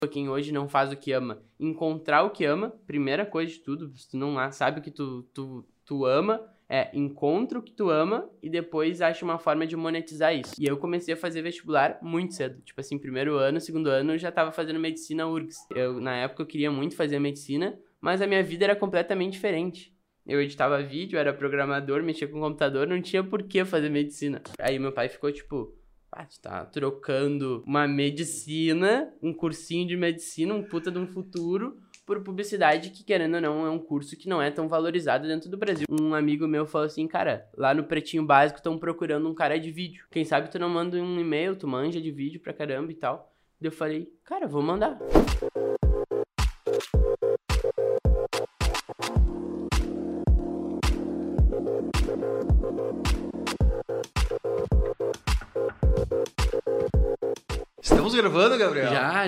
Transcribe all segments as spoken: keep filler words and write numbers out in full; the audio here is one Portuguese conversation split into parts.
quem hoje não faz o que ama, encontrar o que ama, primeira coisa de tudo, se tu não sabe o que tu, tu, tu ama, é encontra o que tu ama e depois acha uma forma de monetizar isso. E eu comecei a fazer vestibular muito cedo, tipo assim, primeiro ano, segundo ano eu já tava fazendo medicina U R G S. Eu, na época eu queria muito fazer medicina, mas a minha vida era completamente diferente. Eu editava vídeo, era programador, mexia com computador, não tinha por que fazer medicina. Aí meu pai ficou tipo... Ah, tu tá trocando uma medicina, um cursinho de medicina, um puta de um futuro, por publicidade que, querendo ou não, é um curso que não é tão valorizado dentro do Brasil. Um amigo meu falou assim, cara, lá no Pretinho Básico estão procurando um cara de vídeo. Quem sabe tu não manda um e-mail, tu manja de vídeo pra caramba e tal. Daí eu falei, cara, vou mandar. Estamos gravando, Gabriel? Já,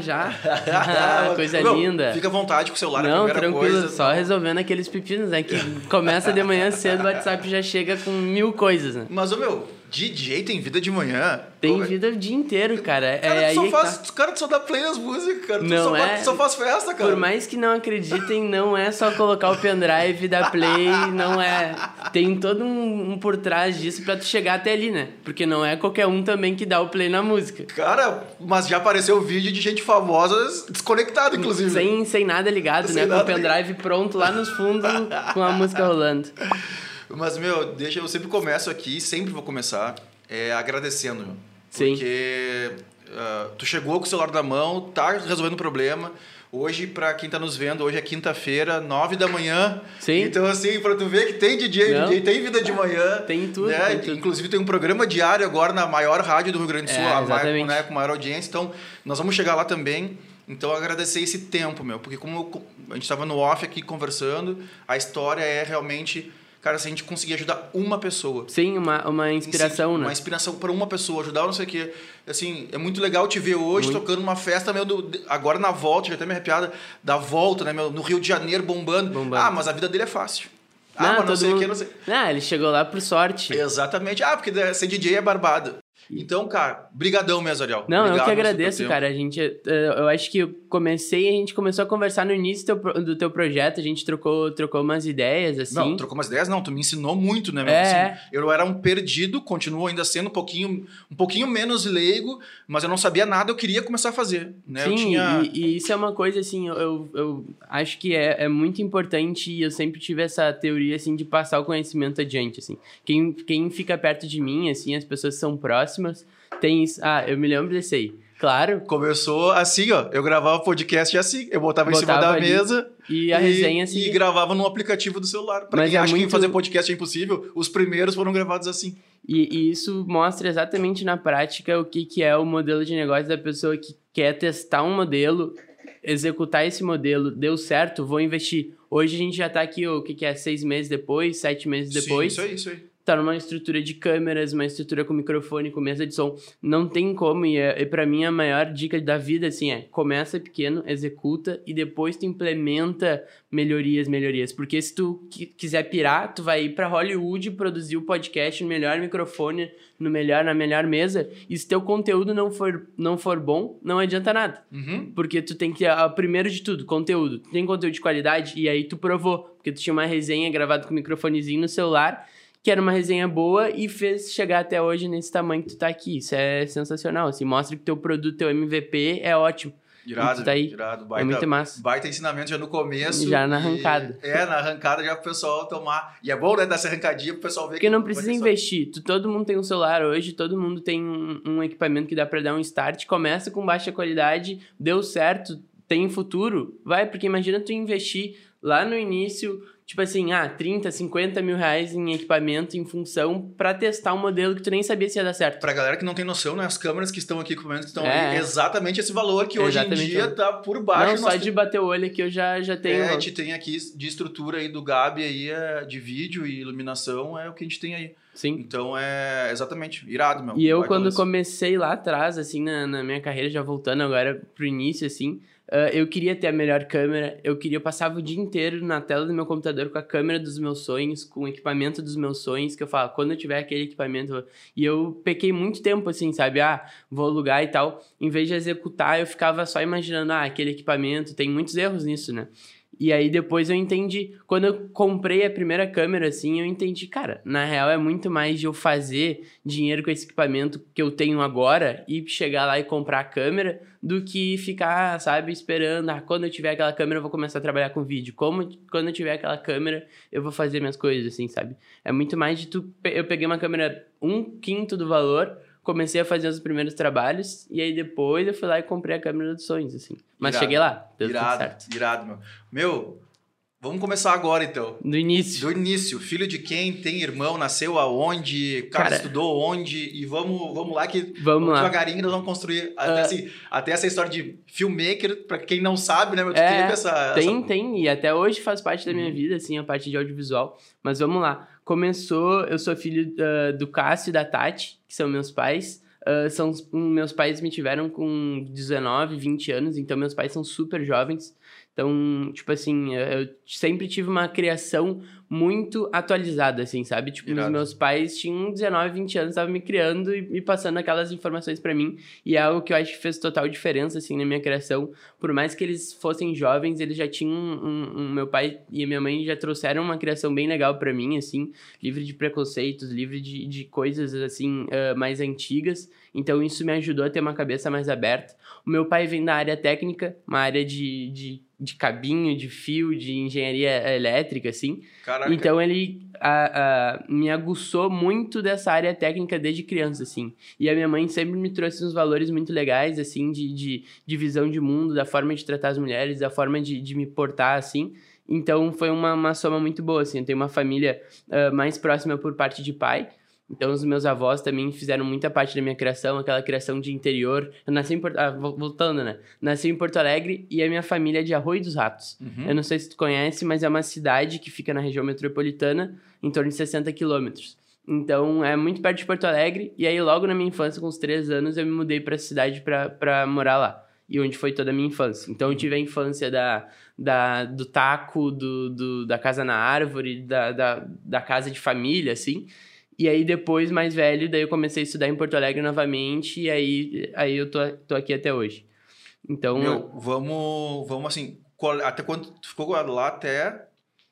já. Coisa Meu, linda. Fica à vontade com o celular, não, é a primeira tranquilo, coisa. só resolvendo aqueles pepinos, né? Que começa de manhã cedo, o WhatsApp já chega com mil coisas, né? Mas, ô meu, D J tem vida de manhã? Tem Pô, vida o dia inteiro, cara. Cara, é tu aí só faz, tá. cara, tu só dá play nas músicas, cara. Tu Não só, é... faz, só faz festa, cara. Por mais que não acreditem, não é só colocar o pendrive da play, não é... Tem todo um, um por trás disso pra tu chegar até ali, né? Porque não é qualquer um também que dá o play na música. Cara, mas já apareceu vídeo de gente famosa desconectada, inclusive. Sem, sem nada ligado, sem né? nada Com o pendrive ligado. Pronto lá nos fundos, com a música rolando. Mas, meu, deixa, eu sempre começo aqui, sempre vou começar é, agradecendo, meu. Sim. Porque uh, tu chegou com o celular na mão, tá resolvendo o problema. Hoje, pra quem tá nos vendo, hoje é quinta-feira, nove da manhã. Sim. Então, assim, pra tu ver que tem D J, Não. D J tem vida de manhã. Tem tudo, né? tem tudo. Inclusive, tem um programa diário agora na maior rádio do Rio Grande do Sul, É, a maior, exatamente. né, com maior audiência. Então, nós vamos chegar lá também. Então, agradecer esse tempo, meu. Porque como eu, a gente tava no off aqui conversando, a história é realmente... Cara, se a gente conseguir ajudar uma pessoa... Sim, uma, uma inspiração, né? Uma inspiração para uma pessoa, ajudar, não sei o quê. Assim, é muito legal te ver hoje muito. tocando uma festa, meu, do, agora na volta, já até me arrepiada, da volta, né, meu, no Rio de Janeiro, bombando. bombando. Ah, mas a vida dele é fácil. Ah, Não, mas não sei o mundo... quê, não sei. Ah, ele chegou lá por sorte. Exatamente. Ah, porque ser D J é barbado. Então, cara, brigadão mesmo, Ariel. Não, Obrigado eu que agradeço, cara. A gente, eu acho que eu comecei, a gente começou a conversar no início do teu, do teu projeto, a gente trocou, trocou umas ideias, assim. Não, trocou umas ideias, não, tu me ensinou muito, né, meu? É. Assim, eu era um perdido, continuo ainda sendo um pouquinho, um pouquinho menos leigo, mas eu não sabia nada, eu queria começar a fazer, né? Sim, eu tinha... e, e isso é uma coisa, assim, eu, eu, eu acho que é, é muito importante e eu sempre tive essa teoria, assim, de passar o conhecimento adiante, assim. Quem, quem fica perto de mim, assim, as pessoas que são próximas, tem isso. Ah, eu me lembro desse aí. Claro. Começou assim, ó. Eu gravava podcast assim. Eu botava, botava em cima da mesa. E a e, resenha assim. E gravava no aplicativo do celular. Pra Mas quem é acha muito... que fazer podcast é impossível, os primeiros foram gravados assim. E, e isso mostra exatamente na prática o que, que é o modelo de negócio da pessoa que quer testar um modelo, executar esse modelo, deu certo, vou investir. Hoje a gente já tá aqui, o que, que é, seis meses depois, sete meses depois. Sim, isso aí, isso aí. Tá numa estrutura de câmeras, uma estrutura com microfone, com mesa de som. Não tem como, e, é, e pra mim a maior dica da vida, assim, é começa pequeno, executa e depois tu implementa melhorias, melhorias. Porque se tu quiser pirar, tu vai ir pra Hollywood produzir o podcast no melhor microfone, no melhor, na melhor mesa, e se teu conteúdo não for, não for bom, não adianta nada. Uhum. Porque tu tem que, ah, primeiro de tudo, conteúdo. Tu tem conteúdo de qualidade e aí tu provou. Porque tu tinha uma resenha gravada com microfonezinho no celular, que era uma resenha boa e fez chegar até hoje nesse tamanho que tu tá aqui. Isso é sensacional, assim, mostra que teu produto, teu M V P é ótimo. Irado, tá aí. irado. Baita, é muito massa. Baita ensinamento já no começo. Já na arrancada. E, é, na arrancada já pro pessoal tomar. E é bom, né, dar essa arrancadinha pro pessoal ver. Porque que não precisa investir. Tu, todo mundo tem um celular hoje, todo mundo tem um, um equipamento que dá pra dar um start, começa com baixa qualidade, deu certo, tem futuro, vai, porque imagina tu investir lá no início... Tipo assim, ah, trinta, cinquenta mil reais em equipamento, em função, pra testar um modelo que tu nem sabia se ia dar certo. Pra galera que não tem noção, né? As câmeras que estão aqui, equipamentos que estão é. ali, exatamente esse valor que hoje exatamente em dia tá por baixo. Não, só de bater o olho aqui eu já, já tenho... É, a gente tem aqui de estrutura aí do Gabi aí, é, de vídeo e iluminação, é o que a gente tem aí. Sim. Então é exatamente, irado, meu. E eu, Vai quando começar. comecei lá atrás, assim, na, na minha carreira, já voltando agora pro início, assim, uh, eu queria ter a melhor câmera, eu queria, eu passava o dia inteiro na tela do meu computador com a câmera dos meus sonhos, com o equipamento dos meus sonhos, que eu falo, quando eu tiver aquele equipamento... E eu pequei muito tempo, assim, sabe? Ah, vou alugar e tal. Em vez de executar, eu ficava só imaginando, ah, aquele equipamento, tem muitos erros nisso, né? E aí depois eu entendi, quando eu comprei a primeira câmera, assim, eu entendi, cara, na real é muito mais de eu fazer dinheiro com esse equipamento que eu tenho agora e chegar lá e comprar a câmera do que ficar, sabe, esperando, ah, quando eu tiver aquela câmera eu vou começar a trabalhar com vídeo, como quando eu tiver aquela câmera eu vou fazer minhas coisas, assim, sabe? É muito mais de tu, eu peguei uma câmera um quinto do valor, comecei a fazer os primeiros trabalhos e aí depois eu fui lá e comprei a câmera dos sonhos, assim. Mas Irado. cheguei lá, deu Irado, tudo certo. irado, meu. Meu, vamos começar agora, então. Do início. Do início. Filho de quem? Tem irmão? Nasceu aonde? Cara, Cara, estudou onde? E vamos, vamos lá que Vamos, vamos lá. devagarinho nós vamos construir até, Ah. assim, até essa história de filmmaker, pra quem não sabe, né? Meu, tu É, teve essa, tem, essa... tem, e até hoje faz parte da minha Uhum. vida, assim, a parte de audiovisual. Mas vamos lá. Começou, eu sou filho uh, do Cássio e da Tati, que são meus pais. Uh, são, um, meus pais me tiveram com dezenove, vinte anos, então meus pais são super jovens. Então, tipo assim, eu sempre tive uma criação muito atualizada, assim, sabe? Tipo, os Irado. meus pais tinham dezenove, vinte anos, estavam me criando e me passando aquelas informações pra mim. E é algo que eu acho que fez total diferença, assim, na minha criação. Por mais que eles fossem jovens, eles já tinham... Um, um, um, meu pai e a minha mãe já trouxeram uma criação bem legal pra mim, assim. Livre de preconceitos, livre de, de coisas, assim, uh, mais antigas. Então, isso me ajudou a ter uma cabeça mais aberta. O meu pai vem da área técnica, uma área de... de de cabinho, de fio, de engenharia elétrica, assim. Caraca. Então, ele a, a, me aguçou muito dessa área técnica desde criança, assim. E a minha mãe sempre me trouxe uns valores muito legais, assim, de, de, de visão de mundo, da forma de tratar as mulheres, da forma de, de me portar, assim. Então, foi uma, uma soma muito boa, assim. Eu tenho uma família uh, mais próxima por parte de pai. Então, os meus avós também fizeram muita parte da minha criação, aquela criação de interior. Eu nasci em Porto... Ah, voltando, né? Nasci em Porto Alegre e a minha família é de Arroio dos Ratos. Uhum. Eu não sei se tu conhece, mas é uma cidade que fica na região metropolitana, em torno de sessenta quilômetros. Então, é muito perto de Porto Alegre. E aí, logo na minha infância, com uns três anos, eu me mudei pra cidade pra, pra morar lá. E onde foi toda a minha infância. Então, eu tive a infância da, da, do taco, do, do, da casa na árvore, da, da, da casa de família, assim... E aí, depois, mais velho, daí eu comecei a estudar em Porto Alegre novamente, e aí, aí eu tô, tô aqui até hoje. Então... Meu, vamos, vamos assim, qual, até quando tu ficou lá até...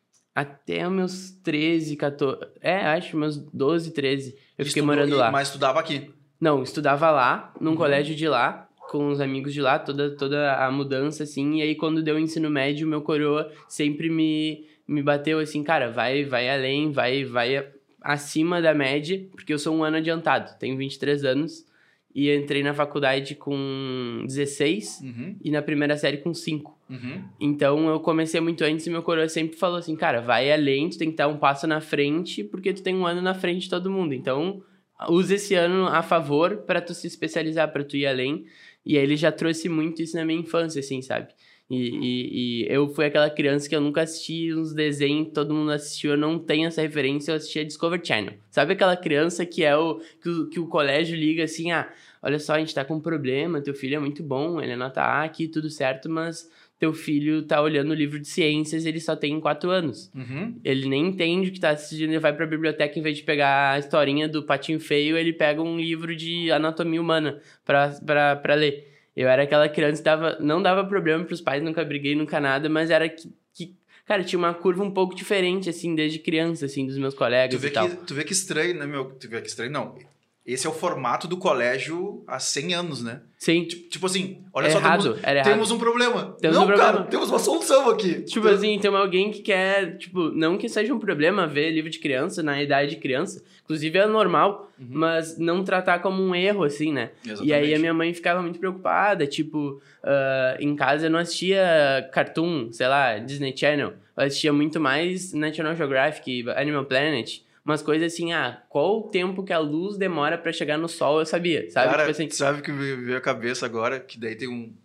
Até meus treze, quatorze... É, acho, meus doze, treze. Eu fiquei Estudou, morando e- lá. Mas estudava aqui. Não, estudava lá, num Uhum. colégio de lá, com os amigos de lá, toda, toda a mudança, assim. E aí, quando deu o ensino médio, meu coroa sempre me, me bateu assim, cara, vai, vai além, vai, vai... acima da média, porque eu sou um ano adiantado, tenho vinte e três anos, e entrei na faculdade com dezesseis, Uhum. e na primeira série com cinco. Uhum. Então, eu comecei muito antes e meu coroa sempre falou assim, cara, vai além, tu tem que dar um passo na frente, porque tu tem um ano na frente de todo mundo. Então, use esse ano a favor pra tu se especializar, pra tu ir além. E aí, ele já trouxe muito isso na minha infância, assim, sabe? E, e, e eu fui aquela criança que eu nunca assisti uns desenhos que todo mundo assistiu, eu não tenho essa referência, eu assistia Discovery Channel. Sabe aquela criança que é o que, o que o colégio liga assim, ah, olha só, a gente tá com um problema, teu filho é muito bom, ele é nota A aqui, tudo certo, mas teu filho tá olhando o livro de ciências, ele só tem quatro anos. Uhum. Ele nem entende o que tá assistindo, ele vai pra biblioteca, em vez de pegar a historinha do Patinho Feio, ele pega um livro de anatomia humana pra, pra, pra ler. Eu era aquela criança que dava, não dava problema pros pais, nunca briguei, nunca nada, mas era que, que, cara, tinha uma curva um pouco diferente, assim, desde criança, assim, dos meus colegas Tu vê, e tal. que, tu vê que estranho, né, meu? Tu vê que estranho, não. Esse é o formato do colégio há cem anos, né? Sim, Tipo assim, olha É só, errado, temos, era errado. temos um problema. Temos não, um problema. cara, temos uma solução aqui. tipo assim, tem alguém que quer, tipo, não que seja um problema ver livro de criança, na idade de criança, inclusive é normal, Uhum. mas não tratar como um erro, assim, né? Exatamente. E aí a minha mãe ficava muito preocupada, tipo, ah, em casa eu não assistia cartoon, sei lá, Disney Channel, eu assistia muito mais National Geographic, Animal Planet, umas coisas assim, ah, qual o tempo que a luz demora pra chegar no sol, eu sabia, sabe? Cara, Tipo assim, sabe que me veio a cabeça agora, que daí tem um, o,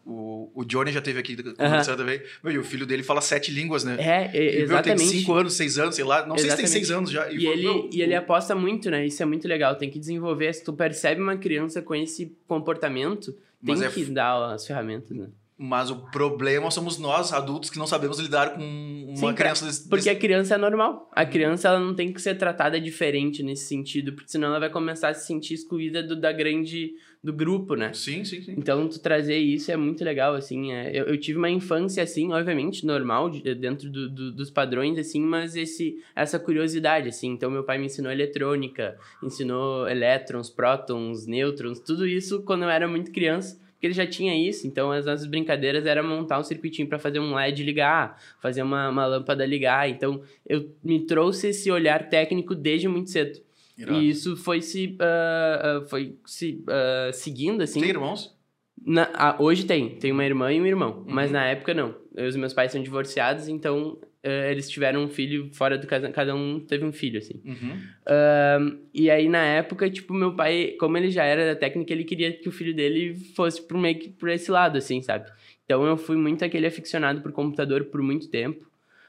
o, o Johnny já esteve aqui conversando também. Meu, e o filho dele fala sete línguas, né? É, é exatamente. Ele tem cinco anos, seis anos, sei lá. Não exatamente. sei se tem seis anos já. E, e, ele, meu, e ele aposta muito, né? Isso é muito legal. Tem que desenvolver. Se tu percebe uma criança com esse comportamento, tem é... que dar as ferramentas, né? Mas o problema somos nós, adultos, que não sabemos lidar com uma Sim, criança desse... Porque a criança é normal. A criança ela não tem que ser tratada diferente nesse sentido, porque senão ela vai começar a se sentir excluída do, da grande... do grupo, né? Sim, sim, sim. Então, tu trazer isso é muito legal, assim. É, eu, eu tive uma infância, assim, obviamente, normal, de, dentro do, do, dos padrões, assim, mas esse, essa curiosidade, assim. Então, meu pai me ensinou eletrônica, ensinou elétrons, prótons, nêutrons, tudo isso quando eu era muito criança. Porque ele já tinha isso, então as nossas brincadeiras era montar um circuitinho para fazer um L E D ligar, fazer uma, uma lâmpada ligar. Então, eu me trouxe esse olhar técnico desde muito cedo. Irado. E isso foi se, uh, uh, foi se uh, seguindo, assim. Tem irmãos? Na, uh, hoje tem. Tem uma irmã e um irmão. Uhum. Mas na época, não. Eu, os meus pais são divorciados, então uh, eles tiveram um filho fora do casamento. Cada um teve um filho, assim. Uhum. Uh, e aí, na época, tipo, meu pai... Como ele já era da técnica, ele queria que o filho dele fosse por meio que por esse lado, assim, sabe? Então, eu fui muito aquele aficionado por computador por muito tempo.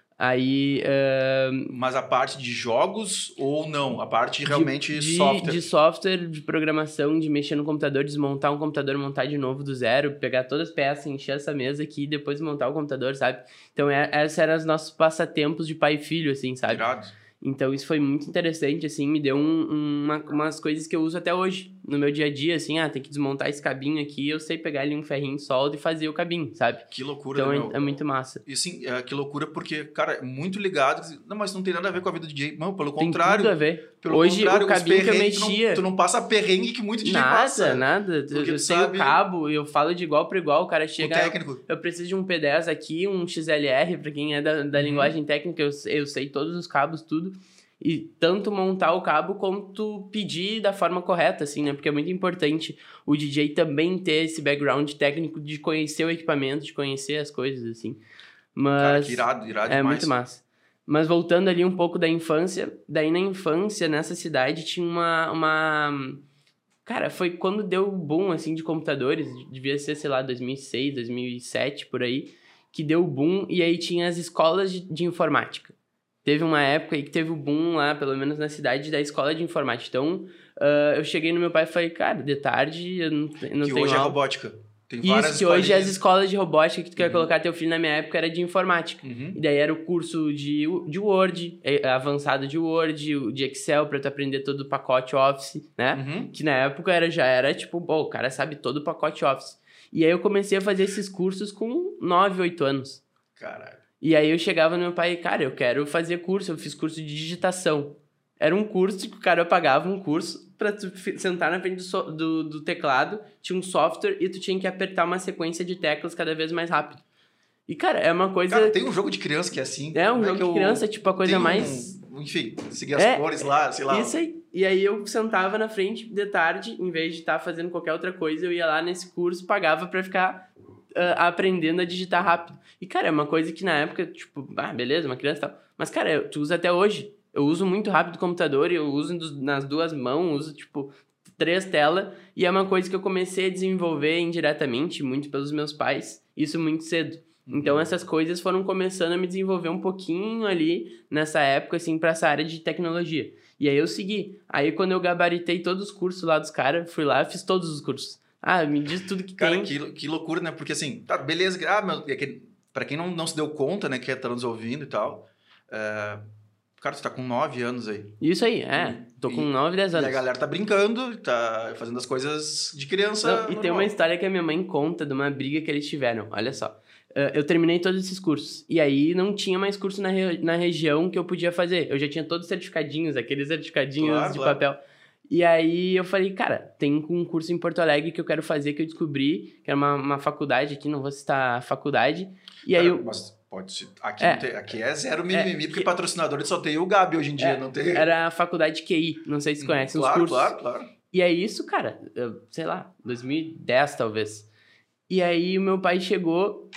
Aí... Uh, Mas a parte de jogos ou não? A parte de, realmente de, software? De software, de programação, de mexer no computador, desmontar um computador, montar de novo do zero, pegar todas as peças, encher essa mesa aqui e depois montar o computador, sabe? Então, é, esses eram os nossos passatempos de pai e filho, assim, sabe? Irado. Então, isso foi muito interessante, assim, me deu um, uma, umas coisas que eu uso até hoje, no meu dia a dia, assim, ah, tem que desmontar esse cabinho aqui, eu sei pegar ali um ferrinho de solda e fazer o cabinho, sabe? Que loucura, então, né, é, meu? é muito massa. E sim, é, que loucura, porque, cara, é muito ligado, não, mas não tem nada a ver com a vida do D J, não, pelo tem contrário. Tudo a ver. Pelo hoje, contrário, o cabinho que eu mexia... Tu não, tu não passa perrengue que muito D J nada, passa. Nada, nada. Eu, eu sei sabe... o cabo, eu falo de igual para igual, o cara chega... O técnico. Eu, eu preciso de um P dez aqui, um X L R, pra quem é da, da uhum. linguagem técnica, eu, eu sei todos os cabos, tudo. E tanto montar o cabo quanto pedir da forma correta, assim, né? Porque é muito importante o D J também ter esse background técnico de conhecer o equipamento, de conhecer as coisas, assim. Mas... Cara, que irado, irado é demais. muito massa. Mas voltando ali um pouco da infância, daí na infância, nessa cidade, tinha uma... uma... Cara, foi quando deu o boom, assim, de computadores, devia ser, sei lá, dois mil e seis, dois mil e sete, por aí, que deu o boom, e aí tinha as escolas de, de informática. Teve uma época aí que teve o boom lá, pelo menos na cidade, da escola de informática. Então, uh, eu cheguei no meu pai e falei, cara, de tarde eu não, eu não que tenho Que hoje aula. é robótica. Tem Isso, várias que hoje escolinhas. as escolas de robótica que tu uhum. quer colocar teu filho na minha época era de informática. Uhum. E daí era o curso de, de Word, avançado de Word, de Excel, pra tu aprender todo o pacote Office, né? Uhum. Que na época era, já era tipo, pô, o cara sabe todo o pacote Office. E aí eu comecei a fazer esses cursos com nove, oito anos. Caralho. E aí eu chegava no meu pai, cara, eu quero fazer curso, eu fiz curso de digitação. Era um curso que o cara pagava um curso pra tu sentar na frente do, so, do, do teclado, tinha um software e tu tinha que apertar uma sequência de teclas cada vez mais rápido. E, cara, é uma coisa... Cara, tem um jogo de criança que é assim. É, um né, jogo de criança, tipo, a coisa mais... Um, enfim, seguir as é, cores lá, sei lá. Isso aí. E aí eu sentava na frente de tarde, em vez de estar fazendo qualquer outra coisa, eu ia lá nesse curso, pagava pra ficar... Uh, aprendendo a digitar rápido. E, cara, é uma coisa que na época, tipo, ah, beleza, uma criança e tal. Mas, cara, tu usa até hoje. Eu uso muito rápido o computador, eu uso nas duas mãos, uso, tipo, três telas. E é uma coisa que eu comecei a desenvolver indiretamente, muito pelos meus pais. Isso muito cedo. Então, essas coisas foram começando a me desenvolver um pouquinho ali, nessa época, assim, pra essa área de tecnologia. E aí eu segui. Aí, quando eu gabaritei todos os cursos lá dos caras, fui lá e fiz todos os cursos. Ah, me diz tudo que cara, tem. Cara, que, que loucura, né? Porque assim, tá, beleza. Ah, meu, é que, pra quem não, não se deu conta, né, que tá nos ouvindo e tal, é, cara, tu tá com nove anos aí. Isso aí, é. Tô com nove, dez anos. E a galera tá brincando, tá fazendo as coisas de criança. Não, e tem uma história que a minha mãe conta de uma briga que eles tiveram. Olha só. Eu terminei todos esses cursos. E aí não tinha mais curso na, re... na região que eu podia fazer. Eu já tinha todos os certificadinhos, aqueles certificadinhos claro, de claro. papel. E aí eu falei, cara, tem um curso em Porto Alegre que eu quero fazer, que eu descobri, que era uma, uma faculdade aqui, não vou citar a faculdade. E cara, aí eu... Mas pode ser. Aqui, é, tem, aqui é zero mimimi, é, porque que... patrocinador só tem o Gabi hoje em dia, é, não tem... Era a faculdade Q I, não sei se você conhece, claro, os cursos. Claro, claro, claro. E é isso, cara, eu, sei lá, dois mil e dez talvez. E aí o meu pai chegou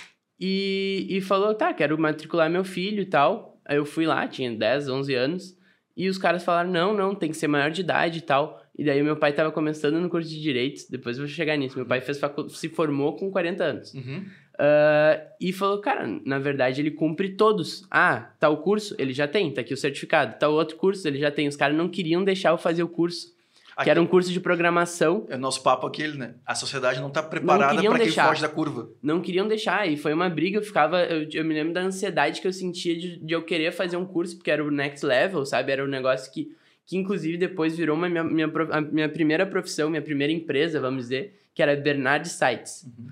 e, e falou, tá, quero matricular meu filho e tal. Aí eu fui lá, tinha dez, onze anos. E os caras falaram, não, não, tem que ser maior de idade e tal. E daí meu pai tava começando no curso de Direito, depois eu vou chegar nisso. Meu pai fez facu... se formou com quarenta anos. Uhum. Uh, e falou, cara, na verdade ele cumpre todos. Ah, tal curso, ele já tem, tá aqui o certificado. Tal outro curso, ele já tem. Os caras não queriam deixar eu fazer o curso. Aqui, que era um curso de programação. É o nosso papo aquele, né? A sociedade não tá preparada para quem foge da curva. Não queriam deixar, e foi uma briga, eu ficava... Eu, eu me lembro da ansiedade que eu sentia de, de eu querer fazer um curso, porque era o next level, sabe? Era um negócio que, que inclusive, depois virou uma, minha, minha, a minha primeira profissão, minha primeira empresa, vamos dizer, que era Bernard Sites. Uhum.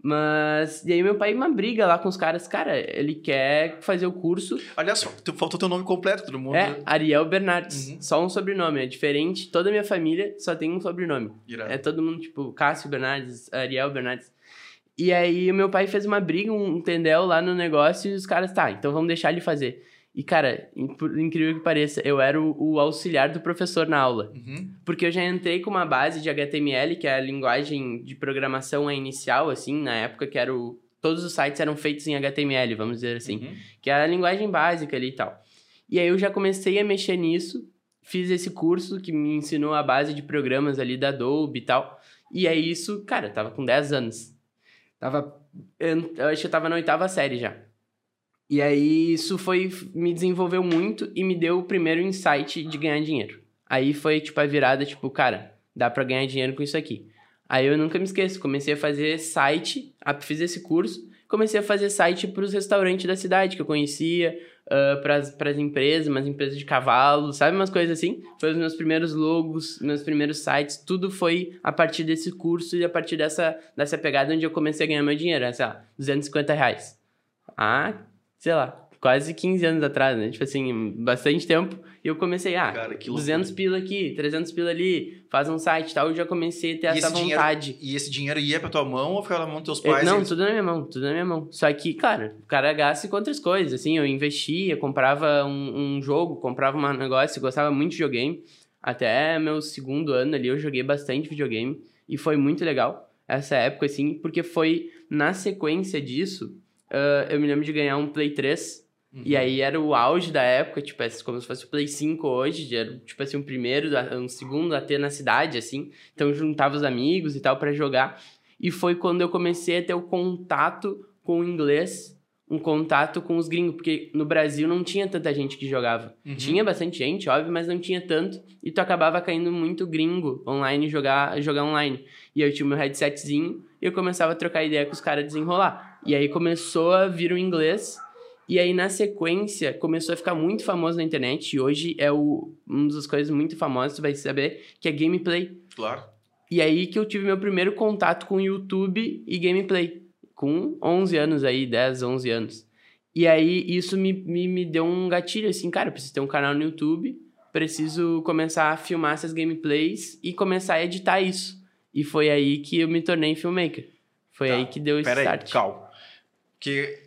Mas, e aí meu pai, uma briga lá com os caras, cara, ele quer fazer o curso... Aliás, faltou teu nome completo, todo mundo... É, Ariel Bernardes, uhum. Só um sobrenome, é diferente, toda a minha família só tem um sobrenome. Irado. É todo mundo, tipo, Cássio Bernardes, Ariel Bernardes. E aí o meu pai fez uma briga, um tendel lá no negócio, e os caras, tá, então vamos deixar ele fazer. E, cara, por incrível que pareça, eu era o, o auxiliar do professor na aula. Uhum. Porque eu já entrei com uma base de H T M L, que é a linguagem de programação inicial, assim, na época que era o... Todos os sites eram feitos em H T M L, vamos dizer assim. Uhum. Que era a linguagem básica ali e tal. E aí eu já comecei a mexer nisso, fiz esse curso que me ensinou a base de programas ali da Adobe e tal. E aí isso, cara, eu tava com dez anos. Tava... Eu acho que eu tava na oitava série já. E aí, isso foi, me desenvolveu muito e me deu o primeiro insight de ganhar dinheiro. Aí foi, tipo, a virada, tipo, cara, dá pra ganhar dinheiro com isso aqui. Aí eu nunca me esqueço, comecei a fazer site, fiz esse curso, comecei a fazer site pros restaurantes da cidade que eu conhecia, uh, pras, pras empresas, umas empresas de cavalo, sabe, umas coisas assim. Foi os meus primeiros logos, meus primeiros sites, tudo foi a partir desse curso e a partir dessa, dessa pegada onde eu comecei a ganhar meu dinheiro, sei lá, duzentos e cinquenta reais. Ah... sei lá, quase quinze anos atrás, né? Tipo assim, bastante tempo. E eu comecei, ah, cara, duzentos pila aqui, trezentos pila ali, faz um site e tal. Eu já comecei a ter e essa vontade. Dinheiro, e esse dinheiro ia pra tua mão ou ficava na mão dos teus pais? Eu, não, eles... tudo na minha mão, tudo na minha mão. Só que, cara, o cara gasta com outras coisas, assim. Eu investia, comprava um, um jogo, comprava um negócio, gostava muito de videogame. Até meu segundo ano ali eu joguei bastante videogame. E foi muito legal essa época, assim, porque foi na sequência disso... Uh, eu me lembro de ganhar um Play três, uhum. E aí era o auge da época, tipo, como se fosse o Play cinco hoje, era tipo assim, um primeiro, um segundo a ter na cidade, assim, então eu juntava os amigos e tal pra jogar, e foi quando eu comecei a ter o contato com o inglês, um contato com os gringos, porque no Brasil não tinha tanta gente que jogava, uhum. Tinha bastante gente, óbvio, mas não tinha tanto, e tu acabava caindo muito gringo online, jogar, jogar online, e eu tinha o meu headsetzinho, e eu começava a trocar ideia com os caras, desenrolar. E aí começou a vir o inglês. E aí, na sequência, começou a ficar muito famoso na internet. E hoje é o, uma das coisas muito famosas, tu vai saber, que é gameplay. Claro. E aí que eu tive meu primeiro contato com YouTube e gameplay. Com onze anos aí, dez, onze anos. E aí, isso me, me, me deu um gatilho, assim, cara, eu preciso ter um canal no YouTube. Preciso começar a filmar essas gameplays e começar a editar isso. E foi aí que eu me tornei filmmaker. Foi tá. aí que deu esse Pera start. Aí, calma. Que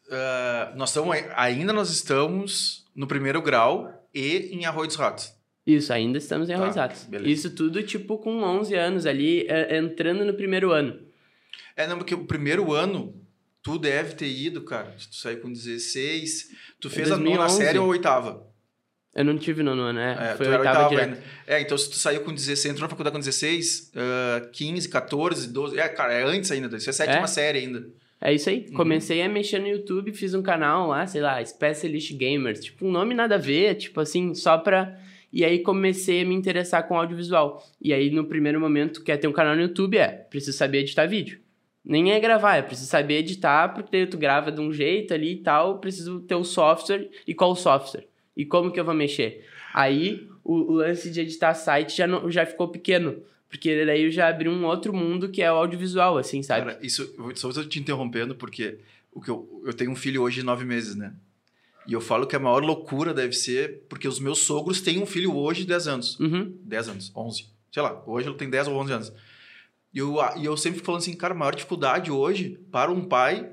uh, nós estamos, ainda nós estamos no primeiro grau e em Arroio dos Ratos. Isso, ainda estamos em Arroio dos tá, Ratos. Beleza. Isso tudo, tipo, com onze anos ali, entrando no primeiro ano. É, não, porque o primeiro ano, tu deve ter ido, cara. Tu saiu com dezesseis. Tu fez dois mil e onze. A nona série ou a oitava? Eu não tive nono ano, né? É, foi tu a oitava, oitava ainda. É, então se tu saiu com dezesseis, entrou na faculdade com dezesseis, uh, quinze, catorze, doze... É, cara, é antes ainda. Isso é sétima é? série ainda. É isso aí. Uhum. Comecei a mexer no YouTube, fiz um canal lá, sei lá, Specialist Gamers. Tipo, um nome nada a ver, tipo assim, só pra... E aí comecei a me interessar com audiovisual. E aí, no primeiro momento, quer ter um canal no YouTube, é, preciso saber editar vídeo. Nem é gravar, é preciso saber editar, porque tu grava de um jeito ali e tal, preciso ter o software. E qual software? E como que eu vou mexer? Aí, o, o lance de editar site já, não, já ficou pequeno. Porque daí eu já abri um outro mundo que é o audiovisual, assim, sabe? Cara, isso... Só estou te interrompendo, porque o que eu, eu tenho um filho hoje de nove meses, né? E eu falo que a maior loucura deve ser porque os meus sogros têm um filho hoje de dez anos. Uhum. dez anos, onze. Sei lá, hoje ele tem dez ou onze anos. E eu, e eu sempre fico falando assim, cara, a maior dificuldade hoje para um pai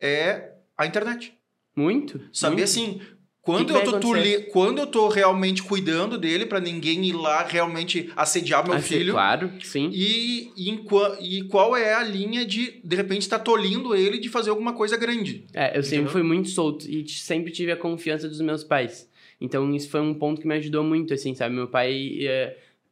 é a internet. Muito. Saber muito. assim... Quando, que eu que tô, tu li, quando eu tô realmente cuidando dele pra ninguém ir lá realmente assediar meu ah, filho. Claro, sim. E, e, e qual é a linha de, de repente, tá tolindo ele de fazer alguma coisa grande. É, eu entendeu? sempre fui muito solto e sempre tive a confiança dos meus pais. Então, isso foi um ponto que me ajudou muito, assim, sabe? Meu pai... É,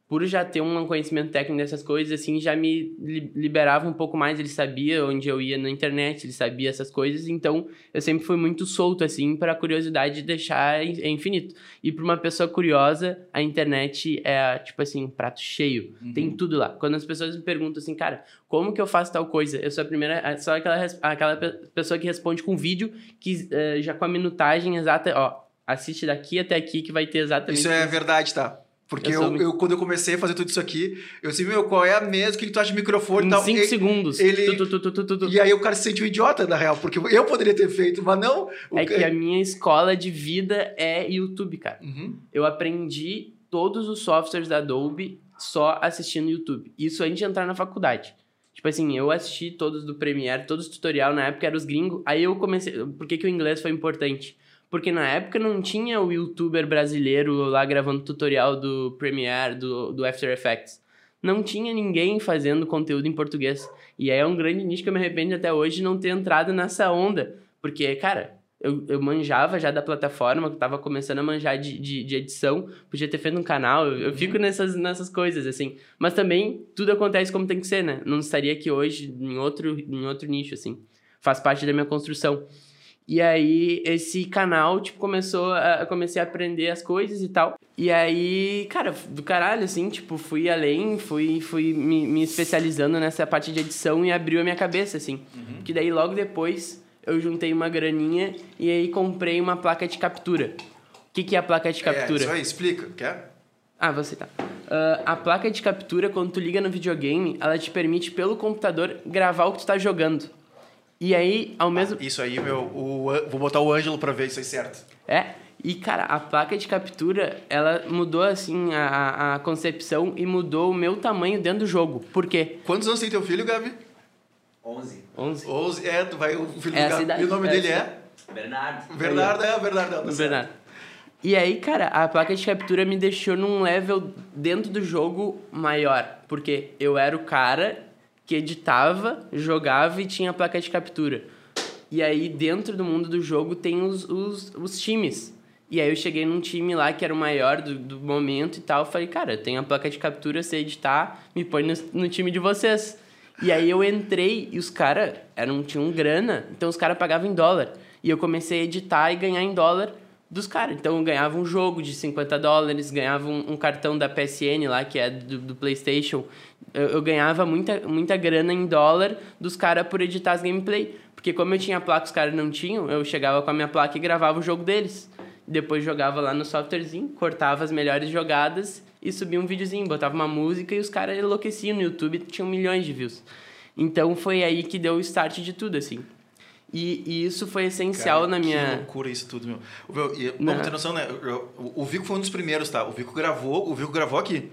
por já ter um conhecimento técnico dessas coisas, assim, já me li- liberava um pouco mais. Ele sabia onde eu ia na internet, ele sabia essas coisas, então eu sempre fui muito solto, assim, para a curiosidade deixar in- é infinito. E para uma pessoa curiosa, a internet é, tipo assim, um prato cheio. Uhum. Tem tudo lá. Quando as pessoas me perguntam assim, cara, como que eu faço tal coisa? Eu sou a primeira, só aquela, res- aquela pe- pessoa que responde com vídeo, que eh, já com a minutagem exata, ó, assiste daqui até aqui que vai ter exatamente Isso é verdade, tá? Porque Eu eu, sou muito- eu, quando eu comecei a fazer tudo isso aqui, eu disse, meu, qual é a mesa? O que que tu acha de microfone e em tal? cinco E- segundos. ele- Tu, tu, tu, tu, tu, tu. E aí o cara se sentiu idiota, na real, porque eu poderia ter feito, mas não. o É ca- que a minha escola de vida é YouTube, cara. Uhum. Eu aprendi todos os softwares da Adobe só assistindo YouTube. Isso antes de entrar na faculdade. Tipo assim, eu assisti todos do Premiere, todos os tutorial na época eram os gringos. Aí eu comecei... Por que, que o inglês foi importante? Porque na época não tinha o youtuber brasileiro lá gravando tutorial do Premiere, do, do After Effects. Não tinha ninguém fazendo conteúdo em português. E aí é um grande nicho que eu me arrependo até hoje de não ter entrado nessa onda. Porque, cara, eu, eu manjava já da plataforma, eu tava começando a manjar de, de, de edição, podia ter feito um canal, eu, eu fico nessas, nessas coisas, assim. Mas também tudo acontece como tem que ser, né? Não estaria aqui hoje em outro, em outro nicho, assim. Faz parte da minha construção. E aí, esse canal, tipo, começou a... Comecei a aprender as coisas e tal. E aí, cara, do caralho, assim, tipo, fui além, fui, fui me, me especializando nessa parte de edição e abriu a minha cabeça, assim. Uhum. Que daí, logo depois, eu juntei uma graninha e aí comprei uma placa de captura. O que, que é a placa de captura? É, isso aí, explica. Quer? Ah, você tá. Uh, a placa de captura, quando tu liga no videogame, ela te permite, pelo computador, gravar o que tu tá jogando. E aí, ao mesmo... Ah, isso aí, meu, o, An- vou botar o Ângelo pra ver isso aí certo. É, e cara, a placa de captura, ela mudou assim a, a concepção e mudou o meu tamanho dentro do jogo. Por quê? Quantos anos tem teu filho, Gabi? onze. onze. onze. É, tu vai, o filho É do a Gabi. cidade, E o nome é a dele cidade. é? Bernardo. Bernardo, é, Bernardo. Não, tá certo. Bernardo. E aí, cara, a placa de captura me deixou num level dentro do jogo maior. Porque eu era o cara que editava, jogava e tinha a placa de captura. E aí, dentro do mundo do jogo, tem os, os, os times. E aí, eu cheguei num time lá que era o maior do, do momento e tal. Falei, cara, eu tenho a placa de captura, sei editar, me põe no, no time de vocês. E aí, eu entrei e os caras eram, tinham grana, então os caras pagavam em dólar. E eu comecei a editar e ganhar em dólar dos caras. Então, eu ganhava um jogo de cinquenta dólares, ganhava um, um cartão da P S N lá, que é do, do PlayStation. Eu, eu ganhava muita, muita grana em dólar dos caras por editar as gameplay. Porque como eu tinha placa, os caras não tinham, eu chegava com a minha placa e gravava o jogo deles. Depois jogava lá no softwarezinho, cortava as melhores jogadas e subia um videozinho, botava uma música e os caras enlouqueciam no YouTube, tinham milhões de views. Então foi aí que deu o start de tudo, assim. E, e isso foi essencial Cara, na que minha... loucura isso tudo, meu. Meu, e, Não. vamos ter noção, né? Eu- O, o Vico foi um dos primeiros, tá? O Vico gravou, o Vico gravou aqui.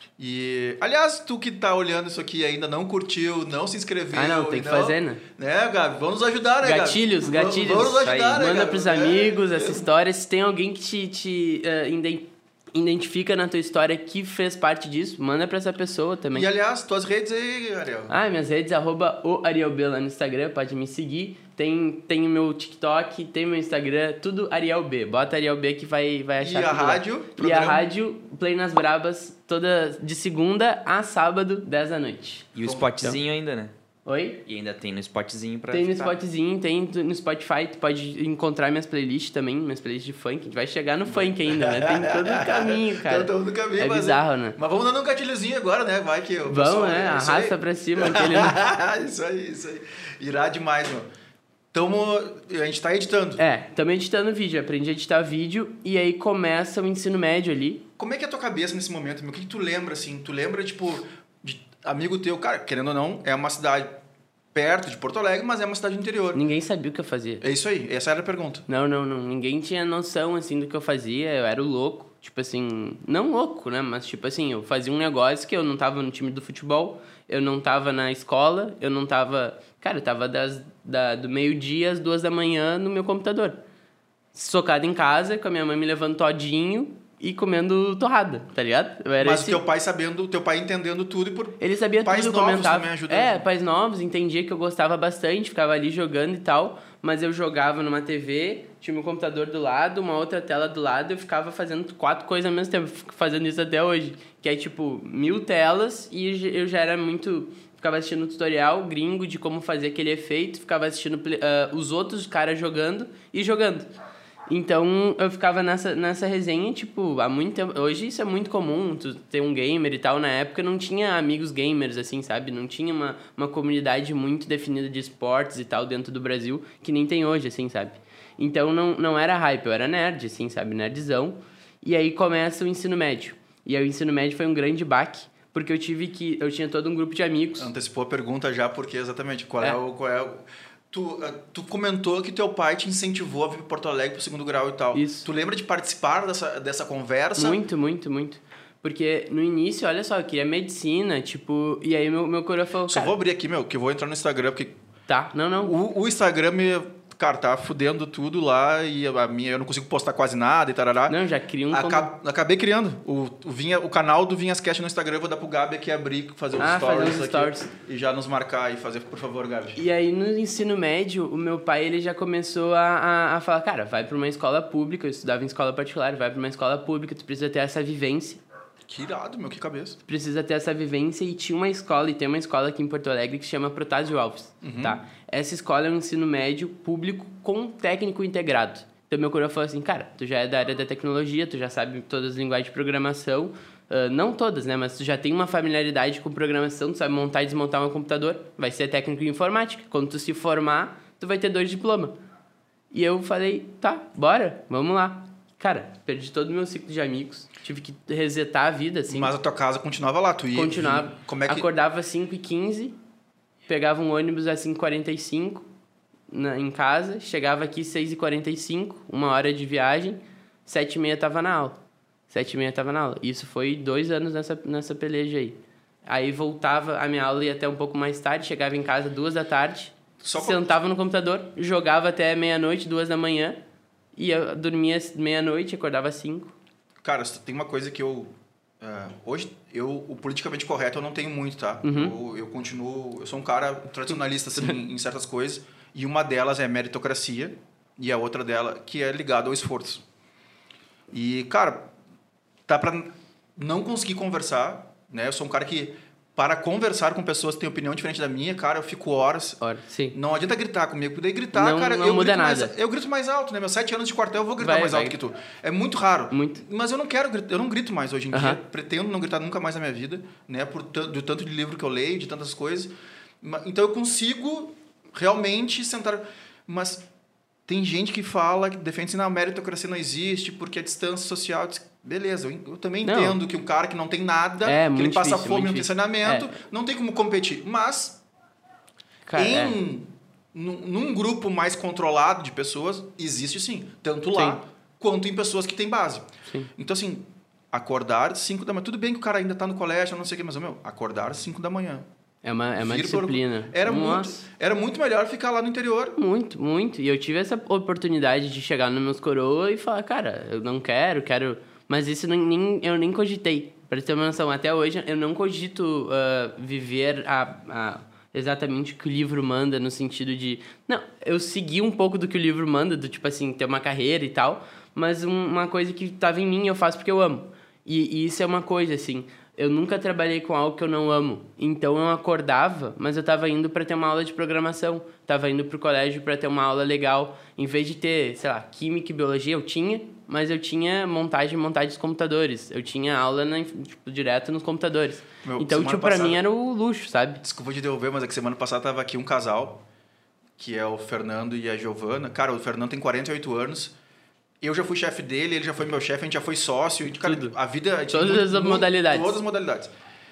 E, aliás, tu que tá olhando isso aqui e ainda não curtiu, não se inscreveu. Ah, não, tem e que fazer, né? Né, Gabi? Vamos nos ajudar, né, Gabi? Gatilhos, Vamos- gatilhos. Vamos nos Isso aí. ajudar, né, Manda Gabi? pros É, amigos é. essa história. Se tem alguém que te, te eh, iden- identifica na tua história que fez parte disso, manda pra essa pessoa também. E, aliás, tuas redes aí, Ariel. Ah, minhas redes, arroba o ArielB lá no Instagram, pode me seguir. Tem, tem o meu TikTok, tem meu Instagram, tudo ArielB. Bota ArielB que vai, vai achar E a tudo lá. rádio? E a Programa? rádio, Play nas Brabas, toda de segunda a sábado, dez da noite. E o spotzinho ainda, né? Oi? E ainda tem no spotzinho pra Tem no escutar. Spotzinho, tem no Spotify, tu pode encontrar minhas playlists também, minhas playlists de funk. A gente vai chegar no funk ainda, né? Tem todo o caminho, cara. Então, no caminho, É mas- bizarro, né? Mas vamos dando um gatilhozinho agora, né? Vai que o pessoal- Vamos, né? é isso Arrasta aí. pra cima aquele... Isso aí, isso aí. Irá demais, meu. Tamo, a gente tá editando. É, também editando vídeo, aprendi a editar vídeo e aí começa o ensino médio ali. Como é que é a tua cabeça nesse momento, meu? O que, que tu lembra, assim? Tu lembra, tipo, de amigo teu, cara, querendo ou não, é uma cidade perto de Porto Alegre, mas é uma cidade do interior. Ninguém sabia o que eu fazia. É isso aí, essa era a pergunta. Não, não, não. Ninguém tinha noção, assim, do que eu fazia. Eu era o louco. Tipo assim, não louco, né? Mas, tipo assim, eu fazia um negócio que eu não tava no time do futebol, eu não tava na escola, eu não tava... Cara, eu tava das, da, do meio-dia às duas da manhã no meu computador. Socado em casa, com a minha mãe me levando todinho e comendo torrada, tá ligado? Eu era Mas esse... o teu pai sabendo, o teu pai entendendo tudo e por... Ele sabia Pais tudo, novos comentava. também ajudam. É, pais novos, entendia que eu gostava bastante, ficava ali jogando e tal. mas eu jogava numa T V, tinha meu computador do lado, uma outra tela do lado, eu ficava fazendo quatro coisas ao mesmo tempo, fico fazendo isso até hoje, que é tipo mil telas e eu já era muito... Ficava assistindo um tutorial gringo de como fazer aquele efeito, ficava assistindo uh, os outros caras jogando e jogando. Então, eu ficava nessa, nessa resenha, tipo, há muito tempo... Hoje isso é muito comum, tu ter um gamer e tal. Na época não tinha amigos gamers, assim, sabe? Não tinha uma, uma comunidade muito definida de esportes e tal dentro do Brasil, que nem tem hoje, assim, sabe? Então, não, não era hype, eu era nerd, assim, sabe? Nerdzão. E aí começa o ensino médio. E aí o ensino médio foi um grande baque, porque eu tive que... Eu tinha todo um grupo de amigos. Antecipou a pergunta já, porque exatamente qual é, é o... Qual é o... Tu, tu comentou que teu pai te incentivou a vir para Porto Alegre pro segundo grau e tal. Isso. Tu lembra de participar dessa, dessa conversa? Muito, muito, muito. Porque no início, olha só, eu queria medicina, tipo... E aí meu, meu coroa falou, Só cara... vou abrir aqui, meu, que eu vou entrar no Instagram, porque... Tá, não, não. O, o Instagram me... Cara, tá fudendo tudo lá e a minha, eu não consigo postar quase nada e tarará. Não, já cria um... Aca- como... Acabei criando. O, o, Vinha, o canal do Vinhascast no Instagram, eu vou dar pro Gabi aqui abrir, fazer os Ah, stories fazer uns aqui. stories. E já nos marcar e fazer, por favor, Gabi. E aí, no ensino médio, o meu pai, ele já começou a, a, a falar, cara, vai pra uma escola pública, eu estudava em escola particular, vai pra uma escola pública, tu precisa ter essa vivência. Que irado, meu, que cabeça. Tu precisa ter essa vivência e tinha uma escola, e tem uma escola aqui em Porto Alegre que se chama Protásio Alves, Uhum. tá? Essa escola é um ensino médio público com técnico integrado. Então, meu coroa falou assim, cara, tu já é da área da tecnologia, tu já sabe todas as linguagens de programação, uh, não todas, né? Mas tu já tem uma familiaridade com programação, tu sabe montar e desmontar um computador, vai ser técnico em informática. Quando tu se formar, tu vai ter dois diplomas. E eu falei, tá, bora, vamos lá. Cara, perdi todo o meu ciclo de amigos, tive que resetar a vida, assim. Mas a tua casa continuava lá, tu ia... Continuava. Como é que... Acordava às cinco e quinze, pegava um ônibus às cinco e quarenta e cinco na, em casa, chegava aqui às seis e quarenta e cinco, uma hora de viagem, sete e meia tava na aula. Sete e meia tava na aula. Isso foi dois anos nessa, nessa peleja aí. Aí voltava, a minha aula ia até um pouco mais tarde, chegava em casa duas da tarde, Só sentava no computador, jogava até meia-noite, duas da manhã, ia dormia meia-noite, acordava às cinco. Cara, tem uma coisa que eu... Uh, hoje, eu, o politicamente correto eu não tenho muito, tá? Uhum. Eu, eu continuo... Eu sou um cara tradicionalista, assim, em certas coisas. E uma delas é meritocracia. E a outra dela, que é ligada ao esforço. E, cara, dá pra não conseguir conversar, né? Eu sou um cara que... Para conversar com pessoas que têm opinião diferente da minha, cara, eu fico horas. Ora, sim. Não adianta gritar comigo, porque daí gritar, Não- cara, não eu, muda grito mais, nada. eu grito mais alto, né? Meus sete anos de quartel, eu vou gritar Vai, mais vai. alto que tu. É muito raro. Muito. Mas eu não quero gritar, eu não grito mais hoje em Aham. dia. Pretendo não gritar nunca mais na minha vida, né? Por t- do tanto de livro que eu leio, de tantas coisas. Ma- Então eu consigo realmente sentar. Mas tem gente que fala, que defende assim, a meritocracia não existe porque a distância social. Beleza, eu, eu também Não. entendo que um cara que não tem nada, É, que ele muito passa difícil, fome, muito não tem difícil. saneamento, É. não tem como competir. Mas Cara, é. em, num, num grupo mais controlado de pessoas, existe sim. Tanto lá, Sim. quanto em pessoas que têm base. Sim. Então, assim, acordar cinco da manhã. Tudo bem que o cara ainda está no colégio, não sei o quê, mas, meu, acordar cinco da manhã. É uma, é uma vir pro- disciplina. Era muito, Nossa. era muito melhor ficar lá no interior. Muito, muito. E eu tive essa oportunidade de chegar nos meus coroa e falar, cara, eu não quero, quero... Mas isso nem, nem, eu nem cogitei. Pra ter uma noção, até hoje eu não cogito uh, viver a, a, exatamente o que o livro manda, no sentido de... Não, eu segui um pouco do que o livro manda, do tipo assim, ter uma carreira e tal, mas um, uma coisa que tava em mim eu faço porque eu amo. E, e isso é uma coisa, assim... Eu nunca trabalhei com algo que eu não amo. Então eu acordava, mas eu tava indo para ter uma aula de programação. Tava indo pro colégio para ter uma aula legal. Em vez de ter, sei lá, química e biologia, eu tinha, mas eu tinha montagem e montagem dos computadores. Eu tinha aula na, tipo, direto nos computadores. Meu, então, semana tipo, pra passada- mim era o luxo, sabe? Desculpa te devolver, mas é que semana passada tava aqui um casal, que é o Fernando e a Giovana. Cara, o Fernando tem quarenta e oito anos. Eu já fui chefe dele, ele já foi meu chefe, a gente já foi sócio. E, cara, Tudo. a vida... a gente Todas muito- as muito- modalidades. Todas as modalidades.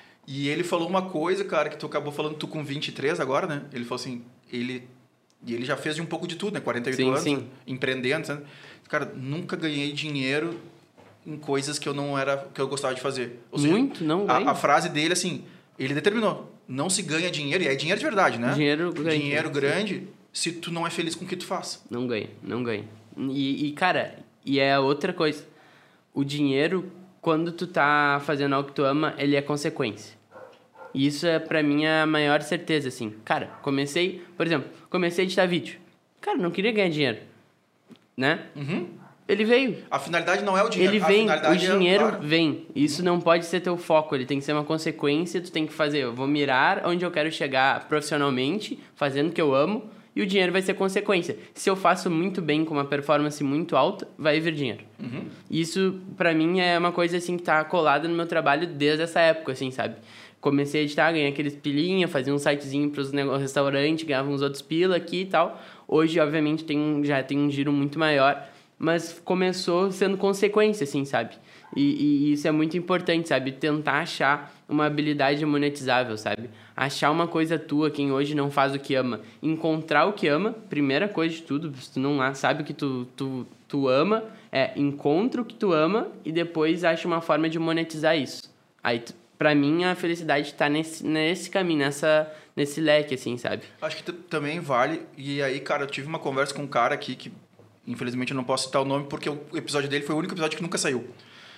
E ele falou uma coisa, cara, que tu acabou falando, tu com vinte e três agora, né? Ele falou assim, ele... E ele já fez de um pouco de tudo, né? quarenta e oito Sim, anos, sim. empreendendo. Sabe? Cara, nunca ganhei dinheiro em coisas que eu não era... que eu gostava de fazer. Ou seja, Muito, não ganho. a, a frase dele, assim, ele determinou. Não se ganha dinheiro, e é dinheiro de verdade, né? Dinheiro grande. Dinheiro grande, se tu não é feliz com o que tu faz. Não ganha, não ganha. E, e, cara, e é outra coisa. O dinheiro, quando tu tá fazendo algo que tu ama, ele é consequência. E isso é, pra mim, a maior certeza, assim. Cara, comecei... Por exemplo, comecei a editar vídeo. Cara, não queria ganhar dinheiro, né? Uhum. Ele veio. A finalidade não é o dinheiro. Ele a vem, o finalidade dinheiro é, claro. vem. Isso não pode ser teu foco, ele tem que ser uma consequência, tu tem que fazer. Eu vou mirar onde eu quero chegar profissionalmente, fazendo o que eu amo, e o dinheiro vai ser consequência. Se eu faço muito bem, com uma performance muito alta, vai vir dinheiro. Uhum. Isso, pra mim, é uma coisa, assim, que tá colada no meu trabalho desde essa época, assim, sabe? Comecei a editar, ganhei aqueles pilinha, fazia um sitezinho pros negócios, restaurante, ganhava uns outros pila aqui e tal. Hoje, obviamente, tem, já tem um giro muito maior, mas começou sendo consequência, assim, sabe? E, e isso é muito importante, sabe? Tentar achar uma habilidade monetizável, sabe? Achar uma coisa tua, quem hoje não faz o que ama. Encontrar o que ama, primeira coisa de tudo, se tu não sabe o que tu, tu, tu ama, é encontra o que tu ama e depois acha uma forma de monetizar isso. Aí, tu, pra mim, a felicidade tá nesse, nesse caminho, nessa, nesse leque, assim, sabe? Acho que t- também vale. E aí, cara, eu tive uma conversa com um cara aqui que, infelizmente, eu não posso citar o nome porque o episódio dele foi o único episódio que nunca saiu.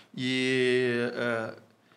E, uh,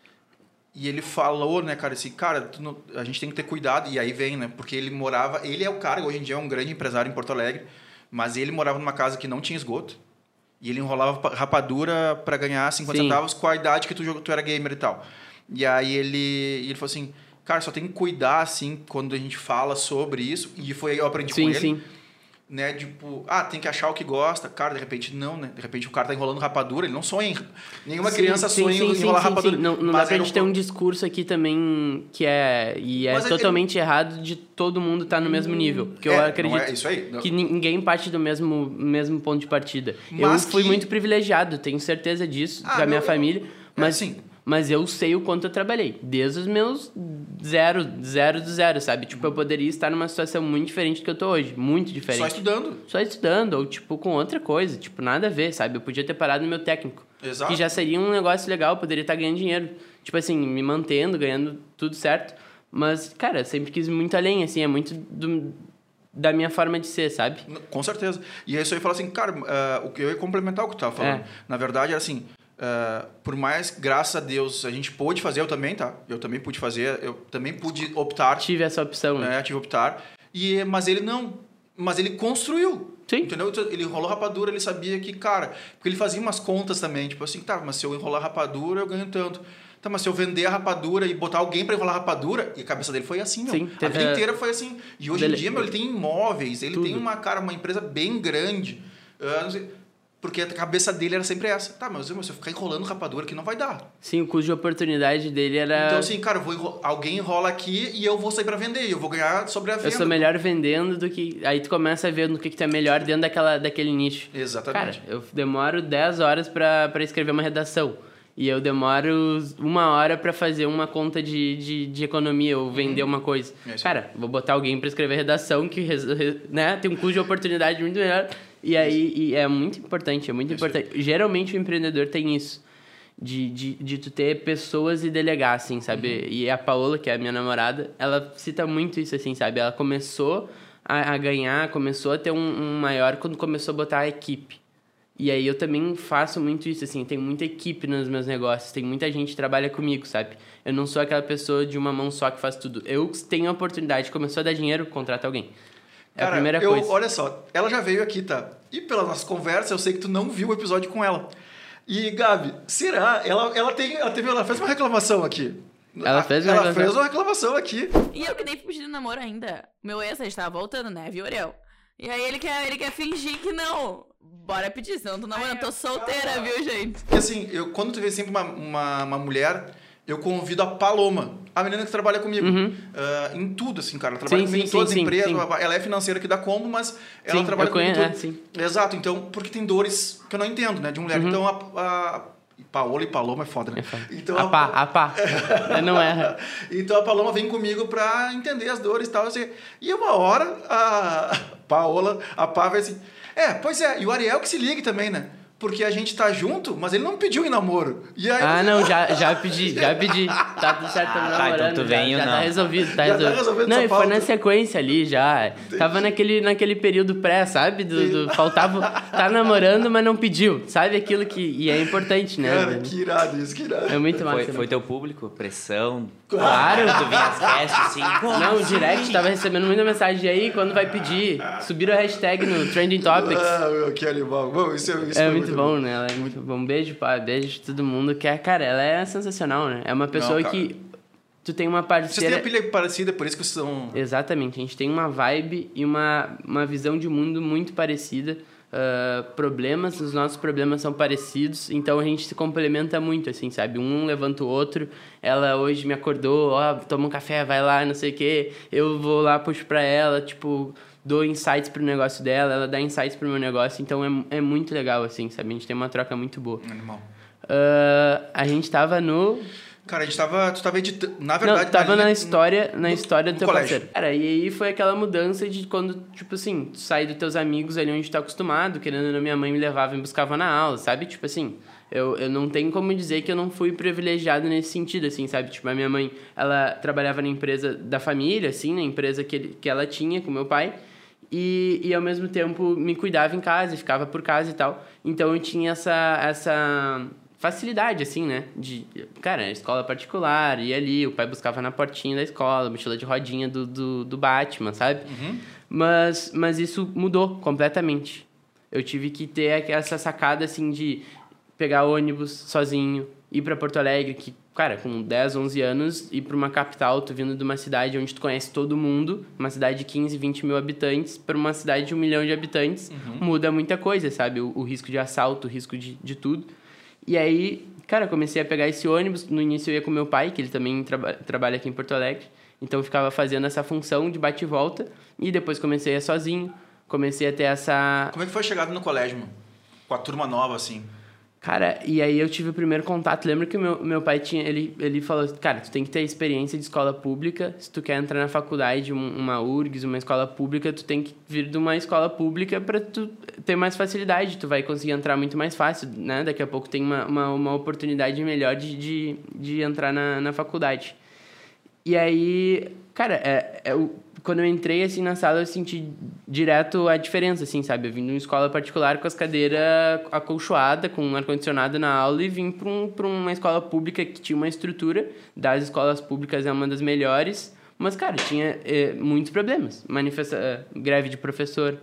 e ele falou, né, cara, assim, cara, tu não, a gente tem que ter cuidado. E aí vem, né, porque ele morava... Ele é o cara, hoje em dia é um grande empresário em Porto Alegre, mas ele morava numa casa que não tinha esgoto. E ele enrolava rapadura para ganhar cinquenta Sim. centavos com a idade que tu, tu era gamer e tal. E aí ele, ele falou assim, cara, só tem que cuidar, assim, quando a gente fala sobre isso. E foi aí eu aprendi Sim, com ele. sim. Né, tipo, ah, tem que achar o que gosta. Cara, de repente não, né? De repente o cara tá enrolando rapadura, ele não sonha. Em... Nenhuma Sim, criança sim, sonha sim, em sim, enrolar sim, rapadura. sim. Não, não dá Mas pra era gente ter um discurso aqui também que é... E é Mas é- totalmente errado de todo mundo estar no mesmo nível. Porque É, eu não acredito é isso aí, não. que ninguém parte do mesmo, mesmo ponto de partida. Mas eu fui que- muito privilegiado, tenho certeza disso, Ah, da minha meu- família. Mas, sim. mas eu sei o quanto eu trabalhei. Desde os meus zero, zero do zero, sabe? Tipo, eu poderia estar numa situação muito diferente do que eu tô hoje. Muito diferente. Só estudando. Só estudando, ou tipo, com outra coisa. Tipo, nada a ver, sabe? Eu podia ter parado no meu técnico. Exato. Que já seria um negócio legal, eu poderia estar ganhando dinheiro. Tipo assim, me mantendo, ganhando tudo certo. Mas, cara, eu sempre quis muito além, assim, é muito do, da minha forma de ser, sabe? Com certeza. E aí isso aí fala assim, cara, uh, o que eu ia complementar o que tu tava falando. É. Na verdade, era assim, uh, por mais, graças a Deus, a gente pôde fazer, eu também, tá? Eu também pude fazer, eu também pude optar. Tive essa opção, né? É, tive optar. E, mas ele não. Mas ele construiu. Sim. Entendeu? Ele enrolou rapadura, ele sabia que, cara... Porque ele fazia umas contas também, tipo assim, tá, mas se eu enrolar rapadura, eu ganho tanto. Tá, mas se eu vender a rapadura e botar alguém pra enrolar rapadura... E a cabeça dele foi assim, meu. Sim, A teve- vida inteira foi assim. E hoje Dele- em dia, meu, ele tem imóveis, ele Tudo. tem uma, cara, uma empresa bem grande. Ah, não sei, porque a cabeça dele era sempre essa. Tá, mas meu, se eu ficar enrolando rapadura aqui, não vai dar. Sim, o custo de oportunidade dele era... Então, assim, cara, eu vou enro- alguém enrola aqui e eu vou sair pra vender. E eu vou ganhar sobre a venda. Eu sou melhor vendendo do que... Aí tu começa a ver no que, que tu é melhor dentro daquela, daquele nicho. Exatamente. Cara, eu demoro dez horas pra, pra escrever uma redação. E eu demoro uma hora pra fazer uma conta de, de, de economia ou vender uma coisa. É isso. Cara, vou botar alguém pra escrever redação que res- re- né, tem um custo de oportunidade muito melhor. E aí e é muito importante, é muito Isso. importante. Geralmente o empreendedor tem isso. De, de, de tu ter pessoas e delegar, assim, sabe? E a Paola, que é a minha namorada, ela cita muito isso, assim, sabe? Ela começou a, a ganhar, começou a ter um, um maior quando começou a botar a equipe. E aí eu também faço muito isso, assim, tem muita equipe nos meus negócios, tem muita gente que trabalha comigo, sabe? Eu não sou aquela pessoa de uma mão só que faz tudo. Eu tenho a oportunidade, começou a dar dinheiro, contrata alguém. É Cara, a primeira eu, coisa. olha só, ela já veio aqui, tá? E pela nossa conversa, eu sei que tu não viu o episódio com ela. E, Gabi, será? Ela, ela, tem, ela, teve, ela fez uma reclamação aqui. Ela fez uma ela reclamação. fez uma reclamação aqui. E eu que nem pedi namoro ainda. Meu ex, a gente tava voltando, né, viu, Ariel? E aí ele quer, ele quer fingir que não. Bora pedir, senão eu tô namorando, eu tô solteira, viu, gente? Porque assim, eu, quando tu vê sempre uma, uma, uma mulher, eu convido a Paloma, a menina que trabalha comigo. Uhum. Ah, em tudo, assim, cara. Ela trabalha Sim, comigo sim, em todas as sim, empresas. sim. Ela é financeira aqui da Combo, mas ela Sim, trabalha eu comigo em conheço, tudo. é, sim. Exato, então, porque tem dores que eu não entendo, né, de mulher. Uhum. Então, a, a Paola e Paloma é foda, né? É foda. Então, a pá, a pá. Não erra. Então a Paloma vem comigo pra entender as dores e tal. Assim. E uma hora a Paola, a Pá vai assim... É, pois é. E o Ariel que se ligue também, né? porque a gente tá junto, mas ele não pediu em namoro. E aí, Ah, não, já, já pedi, já pedi. Tá tudo certo, tamo Ah, tá, namorando. então tu já, vem ou já não? tá resolvido, tá Já tá resolvido. resolvido Não, essa e foi pauta. na sequência ali já. Tava naquele, naquele período pré, sabe? Do, do- faltava. Tá namorando, mas não pediu. Sabe aquilo que. E é importante, né? cara, que irado isso, que irado. É muito massa. Foi, foi teu público? Pressão? Claro. Tu vinha as casts assim? como Não, o assim? direct tava recebendo muita mensagem. E aí, quando vai pedir? Subiram a hashtag no Trending Topics. Ah, meu, que animal. Bom, isso, é- isso É foi muito bom, né? Ela é muito bom. Um beijo, pá. Beijo de todo mundo. Que é, cara, ela é sensacional, né? É uma pessoa cara. que tu tem uma Vocês têm parceira... a pilha parecida, por isso que vocês são... Exatamente. A gente tem uma vibe e uma, uma visão de mundo muito parecida. Uh, problemas, os nossos problemas são parecidos, então a gente se complementa muito, assim, sabe? Um levanta o outro. Ela hoje me acordou, ó, toma um café, vai lá, não sei o quê. Eu vou lá, puxo pra ela, tipo... dou insights pro negócio dela, ela dá insights pro meu negócio, então é, é muito legal, assim, sabe? A gente tem uma troca muito boa. Animal. Uh, a gente tava no... Cara, a gente tava... Tu tava editando... Na verdade... Não, tava linha- na história, na no- história do no teu colégio. parceiro. Cara, e aí foi aquela mudança de quando, tipo assim, tu sai dos teus amigos ali onde tu tá acostumado, querendo ou não, minha mãe me levava e me buscava na aula, sabe? Tipo assim, eu, eu não tenho como dizer que eu não fui privilegiado nesse sentido, assim, sabe? Tipo, a minha mãe, ela trabalhava na empresa da família, assim, na empresa que, ele, que ela tinha com meu pai, e, e ao mesmo tempo me cuidava em casa, ficava por casa e tal. Então eu tinha essa, essa facilidade, assim, né? De, cara, escola particular, ia ali, o pai buscava na portinha da escola, mochila de rodinha do, do, do Batman, sabe? Uhum. Mas, mas isso mudou completamente. Eu tive que ter essa sacada, assim, de pegar ônibus sozinho, ir pra Porto Alegre, que, cara, com dez, onze anos, ir pra uma capital, tu vindo de uma cidade onde tu conhece todo mundo, uma cidade de quinze, vinte mil habitantes, pra uma cidade de um milhão de habitantes, muda muita coisa, sabe? O, o risco de assalto, o risco de, de tudo. E aí, cara, eu comecei a pegar esse ônibus. No início eu ia com meu pai, que ele também traba- trabalha aqui em Porto Alegre. Então eu ficava fazendo essa função de bate e volta. E depois comecei a ir sozinho. Comecei a ter essa... Como é que foi a chegada no colégio, mano? Com a turma nova, assim. Cara, e aí eu tive o primeiro contato. Lembro que o meu, meu pai tinha... Ele, ele falou, cara, tu tem que ter experiência de escola pública. Se tu quer entrar na faculdade, um- uma U R G S, uma escola pública, tu tem que vir de uma escola pública pra tu ter mais facilidade. Tu vai conseguir entrar muito mais fácil, né? Daqui a pouco tem uma, uma, uma oportunidade melhor de, de, de entrar na, na faculdade. E aí, cara, é, é, o- quando eu entrei, assim, na sala, eu senti direto a diferença, assim, sabe? Eu vim de uma escola particular com as cadeiras acolchoadas, com ar-condicionado na aula, e vim para um, pra uma escola pública que tinha uma estrutura. Das escolas públicas é uma das melhores, mas, cara, tinha é, muitos problemas. Manifesta é, greve de professor.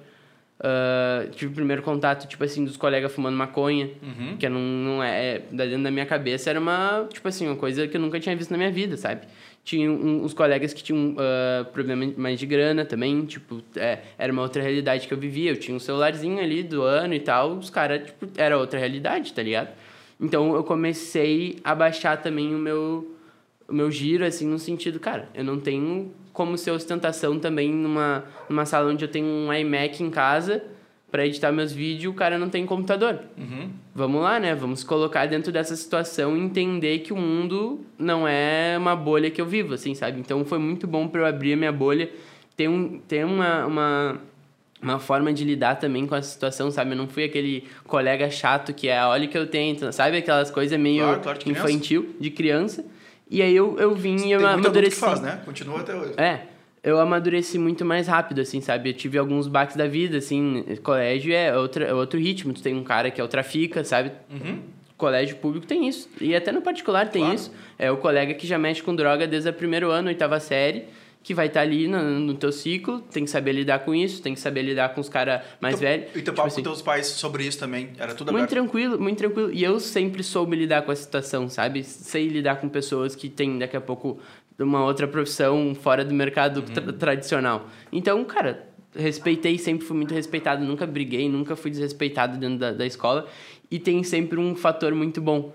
Uh, tive o primeiro contato, tipo assim, dos colegas fumando maconha, Uhum. que não, não é, é... Dentro da minha cabeça era uma, tipo assim, uma coisa que eu nunca tinha visto na minha vida, sabe? Tinha um, uns colegas que tinham uh, problema mais de grana também, tipo, é, era uma outra realidade que eu vivia. Eu tinha um celularzinho ali do ano e tal, os caras, tipo, era outra realidade, tá ligado? Então eu comecei a baixar também o meu, o meu giro, assim, no sentido, cara, eu não tenho como ser ostentação também numa, numa sala onde eu tenho um iMac em casa para editar meus vídeos, o cara não tem computador. Uhum. Vamos lá, né? Vamos colocar dentro dessa situação e entender que o mundo não é uma bolha que eu vivo, assim, sabe? Então foi muito bom para eu abrir a minha bolha, ter, um, ter uma, uma, uma forma de lidar também com essa situação, sabe? Eu não fui aquele colega chato que é, olha o que eu tento, sabe? Aquelas coisas meio Claro, claro, de criança. infantil, de criança. E aí eu, eu vim e eu Tem muito adulto que amadureci. faz, né? Continua até hoje. É, eu amadureci muito mais rápido, assim, sabe? Eu tive alguns baques da vida, assim, colégio é, outra, é outro ritmo. Tu tem um cara que é o trafica, sabe? Uhum. Colégio público tem isso. E até no particular tem Claro. isso. É o colega que já mexe com droga desde o primeiro ano, oitava série, que vai estar ali no, no teu ciclo, tem que saber lidar com isso, tem que saber lidar com os caras mais Então- velhos. E teu Tipo papo assim, com teus pais sobre isso também? Era tudo muito aberto? tranquilo, muito tranquilo. E eu sempre soube lidar com a situação, sabe? Sei lidar com pessoas que têm, daqui a pouco, uma outra profissão fora do mercado tra- tradicional. Então, cara, respeitei, sempre fui muito respeitado. Nunca briguei, nunca fui desrespeitado dentro da, da escola. E tem sempre um fator muito bom.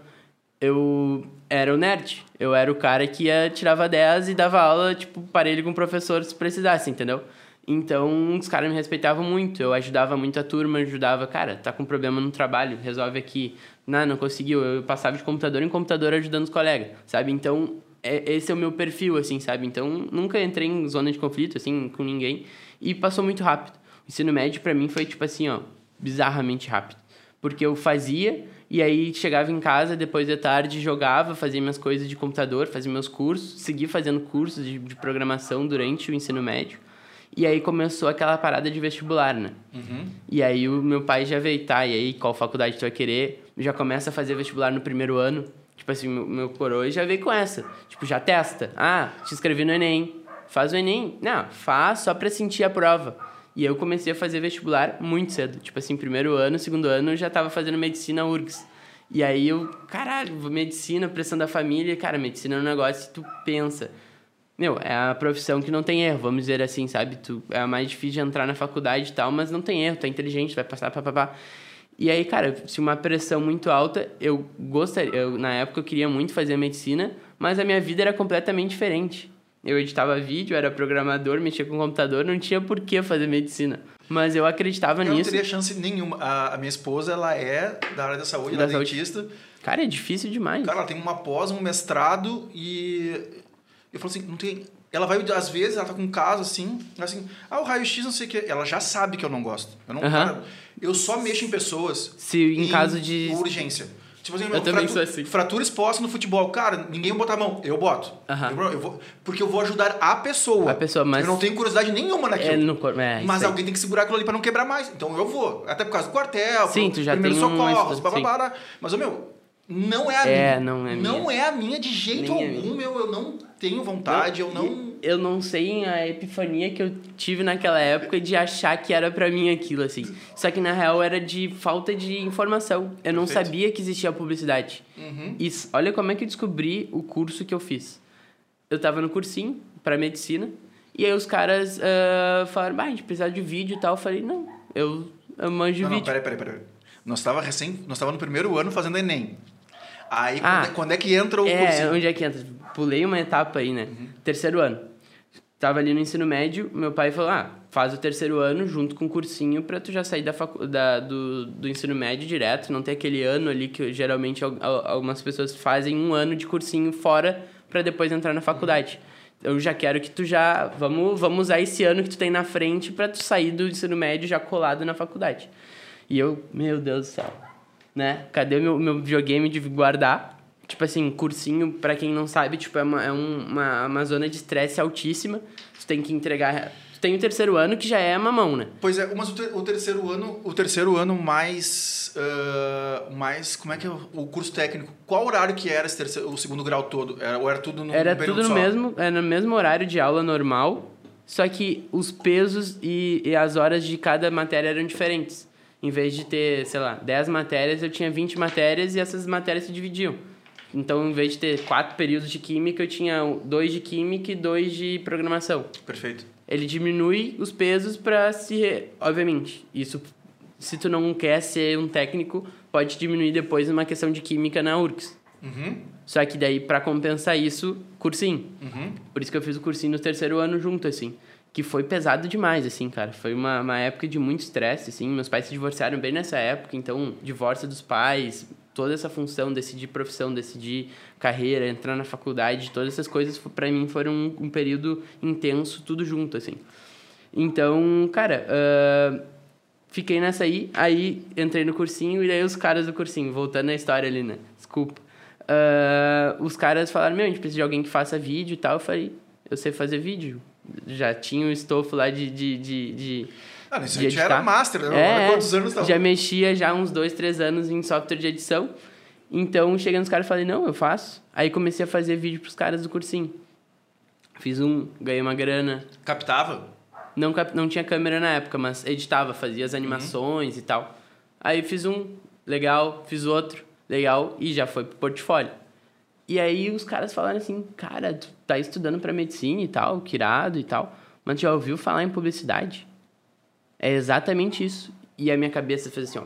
Eu era o nerd. Eu era o cara que ia, tirava dez e dava aula, tipo, parelho com o professor se precisasse, entendeu? Então, os caras me respeitavam muito. Eu ajudava muito a turma, ajudava... Cara, tá com problema no trabalho, resolve aqui. Não, não conseguiu. Eu passava de computador em computador ajudando os colegas, sabe? Então, é, esse é o meu perfil, assim, sabe? Então, nunca entrei em zona de conflito, assim, com ninguém. E passou muito rápido. O ensino médio, pra mim, foi, tipo assim, ó, bizarramente rápido. Porque eu fazia, e aí chegava em casa, depois de tarde, jogava, fazia minhas coisas de computador, fazia meus cursos, segui fazendo cursos de, de programação durante o ensino médio. E aí começou aquela parada de vestibular, né? Uhum. E aí o meu pai já veio, tá, e aí qual faculdade tu vai querer? Já começa a fazer vestibular no primeiro ano. Tipo assim, meu, meu coroa já veio com essa. Tipo, já testa. Ah, te inscrevi no Enem. Faz o Enem. Não, faz só pra sentir a prova. E eu comecei a fazer vestibular muito cedo. Tipo assim, primeiro ano, segundo ano, eu já tava fazendo medicina U R G S. E aí eu, caralho, medicina, pressão da família. Cara, medicina é um negócio que tu pensa. Meu, é a profissão que não tem erro, vamos dizer assim, sabe? Tu, é a mais difícil de entrar na faculdade e tal, mas não tem erro, tu é inteligente, tu vai passar, papapá. E aí, cara, se uma pressão muito alta, eu gostaria... Eu, na época eu queria muito fazer medicina, mas a minha vida era completamente diferente. Eu editava vídeo, era programador, mexia com computador, não tinha por que fazer medicina. Mas eu acreditava eu nisso. Eu não teria chance nenhuma. A, a minha esposa, ela é da área da saúde, ela é dentista. Cara, é difícil demais. Cara, ela tem uma pós, um mestrado e... Eu falo assim, não tem... Ela vai, às vezes, ela tá com um caso assim, assim, ah, o raio-x, não sei o que. Ela já sabe que eu não gosto. Eu, não, uhum. cara, eu só mexo em pessoas. Se em, em caso de... urgência. Tipo assim, eu fratu, também sou assim. Fratura exposta no futebol. Cara, ninguém vai botar a mão. Eu boto. Uhum. Eu, eu vou, porque eu vou ajudar a pessoa. A pessoa, mas... Eu não tenho curiosidade nenhuma naquilo. É no corpo, é, mas alguém tem que segurar aquilo ali pra não quebrar mais. Então eu vou. Até por causa do quartel, sim, tu já primeiros tem socorros, um... blá, blá, blá, blá. Mas, meu... Não é a é, minha. Não é, não minha. é a minha de jeito Nem algum, meu. Eu não tenho vontade, não, eu não... Eu não sei a epifania que eu tive naquela época de achar que era pra mim aquilo, assim. Só que, na real, era de falta de informação. Eu não Perfeito. sabia que existia publicidade. Uhum. E olha como é que eu descobri o curso que eu fiz. Eu tava no cursinho pra medicina, e aí os caras uh, falaram, bah, a gente precisa de vídeo e tal. Eu falei, não, eu, eu manjo não, vídeo. Não, peraí, peraí, peraí. Nós tava recém... Nós tava no primeiro ano fazendo Enem. Aí, ah, quando, é, quando é que entra o é, cursinho? Onde é que entra? Pulei uma etapa aí, né? Uhum. Terceiro ano. Tava ali no ensino médio, meu pai falou, ah, faz o terceiro ano junto com o cursinho pra tu já sair da facu- da, do, do ensino médio direto, não ter aquele ano ali que geralmente algumas pessoas fazem um ano de cursinho fora pra depois entrar na faculdade. Uhum. Eu já quero que tu já... Vamos, vamos usar esse ano que tu tem na frente pra tu sair do ensino médio já colado na faculdade. E eu, meu Deus do céu, né? Cadê o meu, meu videogame de guardar? Tipo assim, cursinho, pra quem não sabe, tipo, é uma, é um, uma, uma zona de estresse altíssima. Tu tem que entregar... Tu tem o terceiro ano, que já é mamão, né? Pois é, mas o, ter, o terceiro ano, o terceiro ano mais... Uh, mais... Como é que é o curso técnico? Qual horário que era esse terceiro, o segundo grau todo? Era, ou era tudo no Era no tudo no só? mesmo, era no mesmo horário de aula normal, só que os pesos e, e as horas de cada matéria eram diferentes. Em vez de ter, sei lá, dez matérias, eu tinha vinte matérias e essas matérias se dividiam. Então, em vez de ter quatro períodos de química, eu tinha dois de química e dois de programação. Perfeito. Ele diminui os pesos para se... Re... Obviamente, isso, se tu não quer ser um técnico, pode diminuir depois uma questão de química na U R G S. Uhum. Só que daí, para compensar isso, cursinho. Uhum. Por isso que eu fiz o cursinho no terceiro ano junto, assim. Que foi pesado demais, assim, cara. Foi uma, uma época de muito estresse, assim. Meus pais se divorciaram bem nessa época, então, divórcio dos pais, toda essa função, decidir profissão, decidir carreira, entrar na faculdade, todas essas coisas, pra mim, foram um, um período intenso, tudo junto, assim. Então, cara, uh, fiquei nessa aí, aí entrei no cursinho, e daí os caras do cursinho, voltando à história ali, né? Desculpa. Uh, os caras falaram, meu, a gente precisa de alguém que faça vídeo e tal. Eu falei, eu sei fazer vídeo. Já tinha o estofo lá de... de, de, de ah, isso de já era master, né? É, quantos anos estava? Já mexia já uns dois, três anos em software de edição. Então, chegando nos caras, falei, não, eu faço. Aí comecei a fazer vídeo pros caras do cursinho. Fiz um, ganhei uma grana. Captava? Não, cap, não tinha câmera na época, mas editava, fazia as animações uhum. e tal. Aí fiz um, legal, fiz outro, legal, e já foi pro portfólio. E aí os caras falaram assim, cara, tu tá estudando pra medicina e tal, que irado e tal, mas tu já ouviu falar em publicidade? É exatamente isso. E a minha cabeça fez assim, ó.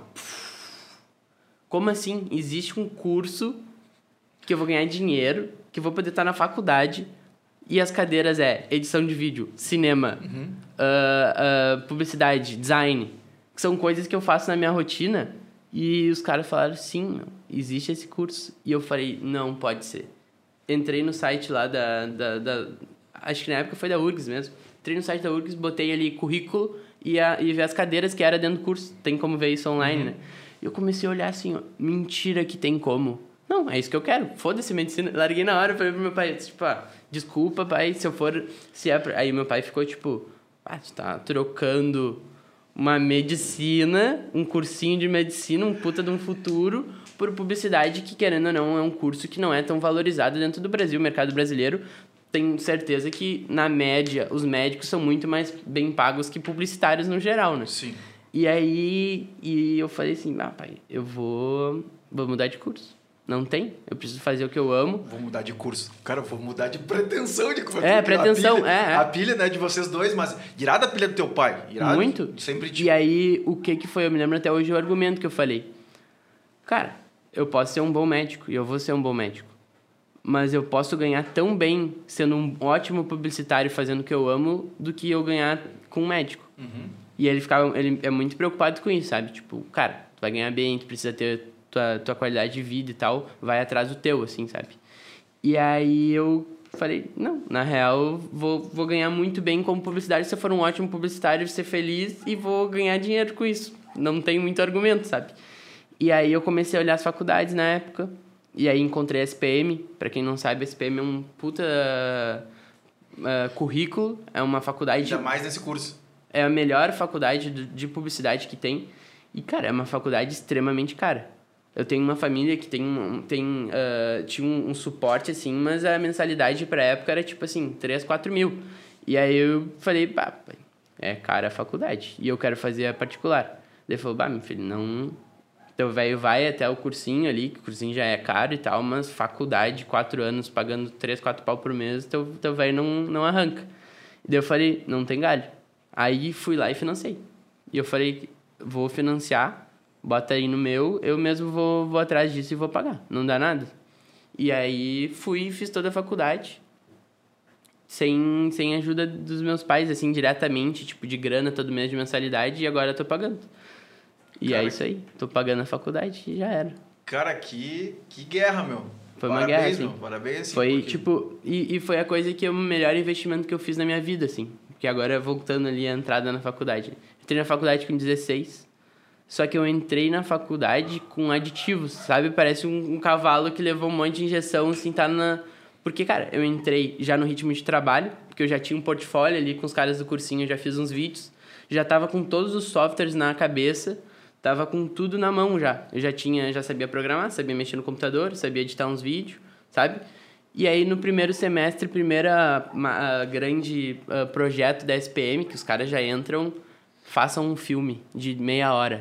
Como assim? Existe um curso que eu vou ganhar dinheiro, que eu vou poder estar na faculdade, e as cadeiras é edição de vídeo, cinema, uhum. uh, uh, publicidade, design, que são coisas que eu faço na minha rotina. E os caras falaram, sim, meu, existe esse curso. E eu falei, não pode ser. Entrei no site lá da, da, da... Acho que na época foi da U R G S mesmo. Entrei no site da U R G S, botei ali currículo e, a, e ver as cadeiras que era dentro do curso. Tem como ver isso online, uhum. né? E eu comecei a olhar assim, ó, mentira que tem como. Não, é isso que eu quero. Foda-se medicina. Larguei na hora, falei pro meu pai, tipo, ah, desculpa, pai, se eu for... Se é pra... Aí meu pai ficou, tipo, ah, tu tá trocando uma medicina, um cursinho de medicina, um puta de um futuro, por publicidade que, querendo ou não, é um curso que não é tão valorizado dentro do Brasil. O mercado brasileiro, tenho certeza que, na média, os médicos são muito mais bem pagos que publicitários no geral, né? Sim. E aí, e eu falei assim, ah, pai, eu vou, vou mudar de curso. Não tem, eu preciso fazer o que eu amo. Vou mudar de curso. Cara, eu vou mudar de pretensão de curso. É, pretensão, a pilha, é, é. A pilha, né, de vocês dois, mas irada a pilha do teu pai. Irada, Muito. Sempre te... E aí, o que que foi? Eu me lembro até hoje o argumento que eu falei. Cara, eu posso ser um bom médico, e eu vou ser um bom médico. Mas eu posso ganhar tão bem sendo um ótimo publicitário fazendo o que eu amo do que eu ganhar com um médico. Uhum. E ele ficava, ele é muito preocupado com isso, sabe? Tipo, cara, tu vai ganhar bem, tu precisa ter tua, tua qualidade de vida e tal, vai atrás do teu, assim, sabe? E aí eu falei, não, na real, eu vou, vou ganhar muito bem como publicitário, se eu for um ótimo publicitário, ser feliz e vou ganhar dinheiro com isso. Não tem muito argumento, sabe? E aí eu comecei a olhar as faculdades na época, e aí encontrei a S P M. Pra quem não sabe, a S P M é um puta uh, currículo, é uma faculdade... Ainda mais nesse curso. É a melhor faculdade de publicidade que tem. E, cara, é uma faculdade extremamente cara. Eu tenho uma família que tem, tem, uh, tinha um, um suporte, assim, mas a mensalidade pra época era, tipo assim, três, quatro mil. E aí eu falei, pá, é cara a faculdade. E eu quero fazer a particular. Daí ele falou, bah, meu filho, não... Teu velho vai até o cursinho ali, que o cursinho já é caro e tal, mas faculdade, quatro anos, pagando três, quatro pau por mês, teu, teu velho não, não arranca. E daí eu falei, não tem galho. Aí fui lá e financei. E eu falei, vou financiar, bota aí no meu, eu mesmo vou, vou atrás disso e vou pagar. Não dá nada. E aí fui e fiz toda a faculdade, sem, sem ajuda dos meus pais, assim, diretamente, tipo, de grana todo mês de mensalidade, e agora eu tô pagando. E Cara, é isso aí, tô pagando a faculdade e já era. Cara, que, que guerra, meu. Foi uma Parabéns, guerra, assim. meu. Parabéns, assim. Foi, porque... tipo, e, e foi a coisa que é o melhor investimento que eu fiz na minha vida, assim. Porque agora, voltando ali a entrada na faculdade. Entrei na faculdade com dezesseis, só que eu entrei na faculdade com aditivos, sabe? Parece um, um cavalo que levou um monte de injeção, assim, tá na... Porque, cara, eu entrei já no ritmo de trabalho, porque eu já tinha um portfólio ali com os caras do cursinho, eu já fiz uns vídeos, já tava com todos os softwares na cabeça, tava com tudo na mão já. Eu já tinha, já sabia programar, sabia mexer no computador, sabia editar uns vídeos, sabe? E aí, no primeiro semestre, primeira uma, grande uh, projeto da S P M, que os caras já entram, façam um filme de meia hora.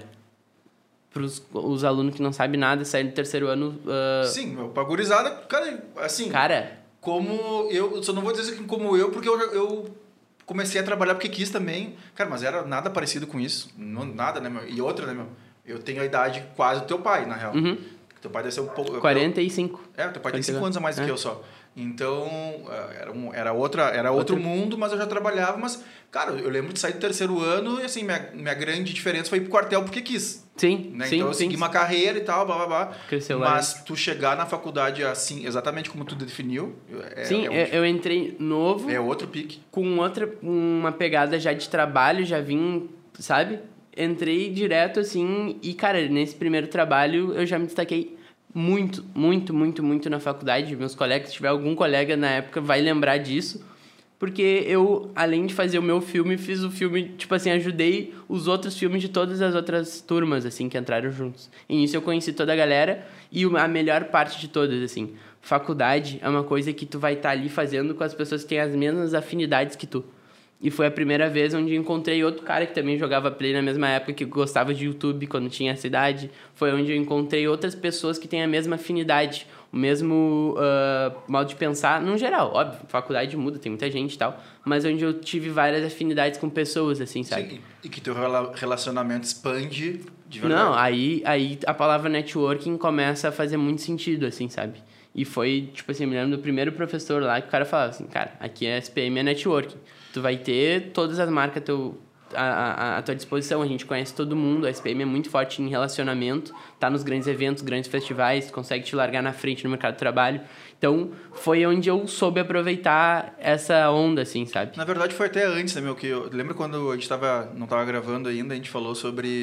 Para os alunos que não sabem nada, saem do terceiro ano... Uh... Sim, meu, pra gurizada, cara, assim... Cara... Como eu... Só não vou dizer como eu, porque eu, eu comecei a trabalhar porque quis também. Cara, mas era nada parecido com isso. Não, nada, né, meu? E outra, né, meu? Eu tenho a idade quase do teu pai, na real. Uhum. Teu pai deve ser um pouco... quarenta e cinco. Eu, é, teu pai tem cinco anos a mais do é. que eu só. Então, era, um, era, outra, era outro, outro mundo, mas eu já trabalhava. Mas, cara, eu lembro de sair do terceiro ano e, assim, minha, minha grande diferença foi ir pro quartel porque quis. Sim, né? sim, Então, eu sim. segui uma carreira e tal, blá, blá, blá. Cresceu lá. Mas tu chegar na faculdade, assim, exatamente como tu definiu... É, sim, é um, eu, eu entrei novo. É outro pique. Com outra, uma pegada já de trabalho, já vim, sabe? Entrei direto, assim, e, cara, nesse primeiro trabalho eu já me destaquei muito, muito, muito, muito na faculdade. Meus colegas, se tiver algum colega na época, vai lembrar disso. Porque eu, além de fazer o meu filme, fiz o filme, tipo assim, ajudei os outros filmes de todas as outras turmas, assim, que entraram juntos. E nisso eu conheci toda a galera e a melhor parte de todas, assim, faculdade é uma coisa que tu vai estar ali fazendo com as pessoas que têm as mesmas afinidades que tu. E foi a primeira vez onde encontrei outro cara que também jogava Play na mesma época, que gostava de YouTube quando tinha essa idade. Foi onde eu encontrei outras pessoas que têm a mesma afinidade, o mesmo uh, modo de pensar, no geral. Óbvio, faculdade muda, tem muita gente e tal, mas onde eu tive várias afinidades com pessoas, assim, sabe? Sim, e que teu relacionamento expande de verdade. Não, aí, aí a palavra networking começa a fazer muito sentido, assim, sabe? E foi, tipo assim, eu me lembro do primeiro professor lá que o cara falava assim, cara, aqui é S P M, é networking. Tu vai ter todas as marcas teu, a, a, a tua disposição, a gente conhece todo mundo, a S P M é muito forte em relacionamento, tá nos grandes eventos, grandes festivais, consegue te largar na frente no mercado de trabalho. Então, foi onde eu soube aproveitar essa onda, assim, sabe? Na verdade, foi até antes, né, meu? Que eu lembro quando a gente tava, não tava gravando ainda, a gente falou sobre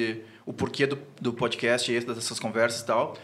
o porquê do, do podcast, dessas conversas e tal,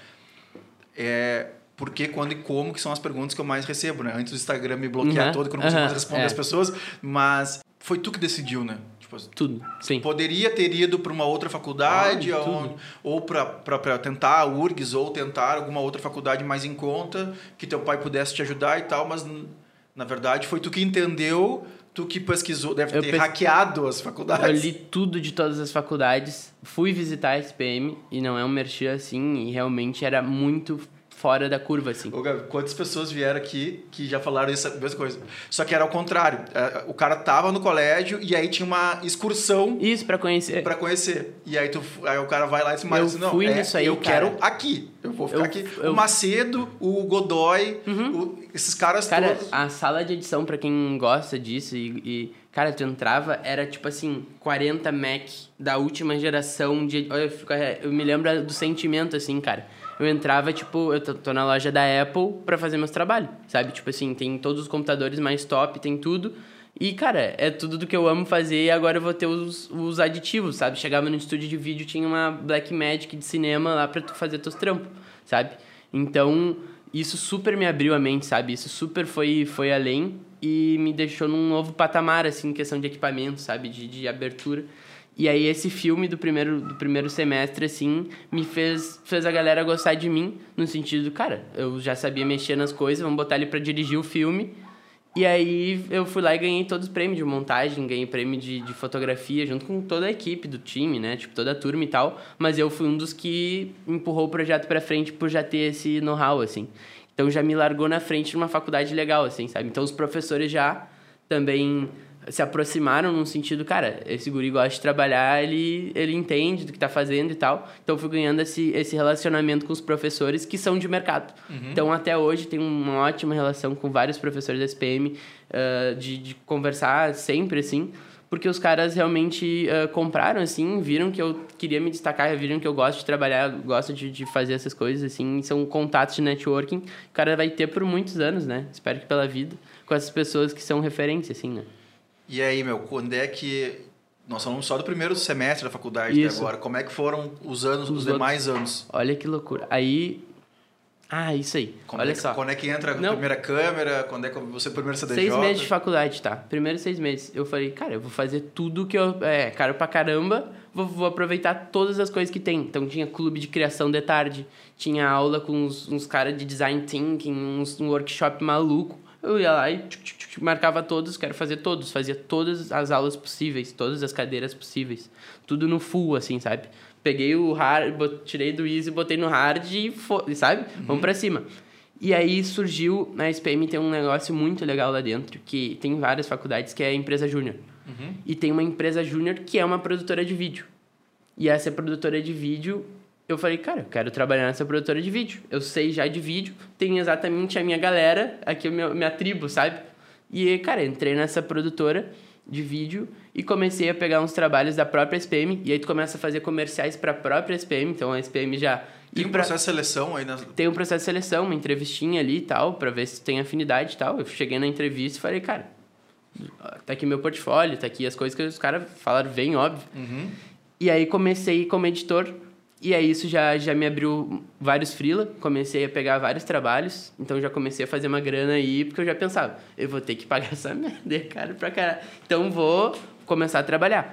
é porque, quando e como, que são as perguntas que eu mais recebo, né? Antes do Instagram me bloquear Uhum. todo, que eu não consigo Uhum. mais responder É. as pessoas, mas foi tu que decidiu, né? Tipo, Tudo, sim. poderia ter ido para uma outra faculdade, Ah, tudo. ou, ou para tentar a U R G S, ou tentar alguma outra faculdade mais em conta, que teu pai pudesse te ajudar e tal, mas, na verdade, foi tu que entendeu, tu que pesquisou, deve Eu ter pes- hackeado as faculdades. Eu li tudo de todas as faculdades, fui visitar a S P M, e não é um merchan assim, e realmente era muito fora da curva, assim. Ô, Gabi, quantas pessoas vieram aqui que já falaram essa mesma coisa? Só que era ao contrário. É, o cara tava no colégio e aí tinha uma excursão Isso, pra conhecer. pra conhecer. E aí, tu, aí o cara vai lá e diz, Eu mas não, fui é, nisso aí, eu cara. quero aqui. Eu vou ficar Eu- aqui. eu- O Macedo, o Godoy, o- esses caras Cara, todos. a sala de edição, pra quem gosta disso, e, e, cara, tu entrava, era tipo assim, quarenta Mac da última geração de. Olha, eu, fico- eu me lembro do sentimento, assim, cara. Eu entrava, tipo, eu tô, tô na loja da Apple pra fazer meus trabalhos, sabe? Tipo assim, tem todos os computadores mais top, tem tudo. E, cara, é tudo do que eu amo fazer e agora eu vou ter os, os aditivos, sabe? Chegava no estúdio de vídeo, tinha uma Blackmagic de cinema lá pra tu fazer teus trampos, sabe? Então, isso super me abriu a mente, sabe? Isso super foi, foi além e me deixou num novo patamar, assim, em questão de equipamento, sabe? De, de abertura. E aí esse filme do primeiro, do primeiro semestre, assim, me fez, fez a galera gostar de mim, no sentido, cara, eu já sabia mexer nas coisas, vamos botar ele pra dirigir o filme. E aí eu fui lá e ganhei todos os prêmios de montagem, ganhei prêmio de, de fotografia, junto com toda a equipe do time, né? Tipo, toda a turma e tal. Mas eu fui um dos que empurrou o projeto pra frente por já ter esse know-how, assim. Então já me largou na frente de uma faculdade legal, assim, sabe? Então os professores já também se aproximaram num sentido, cara, esse guri gosta de trabalhar, ele, ele entende do que tá fazendo e tal. Então eu fui ganhando esse, esse relacionamento com os professores que são de mercado. Uhum. Então até hoje tenho uma ótima relação com vários professores da S P M, uh, de, de conversar sempre, assim, porque os caras realmente uh, compraram, assim, viram que eu queria me destacar, viram que eu gosto de trabalhar, gosto de, de fazer essas coisas, assim, são contatos de networking que o cara vai ter por muitos anos, né? Espero que pela vida, com essas pessoas que são referência, assim, né? E aí, meu, quando é que... Nós falamos só do primeiro semestre da faculdade Isso. até agora. Como é que foram os anos, os, Os demais anos? Olha que loucura. Aí... Ah, isso aí. Como Olha é que, só. Quando é que entra a Não. primeira câmera? Quando é que você primeiro C D J? Seis meses de faculdade, tá? Primeiros seis meses. Eu falei, cara, eu vou fazer tudo que eu... É, caro pra caramba. Vou, vou aproveitar todas as coisas que tem. Então, tinha clube de criação de tarde. Tinha aula com uns, uns caras de design thinking. Uns, um workshop maluco. Eu ia lá e tchuc, tchuc, tchuc, marcava todos. Quero fazer todos. Fazia todas as aulas possíveis. Todas as cadeiras possíveis. Tudo no full, assim, sabe? Peguei o hard... bot- Tirei do easy, botei no hard e... Fo- sabe? Uhum. Vamos pra cima. E aí surgiu, na S P M tem um negócio muito legal lá dentro, que tem várias faculdades, que é a empresa júnior. Uhum. E tem uma empresa júnior que é uma produtora de vídeo. E essa produtora de vídeo, eu falei, cara, eu quero trabalhar nessa produtora de vídeo. Eu sei já de vídeo, tenho exatamente a minha galera, aqui a minha, minha tribo, sabe? E, cara, entrei nessa produtora de vídeo e comecei a pegar uns trabalhos da própria S P M, e aí tu começa a fazer comerciais pra própria S P M, então a S P M já... Tem um pra... processo de seleção aí? Nas... Tem um processo de seleção, uma entrevistinha ali e tal, pra ver se tem afinidade e tal. Eu cheguei na entrevista e falei, cara, tá aqui meu portfólio, tá aqui as coisas que os caras falaram, bem óbvio. Uhum. E aí comecei como editor, e aí isso já, já me abriu vários freela, comecei a pegar vários trabalhos, então já comecei a fazer uma grana aí, porque eu já pensava, eu vou ter que pagar essa merda, é caro pra caralho. Então vou começar a trabalhar.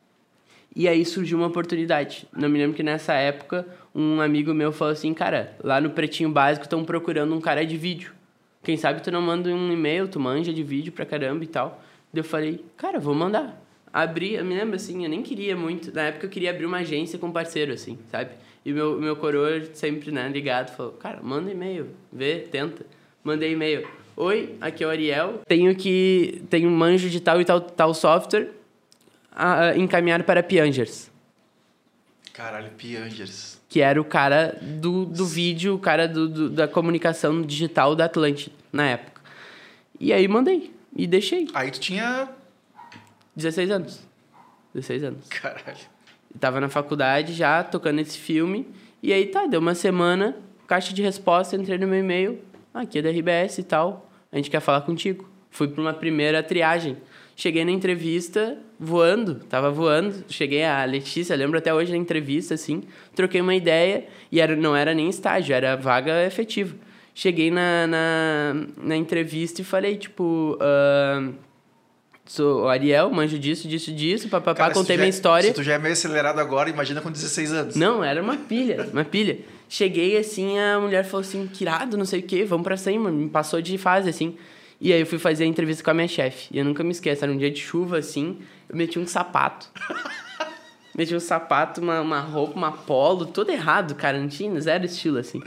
E aí surgiu uma oportunidade. Não me lembro que nessa época um amigo meu falou assim, cara, lá no Pretinho Básico estão procurando um cara de vídeo. Quem sabe tu não manda um e-mail, tu manja de vídeo pra caramba e tal. Daí eu falei, cara, vou mandar. Abri, eu me lembro assim, eu nem queria muito. Na época eu queria abrir uma agência com um parceiro, assim, sabe? E meu, meu coroa sempre, né, ligado, falou, cara, manda e-mail, vê, tenta. Mandei e-mail. Oi, aqui é o Ariel. Tenho que... Tenho um manjo de tal e tal, tal software a, a encaminhar para Piangers. Caralho, Piangers. Que era o cara do, do vídeo, o cara do, do, da comunicação digital da Atlântida, na época. E aí mandei. E deixei. Aí tu tinha... dezesseis anos. dezesseis anos. Caralho. Eu tava na faculdade já, tocando esse filme. E aí tá, deu uma semana, caixa de resposta, entrei no meu e-mail. Ah, aqui é da R B S e tal. A gente quer falar contigo. Fui pra uma primeira triagem. Cheguei na entrevista voando, tava voando. Cheguei a Letícia, lembro até hoje da entrevista, assim. Troquei uma ideia e era, não era nem estágio, era vaga efetiva. Cheguei na, na, na entrevista e falei, tipo... Uh, sou o Ariel, manjo disso, disso, disso, papapá, Cara, contei minha é, história. Se tu já é meio acelerado agora, imagina com dezesseis anos. Não, era uma pilha, uma pilha. Cheguei, assim, a mulher falou assim, que irado, não sei o quê, vamos pra cima. Me passou de fase, assim. E aí eu fui fazer a entrevista com a minha chefe. E eu nunca me esqueço, era um dia de chuva, assim, eu meti um sapato. meti um sapato, uma, uma roupa, uma polo, todo errado, cara, não tinha zero estilo, assim.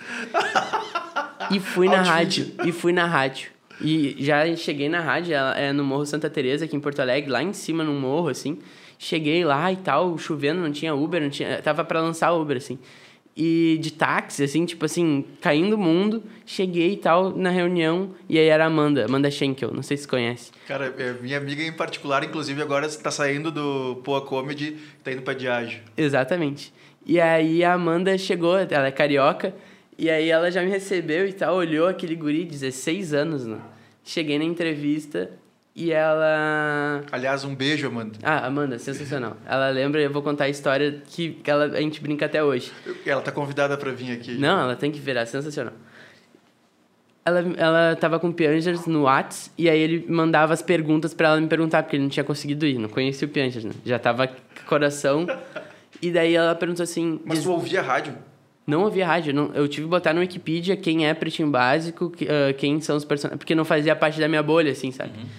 E fui na rádio, e fui na rádio. E já cheguei na rádio, é no Morro Santa Teresa, aqui em Porto Alegre, lá em cima no morro, assim. Cheguei lá e tal, chovendo, não tinha Uber, não tinha, tava pra lançar Uber, assim. E de táxi, assim, tipo assim, caindo o mundo, cheguei e tal na reunião, e aí era a Amanda, Amanda Schenkel, não sei se você conhece. Cara, é, minha amiga em particular, inclusive, agora tá saindo do Poa Comedy, tá indo pra Diageo. Exatamente. E aí a Amanda chegou, ela é carioca, e aí ela já me recebeu e tal, olhou aquele guri, dezesseis anos, né? Cheguei na entrevista e ela... Aliás, um beijo, Amanda. Ah, Amanda, sensacional. Ela lembra, eu vou contar a história que, que ela, a gente brinca até hoje. Ela tá convidada pra vir aqui. Não, ela tem que virar, sensacional. Ela, ela tava com o Piangers no Whats, e aí ele mandava as perguntas pra ela me perguntar, porque ele não tinha conseguido ir, não conhecia o Piangers, né? Já tava com coração. E daí ela perguntou assim... Mas diz... tu ouvia rádio? Não ouvia rádio, não, eu tive que botar no Wikipedia quem é Pretinho Básico, que, uh, quem são os personagens, porque não fazia parte da minha bolha, assim, sabe? Uhum.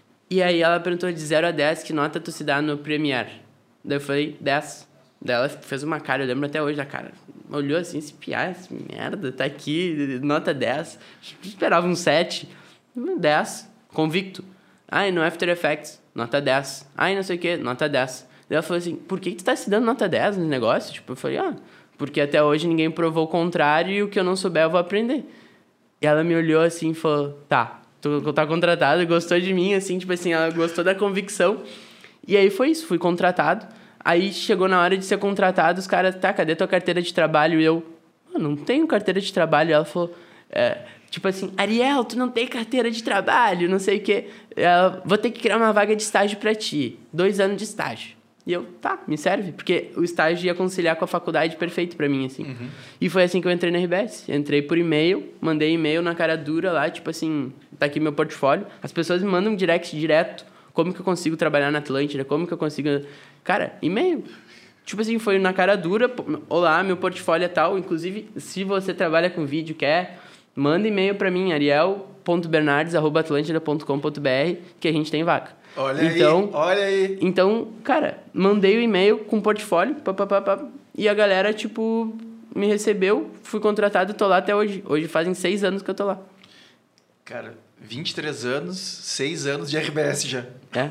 E aí ela perguntou de zero a dez, que nota tu se dá no Premiere? Daí eu falei, dez. Daí ela fez uma cara, eu lembro até hoje da cara. Olhou assim, esse piá, esse merda, tá aqui, nota dez. Esperava um sete. dez, convicto. Ai, no After Effects, nota dez. Ai, não sei o que, nota dez. Daí ela falou assim, por que, que tu tá se dando nota dez no negócio? Tipo, eu falei, ah, porque até hoje ninguém provou o contrário e o que eu não souber eu vou aprender. E ela me olhou assim e falou, tá. Tu tá contratado, gostou de mim, assim, tipo assim, ela gostou da convicção. E aí foi isso, fui contratado. Aí chegou na hora de ser contratado, os caras, tá, cadê tua carteira de trabalho? E eu, ah, não tenho carteira de trabalho. E ela falou, é, tipo assim, Ariel, tu não tem carteira de trabalho, não sei o quê. Ela, vou ter que criar uma vaga de estágio pra ti. Dois anos de estágio. E eu, tá, me serve. Porque o estágio ia conciliar com a faculdade perfeito pra mim, assim. Uhum. E foi assim que eu entrei na R B S. Entrei por e-mail, mandei e-mail na cara dura lá, tipo assim, tá aqui meu portfólio. As pessoas me mandam um direct direto. Como que eu consigo trabalhar na Atlântida? Como que eu consigo... Cara, e-mail. Tipo assim, foi na cara dura. Olá, meu portfólio é tal. Inclusive, se você trabalha com vídeo, quer... Manda e-mail pra mim, ariel ponto bernardes arroba atlântida ponto com ponto b r, que a gente tem vaga. Olha então, aí, olha aí. Então, cara, mandei o e-mail com portfólio, pá, pá, pá, pá, e a galera, tipo, me recebeu, fui contratado e tô lá até hoje. Hoje fazem seis anos que eu tô lá. Cara, vinte e três anos, seis anos de R B S já. É.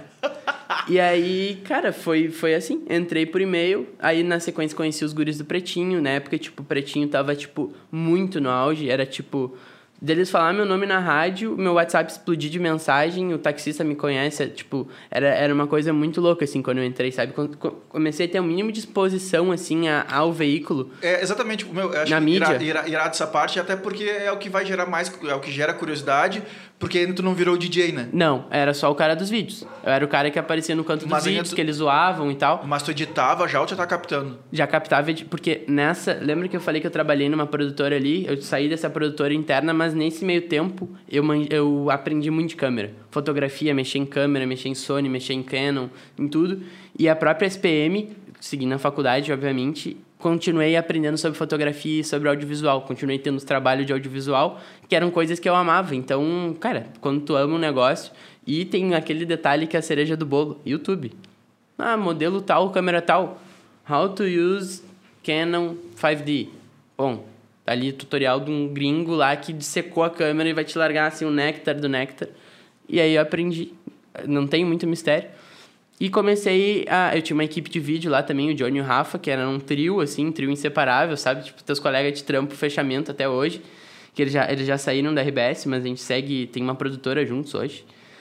E aí, cara, foi, foi assim, entrei por e-mail, aí na sequência conheci os guris do Pretinho, na época, tipo, o Pretinho tava, tipo, muito no auge, era, tipo... Deles falar meu nome na rádio, meu WhatsApp explodir de mensagem, o taxista me conhece, tipo, era, era uma coisa muito louca, assim, quando eu entrei, sabe? Quando, comecei a ter um mínimo de exposição, assim, a, ao veículo. É, exatamente, o meu, eu acho na que mídia. Irá, irá, irá dessa parte, até porque é o que vai gerar mais, é o que gera curiosidade, porque ainda tu não virou D J, né? Não, era só o cara dos vídeos. Eu era o cara que aparecia no canto dos Mas vídeos, tu... que eles zoavam e tal. Mas tu editava já ou tu já tá captando? Já captava, porque nessa... Lembra que eu falei que eu trabalhei numa produtora ali? Eu saí dessa produtora interna, mas nesse meio tempo eu, man... eu aprendi muito de câmera. Fotografia, mexer em câmera, mexer em Sony, mexer em Canon, em tudo. E a própria S P M, seguindo a faculdade, obviamente... Continuei aprendendo sobre fotografia e sobre audiovisual. Continuei tendo os trabalhos de audiovisual, que eram coisas que eu amava. Então, cara, quando tu ama um negócio... E tem aquele detalhe que é a cereja do bolo. YouTube. Ah, modelo tal, câmera tal. How to use Canon cinco D. Bom, tá ali o tutorial de um gringo lá que dissecou a câmera e vai te largar assim o néctar do néctar. E aí eu aprendi. Não tem muito mistério. E comecei a... Eu tinha uma equipe de vídeo lá também, o Johnny e o Rafa, que era um trio, assim, um trio inseparável, sabe? Tipo, teus colegas de trampo, fechamento até hoje. Que eles já, eles já saíram da R B S, mas a gente segue... Tem uma produtora juntos hoje.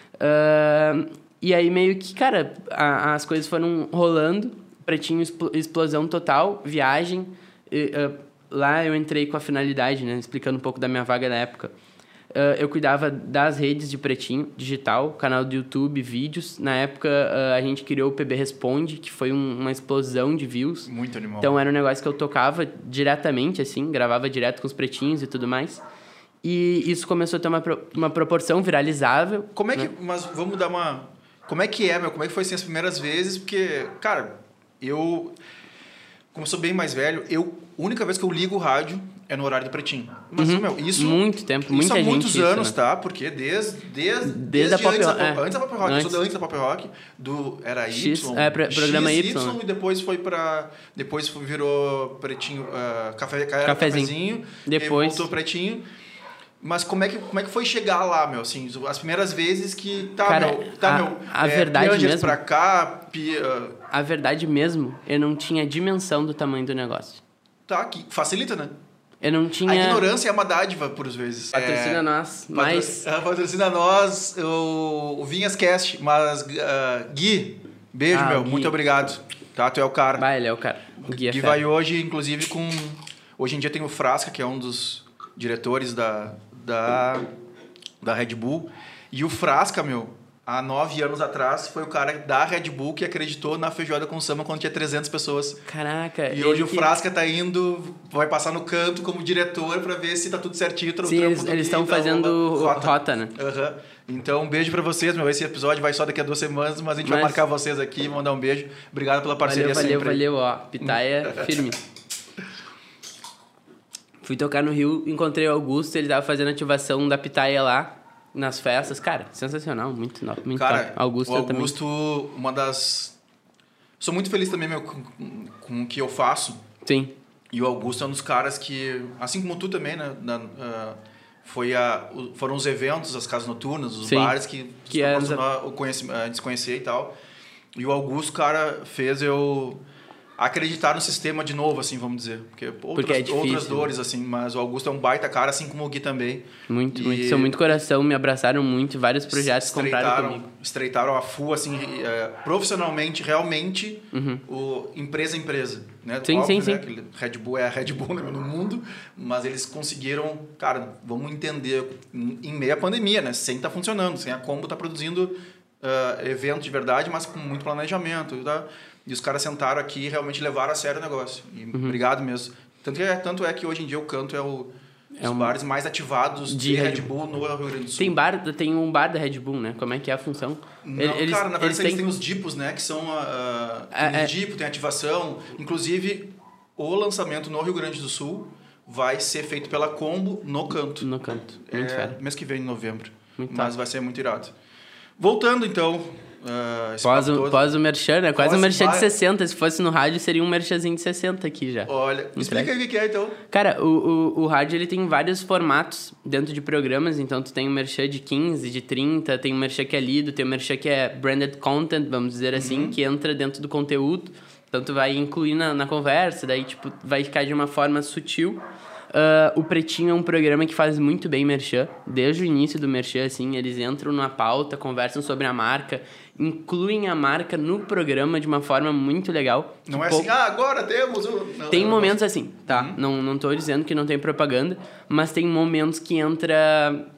Uh, e aí meio que, cara, a, as coisas foram rolando. Pretinho, explosão total, viagem. E, uh, lá eu entrei com a finalidade, né? Explicando um pouco da minha vaga na época. uh, eu cuidava das redes de Pretinho, digital, canal do YouTube, vídeos. Na época, uh, a gente criou o P B Responde, que foi um, uma explosão de views. Muito animal. Então, era um negócio que eu tocava diretamente, assim, gravava direto com os pretinhos e tudo mais. E isso começou a ter uma, pro, uma proporção viralizável. Como é que... né? Mas vamos dar uma... Como é que é, meu? Como é que foi assim as primeiras vezes? Porque, cara, eu... Como eu sou bem mais velho, eu... A única vez que eu ligo o rádio é no horário do Pretinho. Mas, Uhum. meu, isso... Muito tempo, muita isso há gente muitos isso, anos, né? tá? Porque desde... Desde, Desde a Pop antes, Rock, da, é. antes da Pop Rock. Antes. Eu sou da antes da Pop Rock. Do, era X, Y. é, pro- programa X, Y. E depois foi pra... Depois foi- virou Pretinho... Uh, café, era Cafezinho. cafezinho. Depois- Voltou Pretinho. Mas como é, que, como é que foi chegar lá, meu? Assim, as primeiras vezes que... Tá, Cara, meu... Tá, a- meu a é, verdade Piangers mesmo- pra cá... Pi, uh, A verdade mesmo, eu não tinha dimensão do tamanho do negócio. tá aqui. Facilita, né? Eu não tinha... A ignorância é uma dádiva, por vezes. Patrocina é, nós, patro- mas... ah, patrocina nós, o, o Vinhas Cast. Mas, uh, Gui, beijo, Ah, meu. Gui. Muito obrigado. Tá, tu é o cara. Vai, ele é o cara. O Gui é Gui fera. vai hoje, inclusive, com... Hoje em dia tem o Frasca, que é um dos diretores da, da, da Red Bull. E o Frasca, meu, há nove anos atrás, foi o cara da Red Bull que acreditou na Feijoada com Samba quando tinha trezentas pessoas. Caraca. E ele hoje o que- Frasca tá indo, vai passar no canto como diretor pra ver se tá tudo certinho. o Sim, trampo eles do eles Gui, estão da fazendo rota. rota, né? Aham. Então, um beijo pra vocês, meu. Esse episódio vai só daqui a duas semanas, mas a gente vai Mas- marcar vocês aqui, mandar um beijo. Obrigado pela parceria Valeu, valeu, sempre. valeu, ó. Pitaia firme. Fui tocar no Rio, encontrei o Augusto, ele tava fazendo ativação da Pitaia lá, nas festas. Cara, sensacional, muito, no- muito Cara, top. Augusto, o eu também. Augusto, uma das... Sou muito feliz também, meu, com, com o que eu faço. Sim, E o Augusto é um dos caras que, assim como tu também, né? Na, ah, foi a, o- foram os eventos, as casas noturnas, os Sim. bares que, Que é- proporcionou o conheci, a gente se conhecer e tal. E o Augusto, cara, fez eu acreditar no sistema de novo, assim, vamos dizer. Porque outras, Porque é difícil, outras né? dores, assim, mas o Augusto é um baita cara, assim como o Gui também. muito, E muito. São muito coração, me abraçaram muito, vários projetos compraram estreitaram, comigo. estreitaram a full, assim, eh, profissionalmente, realmente, Uhum. o empresa a empresa. Né? Sim, Óbvio, sim, né, sim. que Red Bull é a Red Bull no mundo, mas eles conseguiram, cara, vamos entender, em meio à pandemia, né? Sem estar funcionando, sem a Combo estar produzindo ah, evento de verdade, mas com muito planejamento. Tá? E os caras sentaram aqui e realmente levaram a sério o negócio. E Uhum. obrigado mesmo. Tanto é, tanto é que hoje em dia o Canto é o... É os um- bares mais ativados de de, Red Red Bull no Rio Grande do Sul. Tem bar, tem um bar da Red Bull, né? Como é que é a função? Não, Eles- cara, na verdade eles eles têm- têm os dipos, né? Que são a, a, É, tem é. os dipo, tem ativação. Inclusive, o lançamento no Rio Grande do Sul vai ser feito pela Combo no Canto. No canto, muito é, fera. mês que vem, em novembro. Muito Mas top. vai ser muito irado. Voltando, então... Uh, esse Pós papo o, todo. pós o merchan, né? Quase Pós- um merchan de vai- sessenta. Se fosse no rádio, seria um merchanzinho de sessenta aqui já. Olha, explica aí o que que é, então. Cara, o, o, o rádio ele tem vários formatos dentro de programas, então tu tem um merchan de quinze, de trinta, tem um merchan que é lido, tem um merchan que é branded content, vamos dizer assim, que entra dentro do conteúdo, então tu vai incluir na, na conversa, daí tipo, vai ficar de uma forma sutil. Ah, o Pretinho é um programa que faz muito bem merchan, desde o início do merchan, assim, eles entram na pauta, conversam sobre a marca, incluem a marca no programa de uma forma muito legal. Não é Tipo, assim, ah, agora temos... o... Não, tem não, momentos assim, tá? Não, não tô dizendo que não tem propaganda, mas tem momentos que entra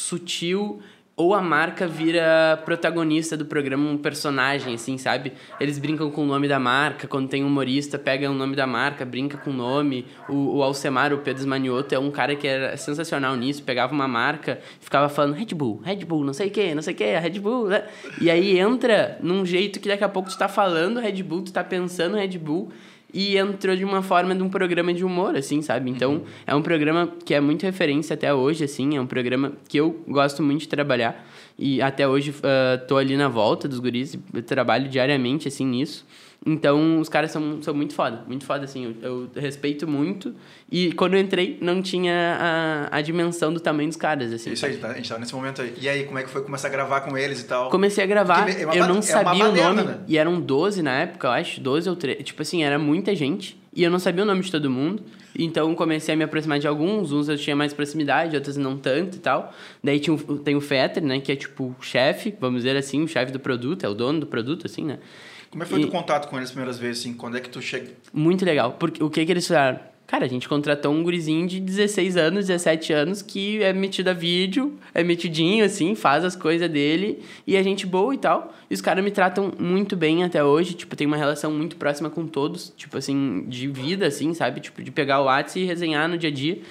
sutil ou a marca vira protagonista do programa, um personagem, assim, sabe? Eles brincam com o nome da marca, quando tem um humorista, pega o nome da marca, brinca com o nome. O, o Alcemar, o Pedro Manioto, é um cara que era sensacional nisso, pegava uma marca e ficava falando Red Bull, Red Bull, não sei o que, não sei o que, Red Bull, né? E aí entra num jeito que daqui a pouco tu tá falando Red Bull, tu tá pensando Red Bull, e entrou de uma forma de um programa de humor, assim, sabe? Então, uhum. é um programa que é muito referência até hoje, assim, é um programa que eu gosto muito de trabalhar, e até hoje uh, tô ali na volta dos guris, eu trabalho diariamente, assim, nisso. Então, os caras são, são muito foda, muito foda, assim, eu, eu respeito muito, e quando eu entrei, não tinha a, a dimensão do tamanho dos caras, assim. Isso aí, tá? A gente tava nesse momento aí. E aí, como é que foi começar a gravar com eles e tal? Comecei a gravar, Porque é uma eu não ba- é sabia uma o baderna, nome, né? e eram doze na época, eu acho, doze ou treze, tipo assim, era muita gente, e eu não sabia o nome de todo mundo, então comecei a me aproximar de alguns, uns eu tinha mais proximidade, outros não tanto e tal. Daí tinha, um- tem o Fetter, né, que é tipo o chefe, vamos dizer assim, o chefe do produto, é o dono do produto, assim, né. Como é que foi E- o teu contato com eles as primeiras vezes, assim? Quando é que tu chega... Muito legal, porque o que que eles fizeram? Cara, a gente contratou um gurizinho de dezesseis anos, dezessete anos, que é metido a vídeo, é metidinho, assim, faz as coisas dele, e é gente boa e tal. E os caras me tratam muito bem até hoje, tipo, tem uma relação muito próxima com todos, tipo, assim, de vida, assim, sabe? Tipo, de pegar o WhatsApp e resenhar no dia a dia.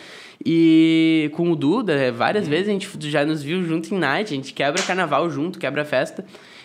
E com o Duda, várias vezes a gente já nos viu junto em night, a gente quebra carnaval junto, quebra festa.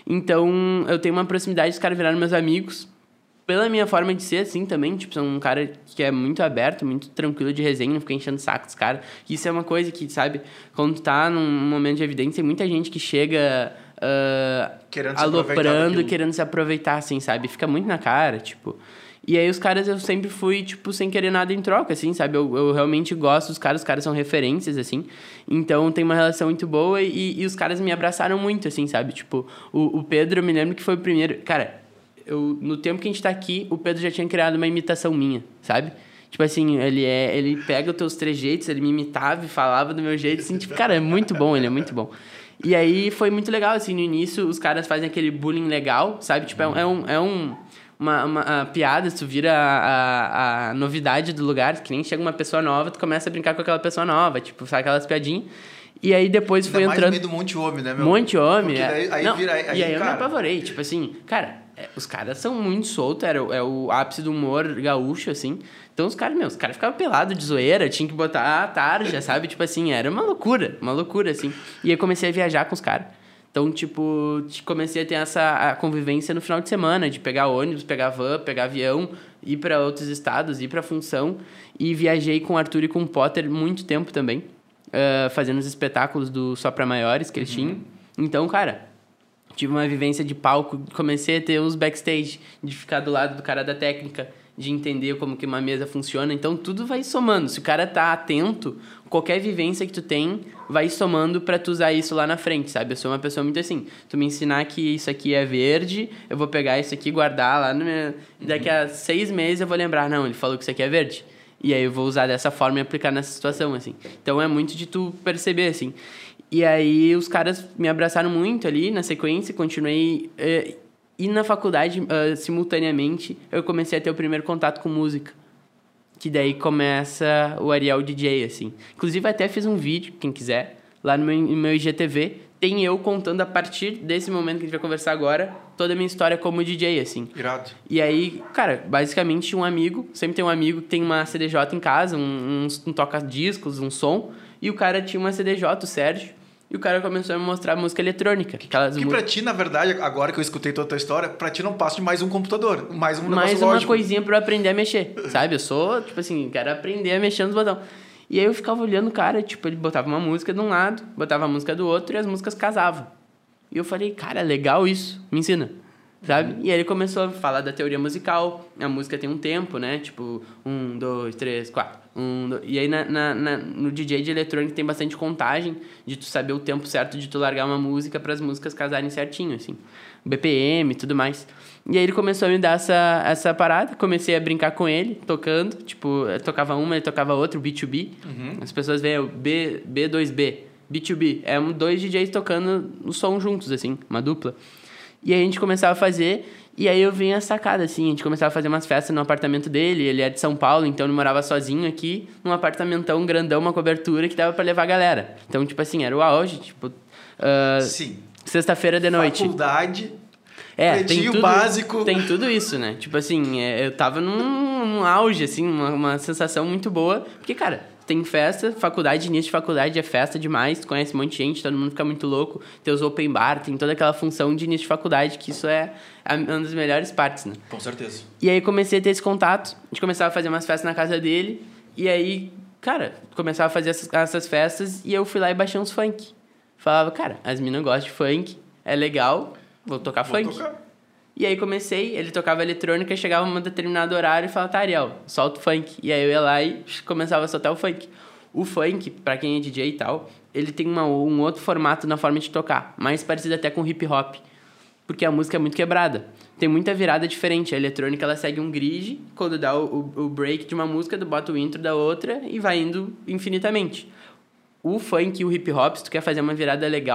Então, eu tenho uma proximidade, os caras viraram meus amigos. Pela minha forma de ser, assim, também, tipo, sou um cara que é muito aberto, muito tranquilo de resenha, não fica enchendo o saco dos caras. Isso é uma coisa que, sabe, quando tu tá num momento de evidência, tem muita gente que chega uh, Querendo se aloprando aproveitar e querendo se aproveitar, assim, sabe? Fica muito na cara, tipo... E aí os caras eu sempre fui, tipo, sem querer nada em troca, assim, sabe? Eu, eu realmente gosto dos caras, os caras são referências, assim. Então tem uma relação muito boa e, e os caras me abraçaram muito, assim, sabe? Tipo, o, o Pedro, eu me lembro que foi o primeiro... Cara... Eu, no tempo que a gente tá aqui, o Pedro já tinha criado uma imitação minha, sabe? Tipo assim, ele, é, ele pega os teus trejeitos, ele me imitava e falava do meu jeito, assim, tipo, cara, é muito bom, ele é muito bom. E aí foi muito legal, assim, no início os caras fazem aquele bullying legal, sabe? Tipo, é um, é um, é um uma, uma a piada, tu vira a, a, a novidade do lugar, que nem chega uma pessoa nova, tu começa a brincar com aquela pessoa nova, tipo, sabe aquelas piadinhas. E aí depois foi Ainda entrando... mais no meio do monte homem, né, meu? Monte homem, Porque daí, aí Não, vira... Aí, e aí eu cara... me apavorei, tipo assim, cara... É, os caras são muito soltos, era, é o ápice do humor gaúcho, assim. Então os caras, meu, os caras ficavam pelados de zoeira, tinha que botar a tarja, sabe? Tipo assim, era uma loucura, uma loucura, assim. E aí comecei a viajar com os caras. Então, tipo, comecei a ter essa a convivência no final de semana, de pegar ônibus, pegar van, pegar avião, ir para outros estados, ir pra Função. E viajei com o Arthur e com o Potter muito tempo também, uh, fazendo os espetáculos do Só Pra Maiores que eles uhum. tinham. Então, cara... Tive uma vivência de palco, comecei a ter uns backstage, de ficar do lado do cara da técnica, de entender como que uma mesa funciona. Então, tudo vai somando. Se o cara tá atento, qualquer vivência que tu tem vai somando pra tu usar isso lá na frente, sabe? Eu sou uma pessoa muito assim. Tu me ensinar que isso aqui é verde, eu vou pegar isso aqui e guardar lá no meu... Daqui a seis meses eu vou lembrar, não, ele falou que isso aqui é verde. E aí eu vou usar dessa forma e aplicar nessa situação, assim. Então, é muito de tu perceber, assim. E aí os caras me abraçaram muito ali na sequência, continuei... Uh, e na faculdade, uh, simultaneamente, eu comecei a ter o primeiro contato com música. Que daí começa o Ariel D J, assim. Inclusive, até fiz um vídeo, quem quiser, lá no meu, no meu I G T V. Tem eu contando, a partir desse momento que a gente vai conversar agora, toda a minha história como D J, assim. Irado. E aí, cara, basicamente um amigo, sempre tem um amigo que tem uma C D J em casa, um, um, um toca-discos, um som. E o cara tinha uma C D J, o Sérgio. E o cara começou a me mostrar música eletrônica. Que, aquelas que músicas... pra ti, na verdade, agora que eu escutei toda a tua história, pra ti não passa de mais um computador, mais um negócio Mais uma lógico. coisinha pra eu aprender a mexer, sabe? Eu sou, tipo assim, quero aprender a mexer nos botões. E aí eu ficava olhando o cara, tipo, ele botava uma música de um lado, botava a música do outro e as músicas casavam. E eu falei, cara, legal isso, me ensina, sabe? E aí ele começou a falar da teoria musical, a música tem um tempo, né? Tipo, um, dois, três, quatro... Um, dois... E aí na, na, na, no D J de eletrônica tem bastante contagem de tu saber o tempo certo de tu largar uma música para as músicas casarem certinho, assim. B P M e tudo mais. E aí ele começou a me dar essa, essa parada, comecei a brincar com ele, tocando, tipo, eu tocava uma, ele tocava outra, o B dois B. Uhum. As pessoas veem o B, B dois B, B dois B. É um, dois D Js tocando o som juntos, assim, uma dupla. E aí a gente começava a fazer... E aí eu vinha a sacada, assim, a gente começava a fazer umas festas no apartamento dele, ele é de São Paulo, então ele morava sozinho aqui, num apartamentão grandão, uma cobertura que dava pra levar a galera. Então, tipo assim, era o auge, tipo... Uh, Sim. Sexta-feira de noite. Faculdade, é, pretinho tem tudo, básico. Tem tudo isso, né? Tipo assim, é, eu tava num, num auge, assim, uma, uma sensação muito boa. Porque, cara... Tem festa, faculdade, início de faculdade é festa demais, tu conhece um monte de gente, todo mundo fica muito louco, tem os open bar, tem toda aquela função de início de faculdade, que isso é uma das melhores partes, né? Com certeza. E aí comecei a ter esse contato, a gente começava a fazer umas festas na casa dele, e aí, cara, começava a fazer essas, essas festas, e eu fui lá e baixei uns funk. Falava, cara, as minas gostam de funk, é legal, vou tocar vou funk. Tocar. E aí comecei, ele tocava eletrônica, chegava um determinado horário e falava, tá, Ariel, solta o funk. E aí eu ia lá e começava a soltar o funk. O funk, pra quem é D J e tal, ele tem uma, um outro formato na forma de tocar, mais parecido até com hip hop, porque a música é muito quebrada. Tem muita virada diferente, a eletrônica ela segue um grid, quando dá o, o, o break de uma música, tu bota o intro da outra e vai indo infinitamente. O funk e o hip hop, se tu quer fazer uma virada legal,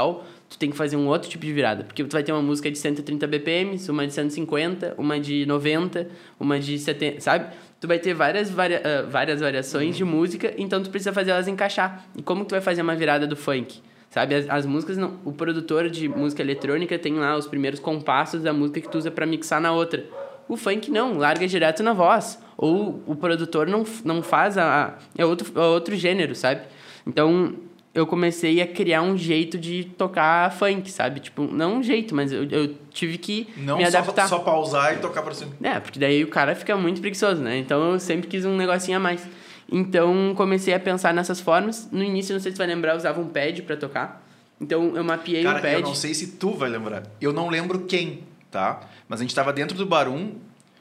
tu tem que fazer um outro tipo de virada. Porque tu vai ter uma música de cento e trinta B P Ms, uma de cento e cinquenta, uma de noventa, uma de setenta, sabe? Tu vai ter várias, varia uh, várias variações de música, então tu precisa fazer elas encaixar. E como que tu vai fazer uma virada do funk? Sabe, as, as músicas, não, o produtor de música eletrônica tem lá os primeiros compassos da música que tu usa pra mixar na outra. O funk não, larga direto na voz. Ou o produtor não, não faz a... a é, outro, é outro gênero, sabe? Então, eu comecei a criar um jeito de tocar funk, sabe? Tipo, não um jeito, mas eu, eu tive que Não me adaptar. Só, só pausar e tocar pra cima. É, porque daí o cara fica muito preguiçoso, né? Então, eu sempre quis um negocinho a mais. Então, comecei a pensar nessas formas. No início, não sei se tu vai lembrar, eu usava um pad pra tocar. Então, eu mapeei Cara, um pad. eu não sei se tu vai lembrar. Eu não lembro quem, tá? Mas a gente tava dentro do Barum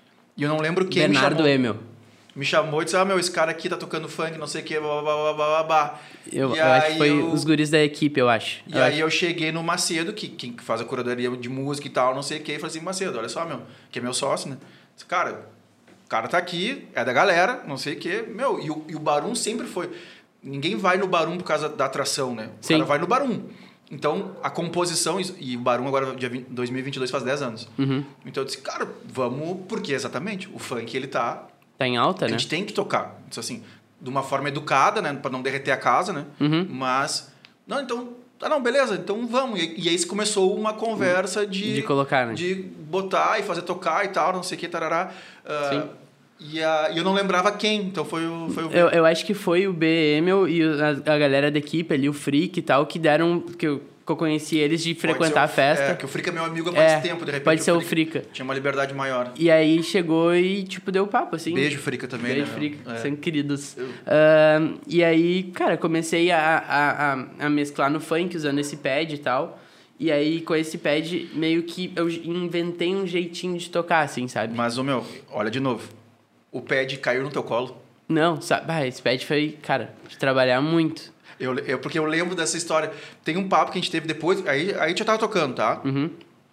e eu não lembro quem Bernardo me chamou. Emel. Me chamou e disse, ah, meu, esse cara aqui tá tocando funk, não sei o que, blá, blá, blá, blá, blá. Eu, E eu acho que foi eu- os guris da equipe, eu acho. E Eu aí acho. eu cheguei no Macedo, que, que faz a curadoria de música e tal, não sei o que, e falei assim, Macedo, olha só, meu, que é meu sócio, né? Disse, cara, o cara tá aqui, é da galera, não sei o que, meu, e o, e o Barum sempre foi... Ninguém vai no Barum por causa da atração, né? O Sim. cara vai no Barum. Então, a composição, e o Barum agora, dia vinte, dois mil e vinte e dois, faz dez anos. Uhum. Então eu disse, cara, vamos... Porque exatamente, o funk, ele tá... Tá em alta, A né? gente tem que tocar. Isso assim, de uma forma educada, né? Pra não derreter a casa, né? Uhum. Mas... Não, então... Ah, não, beleza. Então vamos. E, e aí começou uma conversa de... De colocar, né? De botar e fazer tocar e tal, não sei o que, tarará. Ah, Sim. E, a, e eu não lembrava quem. Então foi o... Foi o Eu, eu acho que foi o B. Emel e o- a, a galera da equipe ali, o Freak e tal, que deram... Que eu, que eu conheci eles de pode frequentar a ser o- festa. É, que o Frica é meu amigo há mais É, tempo, de repente. pode ser o Frica. Tinha uma liberdade maior. E aí chegou e, tipo, deu papo, assim. Beijo, Frica, também, Beijo, né? Frica. É. São queridos. Eu- Ahn, e aí, cara, comecei a, a, a, a mesclar no funk usando esse pad e tal. E aí, com esse pad, meio que eu inventei um jeitinho de tocar, assim, sabe? Mas, ô meu, olha de novo. O pad caiu no teu colo. Não, sabe? Ah, esse pad foi, cara, de trabalhar muito. Eu, eu, porque eu lembro dessa história. Tem um papo que a gente teve depois. Aí, aí tu já tava tocando, tá? Uhum.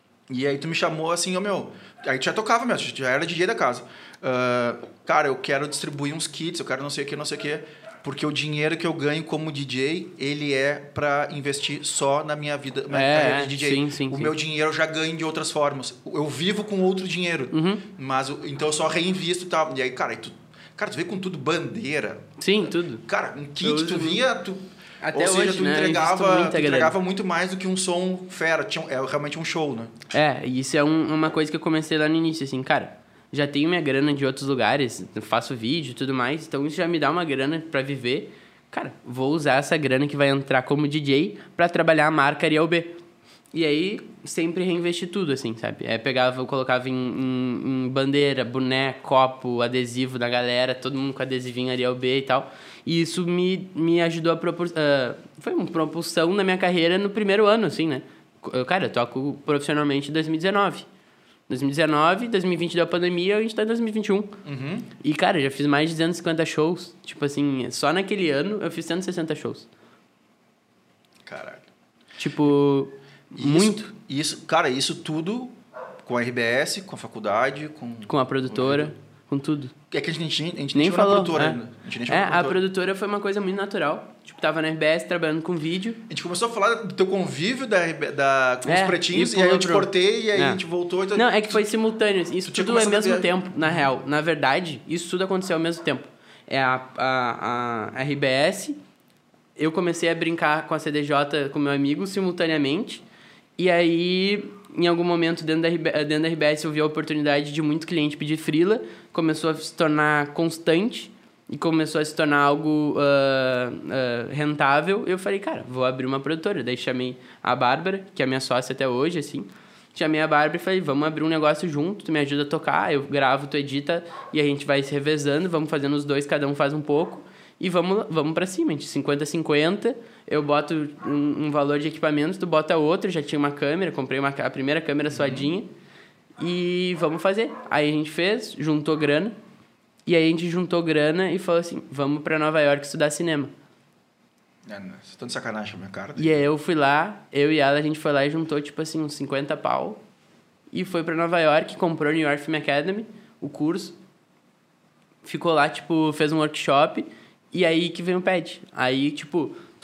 E aí tu me chamou assim, ô meu. Aí tu já tocava mesmo, tu já era D J da casa. Ah, cara, eu quero distribuir uns kits, eu quero não sei o que, não sei o que. Porque o dinheiro que eu ganho como D J, ele é pra investir só na minha vida, na minha É, carreira de D J. sim, sim, o sim. meu dinheiro eu já ganho de outras formas. Eu vivo com outro dinheiro. Uhum. Mas, o- então eu só reinvisto e tal. E aí, cara, aí tu, cara, tu veio com tudo, bandeira. Sim, tudo. Cara, um Eu kit, uso tu muito. via... Tu, Até ou seja, hoje, tu né? Eu invisto entregava, muita tu grana. entregava muito mais do que um som fera. Tinha, é realmente um show, né? É, e isso é um- uma coisa que eu comecei lá no início, assim, cara, já tenho minha grana de outros lugares, eu faço vídeo e tudo mais, então isso já me dá uma grana pra viver. Cara, vou usar essa grana que vai entrar como D J pra trabalhar a marca Ariel B. E aí, sempre reinvesti tudo, assim, sabe? É, pegava, eu colocava em, em- em bandeira, boné, copo, adesivo da galera, todo mundo com adesivinho Ariel B e tal. E isso me, me ajudou a propor... ah, foi uma propulsão na minha carreira no primeiro ano, assim, né? Eu, cara, eu toco profissionalmente em dois mil e dezenove. dois mil e dezenove, dois mil e vinte deu a pandemia, a gente tá em dois mil e vinte e um. Uhum. E, cara, já fiz mais de duzentos e cinquenta shows. Tipo assim, só naquele ano eu fiz cento e sessenta shows. Caralho. Tipo, Isso- muito. Isso, cara, isso tudo com a R B S, com a faculdade, com... Com a produtora, com tudo. É que a gente, a gente Nem nem falou falou. na produtora é. ainda. A gente nem É, chamou a produtora. produtora foi uma coisa muito natural. Tipo, tava na R B S trabalhando com vídeo. A gente começou a falar do teu convívio da, R B da, com É, os pretinhos, e e aí eu pulou te pro- cortei, e aí É. a gente voltou. Então, Não, é que foi simultâneo. Isso Tu tinha tudo é ao começado a mesmo ver- tempo, na real. Na verdade, isso tudo aconteceu ao mesmo tempo. É a, a, a R B S, eu comecei a brincar com a C D J com meu amigo simultaneamente. E aí, em algum momento, dentro da, R B, dentro da R B S, eu vi a oportunidade de muito cliente pedir freela. Começou a se tornar constante e começou a se tornar algo ah, ah, rentável. Eu falei, cara, vou abrir uma produtora. Daí chamei a Bárbara, que é minha sócia até hoje, assim. Chamei a Bárbara e falei, vamos abrir um negócio junto, tu me ajuda a tocar, eu gravo, tu edita, e a gente vai se revezando, vamos fazendo os dois, cada um faz um pouco, e vamos, vamos pra cima, gente, cinquenta a cinquenta, eu boto um, um valor de equipamento, tu bota outro, já tinha uma câmera, comprei uma, a primeira câmera suadinha, e vamos fazer. Aí a gente fez, juntou grana, e aí a gente juntou grana e falou assim, vamos pra Nova York estudar cinema. É, né, vocês estão de sacanagem com a minha cara. E aí eu fui lá, eu e ela, a gente foi lá e juntou, tipo assim, uns cinquenta pau. E foi pra Nova York, comprou New York Film Academy, o curso. Ficou lá, tipo, fez um workshop. E aí que veio o pad. Aí, tipo,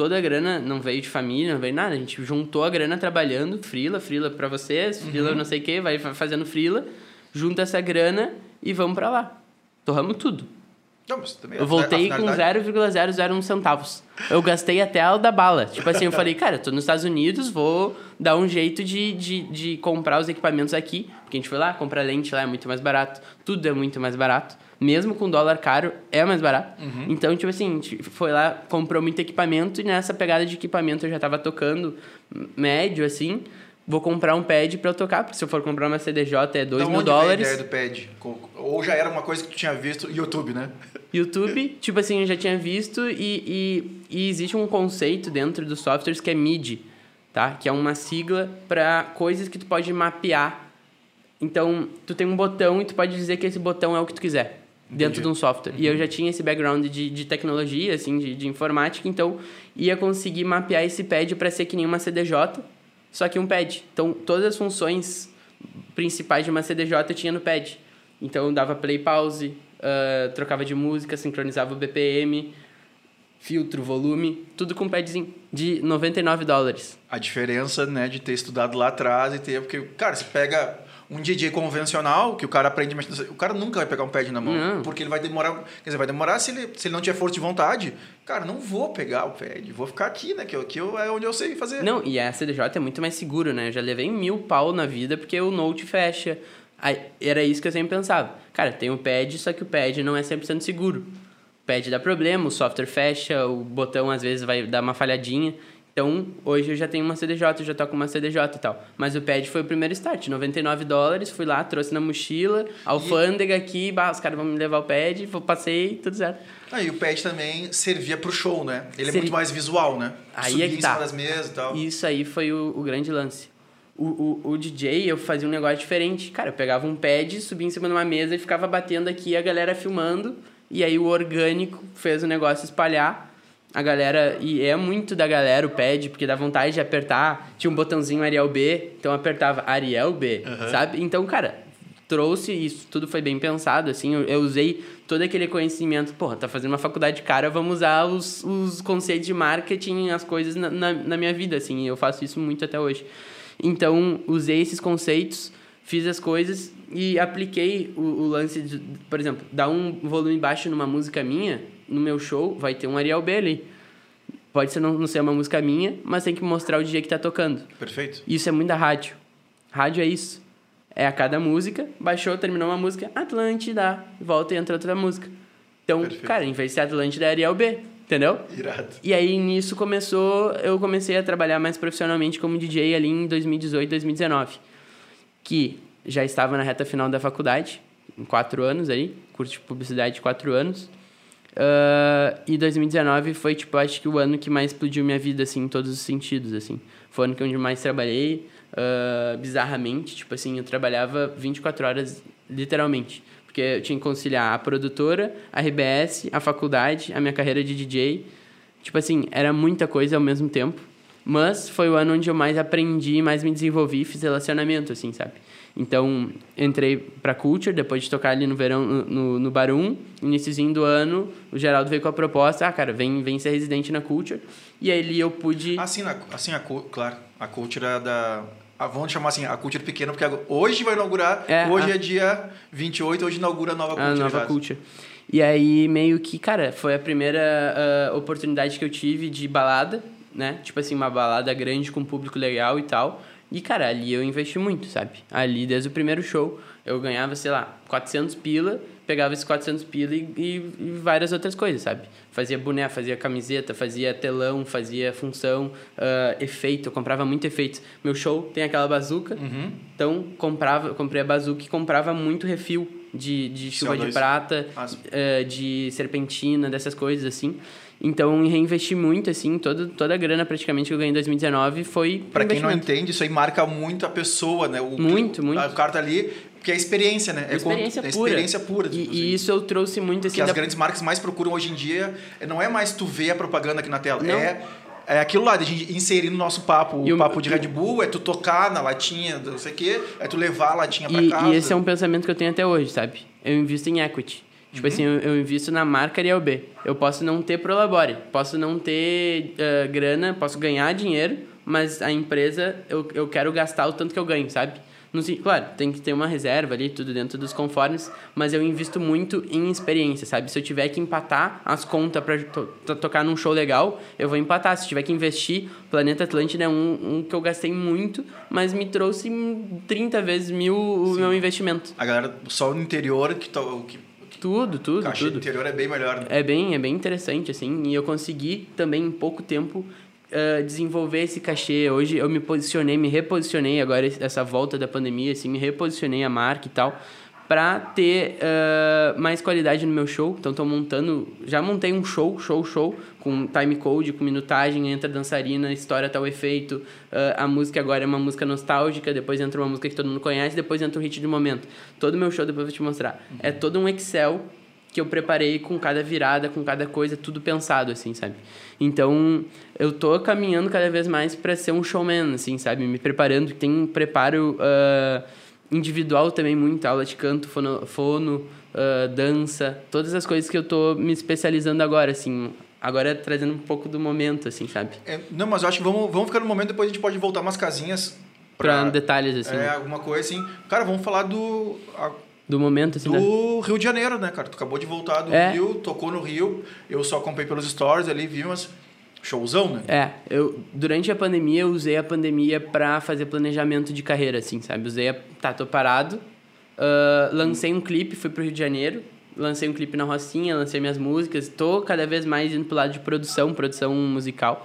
toda a grana não veio de família, não veio nada. A gente juntou a grana trabalhando, frila, frila pra vocês, frila Uhum. não sei o que, vai fazendo frila, junta essa grana e vamos pra lá. Torramos tudo. Não, mas também Eu a voltei com finalidade- zero vírgula zero zero um centavos. Eu gastei até a da bala. Tipo assim, eu falei, cara, eu tô nos Estados Unidos, vou dar um jeito de, de, de comprar os equipamentos aqui. Porque a gente foi lá, comprar lente lá é muito mais barato. Tudo é muito mais barato. Mesmo com dólar caro, é mais barato. Uhum. Então, tipo assim, a gente foi lá, comprou muito equipamento. E nessa pegada de equipamento eu já tava tocando médio, assim. Vou comprar um pad pra eu tocar. Porque se eu for comprar uma C D J é dois Então, mil onde veio a dólares. ideia do pad? Co- Ou já era uma coisa que tu tinha visto no YouTube, né? YouTube, tipo assim, eu já tinha visto e, e, e existe um conceito dentro dos softwares que é M I D I, tá? Que é uma sigla para coisas que tu pode mapear. Então, tu tem um botão e tu pode dizer que esse botão é o que tu quiser dentro Entendi. de um software. E eu já tinha esse background de, de tecnologia, assim, de, de informática, então ia conseguir mapear esse pad para ser que nem uma C D J, só que um pad. Então, todas as funções principais de uma C D J eu tinha no pad. Então, eu dava play, pause, uh, trocava de música, sincronizava o B P M, filtro, volume, tudo com um padzinho de noventa e nove dólares. A diferença, né, de ter estudado lá atrás e ter... Porque, cara, você pega um D J convencional, que o cara aprende... O cara nunca vai pegar um pad na mão. Não. Porque ele vai demorar... Quer dizer, vai demorar se ele, se ele não tiver força de vontade. Cara, não vou pegar o pad. Vou ficar aqui, né? Que aqui eu, é onde eu sei fazer. Não, e a C D J é muito mais seguro, né? Eu já levei mil pau na vida porque o Note fecha. Aí, era isso que eu sempre pensava. Cara, tem o pad, só que o pad não é cem por cento seguro. O pad dá problema, o software fecha, o botão às vezes vai dar uma falhadinha. Então, hoje eu já tenho uma C D J, eu já toco uma C D J e tal. Mas o pad foi o primeiro start, noventa e nove dólares, fui lá, trouxe na mochila, alfândega aqui, bah, os caras vão me levar o pad, vou- passei, tudo certo. Aí o pad também servia pro show, né? Ele é Servi- muito mais visual, né? Aí Subir é que em tá. cima das mesas e tal. Isso aí foi o, o grande lance. O, o, o D J, eu fazia um negócio diferente. Cara, eu pegava um pad, subia em cima de uma mesa e ficava batendo aqui, a galera filmando. E aí o orgânico fez o negócio espalhar. A galera... E é muito da galera o pad, porque dá vontade de apertar. Tinha um botãozinho Arial B, então eu apertava Arial B, sabe? Então, cara, trouxe isso. Tudo foi bem pensado, assim. Eu, eu usei todo aquele conhecimento. Porra, tá fazendo uma faculdade cara, vamos usar os, os conceitos de marketing, as coisas na, na, na minha vida, assim. Eu faço isso muito até hoje. Então, usei esses conceitos, fiz as coisas e apliquei o, o lance de, por exemplo, dar um volume baixo numa música minha, no meu show, vai ter um Arial B ali. Pode ser não, não ser uma música minha, mas tem que mostrar o D J que tá tocando. Perfeito. Isso é muito da rádio. Rádio é isso. É a cada música, baixou, terminou uma música, Atlântida, volta e entra outra música. Então, Perfeito. cara, em vez de ser Atlântida, é Arial B, entendeu? Irado. E aí, nisso, começou... Eu comecei a trabalhar mais profissionalmente como D J ali em dois mil e dezoito, dois mil e dezenove. Que já estava na reta final da faculdade, em quatro anos aí. Curso de publicidade de quatro anos. Uh, e dois mil e dezenove foi, tipo, acho que o ano que mais explodiu minha vida, assim, em todos os sentidos, assim. Foi o ano que eu mais trabalhei, uh, bizarramente. Tipo assim, eu trabalhava vinte e quatro horas, literalmente. Porque eu tinha que conciliar a produtora, a R B S, a faculdade, a minha carreira de D J. Tipo assim, era muita coisa ao mesmo tempo. Mas foi o ano onde eu mais aprendi, mais me desenvolvi, fiz relacionamento, assim, sabe? Então, entrei pra Culture, depois de tocar ali no verão, no, no, no Barum. Iniciozinho do ano, o Geraldo veio com a proposta, ah, cara, vem, vem ser residente na Culture. E aí ali eu pude... Assim, na, assim a, cu- claro, a Culture é da... A, vamos chamar assim, a Culture pequena, porque agora- hoje vai inaugurar, É, hoje a- é dia vinte e oito, hoje inaugura a nova Culture. a nova já. Culture. E aí, meio que, cara, foi a primeira ah, oportunidade que eu tive de balada, né? Tipo assim, uma balada grande com público legal e tal. E, cara, ali eu investi muito, sabe? Ali, desde o primeiro show, eu ganhava, sei lá, quatrocentos pila, pegava esses quatrocentos pila e, e, e várias outras coisas, sabe? Fazia boné, fazia camiseta, fazia telão, fazia função, ah, efeito, eu comprava muito efeitos. Meu show tem aquela bazuca, Uhum. então comprava, comprei a bazuca e comprava muito refil de, de chuva C O dois. de prata, Ah, sim. eh, de serpentina, dessas coisas, assim. Então, reinvesti muito, assim, todo, toda a grana praticamente que eu ganhei em dois mil e dezenove foi Pra quem não investimento. entende, isso aí marca muito a pessoa, né? O, Muito, muito. O cara tá ali, porque é experiência, né? É Experiência con- é pura. experiência pura. E, tipo e assim. isso eu trouxe muito, assim, que as da- grandes marcas mais procuram hoje em dia é- não é mais tu ver a propaganda aqui na tela, Não. é é aquilo lá, de a gente inserir no nosso papo, E o o- papo de Red Bull, é tu tocar na latinha, não sei o quê, é tu levar a latinha pra E, casa. e esse é um pensamento que eu tenho até hoje, sabe? Eu invisto em equity. Tipo assim, eu, eu invisto na marca Ariel B. Eu posso não ter Prolabore, posso não ter uh, grana, posso ganhar dinheiro, mas a empresa, eu, eu quero gastar o tanto que eu ganho, sabe? No, claro, tem que ter uma reserva ali, tudo dentro dos conformes, mas eu invisto muito em experiência, sabe? Se eu tiver que empatar as contas pra to to tocar num show legal, eu vou empatar. Se tiver que investir, Planeta Atlântida é um, um que eu gastei muito, mas me trouxe trinta vezes mil o meu investimento. A galera só no interior que... To, que... Tudo, tudo, cachê tudo. do interior é bem melhor. Né? É bem, é bem interessante, assim, e eu consegui também em pouco tempo uh, desenvolver esse cachê. Hoje eu me posicionei, me reposicionei agora, essa volta da pandemia, assim, me reposicionei a marca e tal, pra ter uh, mais qualidade no meu show. Então tô montando, já montei um show, show, show, com time code, com minutagem, entra dançarina, história tal efeito, uh, a música agora é uma música nostálgica, depois entra uma música que todo mundo conhece, depois entra um hit de momento. Todo meu show, depois eu vou te mostrar. Uhum. É todo um Excel que eu preparei com cada virada, com cada coisa, tudo pensado, assim, sabe? Então, eu tô caminhando cada vez mais pra ser um showman, assim, sabe? Me preparando, tem um preparo uh, individual também muito, aula de canto, fono, fono uh, dança, todas as coisas que eu tô me especializando agora, assim, agora trazendo um pouco do momento, assim, sabe? É, não, mas eu acho que vamos, vamos ficar no momento, depois a gente pode voltar umas casinhas pra... pra detalhes, assim. É, alguma coisa, assim. Cara, vamos falar do... A... Do momento, assim, do né? Rio de Janeiro, né, cara? Tu acabou de voltar do é. Rio, tocou no Rio. Eu só acompanhei pelos stories ali, vi umas showzão, né? É, eu, durante a pandemia, eu usei a pandemia pra fazer planejamento de carreira, assim, sabe? Usei a... Tá, tô parado. Uh, lancei um clipe, fui pro Rio de Janeiro. Lancei um clipe na Rocinha, lancei minhas músicas. Tô cada vez mais indo pro lado de produção, produção musical.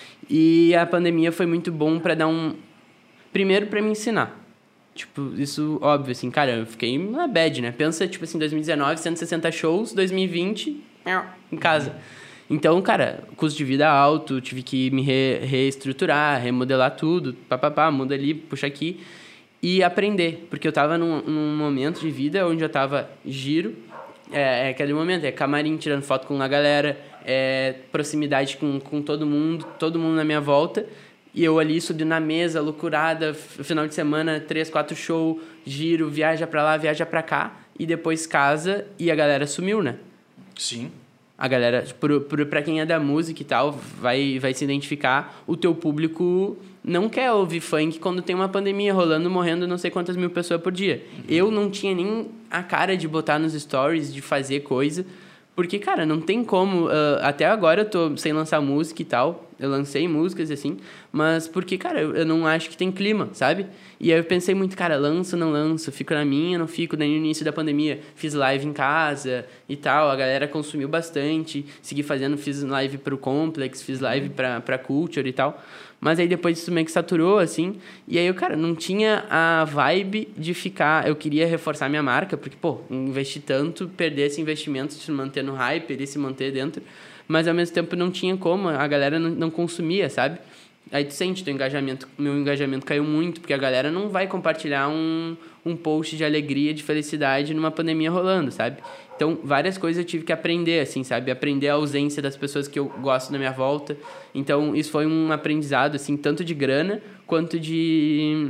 E a pandemia foi muito bom pra dar um... Primeiro, pra me ensinar. Tipo, isso, óbvio, assim, cara, eu fiquei na bad, né? Pensa, tipo assim, dois mil e dezenove, cento e sessenta shows, dois mil e vinte, em casa. Então, cara, custo de vida alto, tive que me re reestruturar, remodelar tudo, papapá, muda ali, puxa aqui, e aprender. Porque eu tava num, num momento de vida onde eu tava giro, é, é aquele momento, é camarim tirando foto com a galera, é proximidade com, com todo mundo, todo mundo na minha volta. E eu ali subindo na mesa, loucurada, final de semana, três, quatro shows, giro, viaja pra lá, viaja pra cá. E depois casa e a galera sumiu, né? Sim. A galera, por, por, pra quem é da música e tal, vai, vai se identificar. O teu público não quer ouvir funk quando tem uma pandemia rolando, morrendo não sei quantas mil pessoas por dia. Uhum. Eu não tinha nem a cara de botar nos stories, de fazer coisa. Porque, cara, não tem como... Uh, até agora eu tô sem lançar música e tal. Eu lancei músicas, assim. Mas porque, cara, eu, eu não acho que tem clima, sabe? E aí eu pensei muito, cara, lanço, não lanço. Fico na minha, não fico. Daí no início da pandemia fiz live em casa e tal. A galera consumiu bastante. Segui fazendo, fiz live pro Complex, fiz live pra, pra Culture e tal. Mas aí depois isso meio que saturou, assim. E aí eu, cara, não tinha a vibe de ficar... Eu queria reforçar minha marca, porque, pô, investir tanto, perder esse investimento, se manter no hype, ele se manter dentro. Mas, ao mesmo tempo, não tinha como. A galera não, não consumia, sabe? Aí tu sente, teu engajamento, meu engajamento caiu muito, porque a galera não vai compartilhar um, um post de alegria, de felicidade numa pandemia rolando, sabe? Então, várias coisas eu tive que aprender, assim, sabe? Aprender a ausência das pessoas que eu gosto na minha volta. Então, isso foi um aprendizado, assim, tanto de grana quanto de...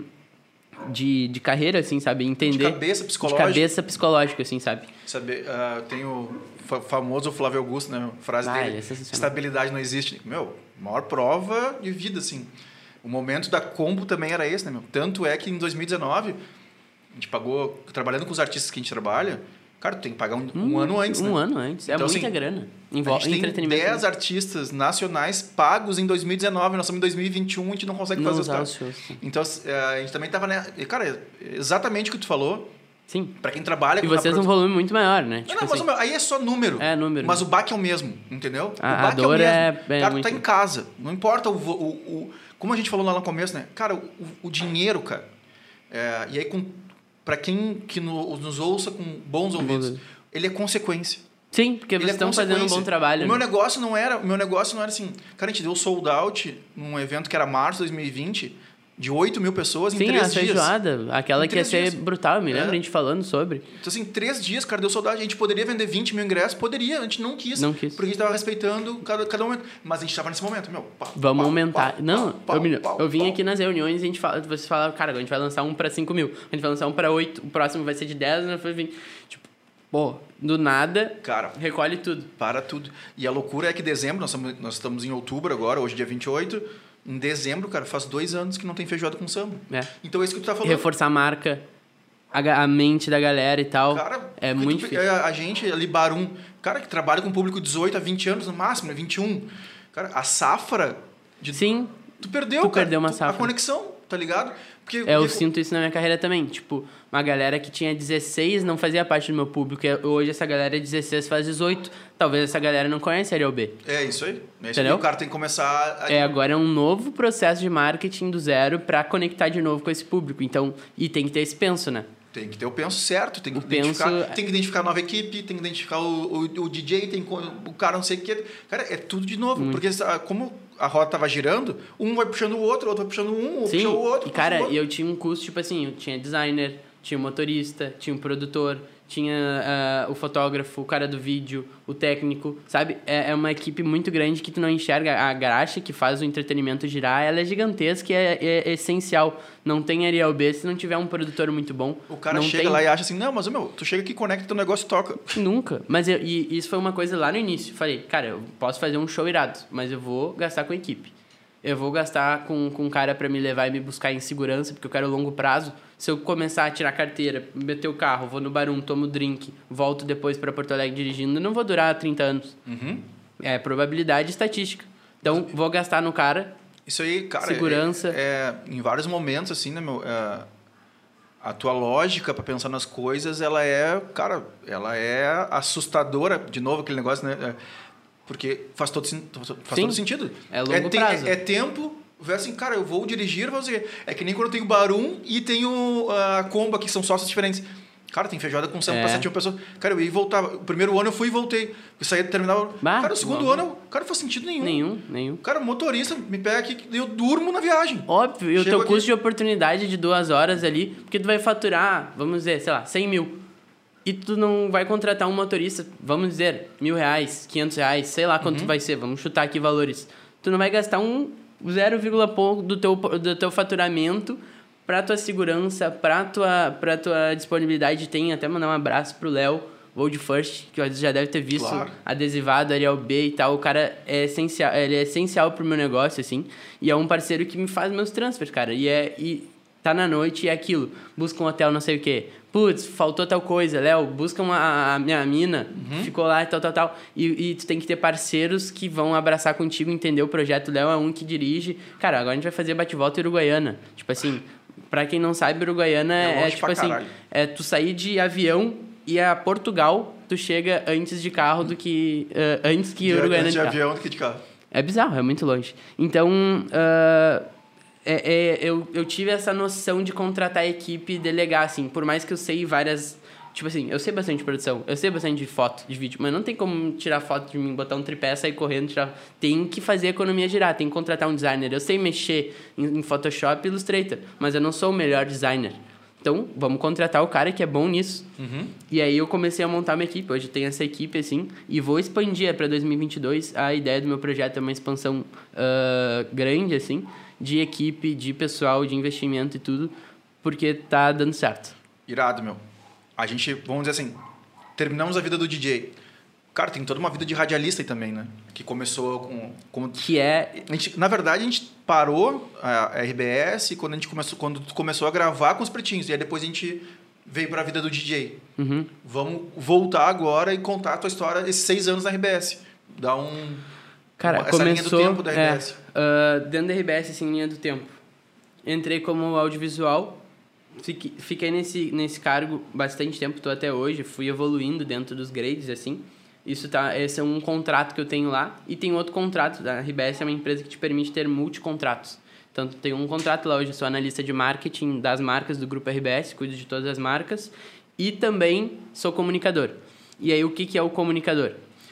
De, de carreira, assim, sabe? Entender... De cabeça psicológica. De cabeça psicológica, assim, sabe? Saber, uh, tem o famoso Flávio Augusto, né? A frase ah, dele, é estabilidade não existe. Meu, maior prova de vida, assim. O momento da combo também era esse, né, meu? Tanto é que em dois mil e dezenove, a gente pagou... Trabalhando com os artistas que a gente trabalha... Cara, tu tem que pagar um, um, um ano antes, um né? Um ano antes. É então, muita assim, grana. Envol- a gente tem dez artistas nacionais pagos em dois mil e dezenove. Nós estamos em dois mil e vinte e um, a gente não consegue não fazer os shows. Então, a gente também estava... Né? Cara, exatamente o que tu falou. Sim. Pra quem trabalha... E vocês um volume muito maior, né? Tipo não, não, mas assim, aí é só número. É, número. Mas o baque é o mesmo, entendeu? A, o baque a dor é o mesmo. É, é cara, muito... tu tá em casa. Não importa o... o, o como a gente falou lá no começo, né? Cara, o, o dinheiro, cara... É, e aí, com, pra quem que no, nos ouça com bons ouvidos... Uhum. Ele é consequência. Sim, porque vocês é estão fazendo um bom trabalho. O meu negócio não era, o meu negócio não era assim... Cara, a gente deu sold out num evento que era março de dois mil e vinte, de oito mil pessoas Sim, em três dias. Sim, a feijoada. Aquela que ia ser dias. brutal, eu me lembro é. a gente falando sobre. Então, assim, três dias, cara, deu sold out. A gente poderia vender vinte mil ingressos? Poderia, a gente não quis. Não quis. Porque a gente estava respeitando cada, cada momento. Mas a gente estava nesse momento, meu... Pá, Vamos pá, aumentar. Pá, não, pá, eu, me, pá, eu vim pá. aqui nas reuniões e a gente fala, vocês falavam, cara, a gente vai lançar um para cinco mil. A gente vai lançar um para oito, o próximo vai ser de dez, né? Foi vinte. Tipo, pô, do nada, Cara, recolhe tudo. para tudo. E a loucura é que dezembro, nós estamos, nós estamos em outubro agora, hoje dia vinte e oito. Em dezembro, cara, faz dois anos que não tem feijoada com samba. É. Então é isso que tu tá falando. Reforçar a marca, a, ga- a mente da galera e tal. Cara, é porque muito tu- difícil. é, a gente ali, Barum, cara que trabalha com público dezoito a vinte anos no máximo, né? vinte e um. Cara, a safra de Sim, tu perdeu, tu cara. perdeu uma Tu- safra. A conexão, tá ligado? Porque é, eu porque- sinto isso na minha carreira também. Tipo, uma galera que tinha dezesseis não fazia parte do meu público. e Hoje essa galera é dezesseis faz dezoito. Talvez essa galera não conhece a Ariel B. É isso aí. É isso aí. Entendeu? O cara tem que começar a... É, agora é um novo processo de marketing do zero pra conectar de novo com esse público. Então, e tem que ter esse penso, né? Tem que ter o penso certo, tem que, O identificar, penso- tem que identificar a nova equipe, tem que identificar o, o, o D J, tem co- o cara não sei o que. Cara, é tudo de novo. Porque ah, como a roda tava girando, um vai puxando o outro, o outro vai puxando um, o Sim, puxa o outro. e cara, puxa o e outro. eu tinha um curso, tipo assim, eu tinha designer, tinha um motorista, tinha um produtor, tinha ah, o fotógrafo, o cara do vídeo, o técnico, sabe? É, é uma equipe muito grande que tu não enxerga. A graxa que faz o entretenimento girar, ela é gigantesca e é, é essencial. Não tem Ariel B se não tiver um produtor muito bom. O cara não chega tem... lá e acha assim, não, mas meu, tu chega aqui, conecta teu negócio e toca. Nunca. Mas eu, e isso foi uma coisa lá no início. Falei, cara, eu posso fazer um show irado, mas eu vou gastar com a equipe. Eu vou gastar com, com um cara pra me levar e me buscar em segurança, porque eu quero longo prazo. Se eu começar a tirar carteira, meter o carro, vou no Barum, tomo drink, volto depois pra Porto Alegre dirigindo, não vou durar trinta anos. Uhum. É probabilidade estatística. Então, vou gastar no cara. Isso aí, cara, Segurança. É, é, em vários momentos, assim, né, meu? É, a tua lógica pra pensar nas coisas, ela é, cara, ela é assustadora. De novo, aquele negócio, né? É, porque faz todo, sen- faz Sim. todo sentido. É longo te- prazo. É, é tempo, ver assim, cara, eu vou dirigir, vou fazer. É que nem quando eu tenho Barum e tenho a Comba, que são sócios diferentes. Cara, tem feijoada com samba É. pra sete mil pessoas. Cara, eu ia e voltava. O primeiro ano eu fui e voltei. Eu saía, terminava... Bah, cara, o segundo logo. ano, eu, cara, não faz sentido nenhum. Nenhum, nenhum. Cara, motorista me pega aqui, eu durmo na viagem. Óbvio, e o Chego teu aqui- custo de oportunidade de duas horas ali, porque tu vai faturar, vamos dizer, sei lá, cem mil. E tu não vai contratar um motorista, vamos dizer, mil reais, quinhentos reais, sei lá quanto vai ser, vamos chutar aqui valores. Tu não vai gastar um zero, pouco do teu, do teu faturamento pra tua segurança, pra tua, pra tua disponibilidade. Tem até mandar um abraço pro Léo, World First, que já deve ter visto Claro. adesivado, Ariel B e tal. O cara é essencial, ele é essencial pro meu negócio, assim. E é um parceiro que me faz meus transfers, cara. E é... E tá na noite e é aquilo. Busca um hotel não sei o quê. Putz, faltou tal coisa. Léo, busca uma, a minha mina. Ficou lá e tal, tal, tal. E, e tu tem que ter parceiros que vão abraçar contigo, entender o projeto. O Léo é um que dirige. Cara, agora a gente vai fazer bate-volta Uruguaiana. Tipo assim, pra quem não sabe, Uruguaiana É é, longe tipo pra assim... caralho. É tu sair de avião e a Portugal, tu chega antes de carro do que... eh, antes que Uruguaiana de de carro. avião do que de carro. É bizarro, é muito longe. Então, ah, é, é, eu, eu tive essa noção de contratar a equipe e delegar, assim. Por mais que eu sei várias... Tipo assim, eu sei bastante de produção, eu sei bastante de foto, de vídeo, mas não tem como tirar foto de mim, botar um tripé, sair correndo, tirar... Tem que fazer a economia girar, tem que contratar um designer. Eu sei mexer em, em Photoshop e Illustrator, mas eu não sou o melhor designer. Então, vamos contratar o cara que é bom nisso. Uhum. E aí eu comecei a montar uma equipe. Hoje eu tenho essa equipe, assim, e vou expandir para dois mil e vinte e dois. A ideia do meu projeto é uma expansão ah, grande, assim, de equipe, de pessoal, de investimento e tudo, porque tá dando certo. Irado, meu. A gente, vamos dizer assim, terminamos a vida do D J. Cara, tem toda uma vida de radialista aí também, né? Que começou com... com Que é... a gente, na verdade, a gente parou a R B S quando a gente começou, quando tu começou a gravar com os pretinhos. E aí depois a gente veio para a vida do D J. Uhum. Vamos voltar agora e contar a tua história, esses seis anos na R B S. Dar um... Cara, essa começou... linha do tempo da R B S. É, ah, dentro da R B S, assim, linha do tempo. Entrei como audiovisual, fiquei, fiquei nesse, nesse cargo bastante tempo, tô até hoje, fui evoluindo dentro dos grades, assim. Isso tá, esse é um contrato que eu tenho lá. E tem outro contrato, a R B S é uma empresa que te permite ter multicontratos. Então, tem um contrato lá hoje, eu sou analista de marketing das marcas do Grupo R B S, cuido de todas as marcas. E também sou comunicador. E aí, o que, que é o comunicador?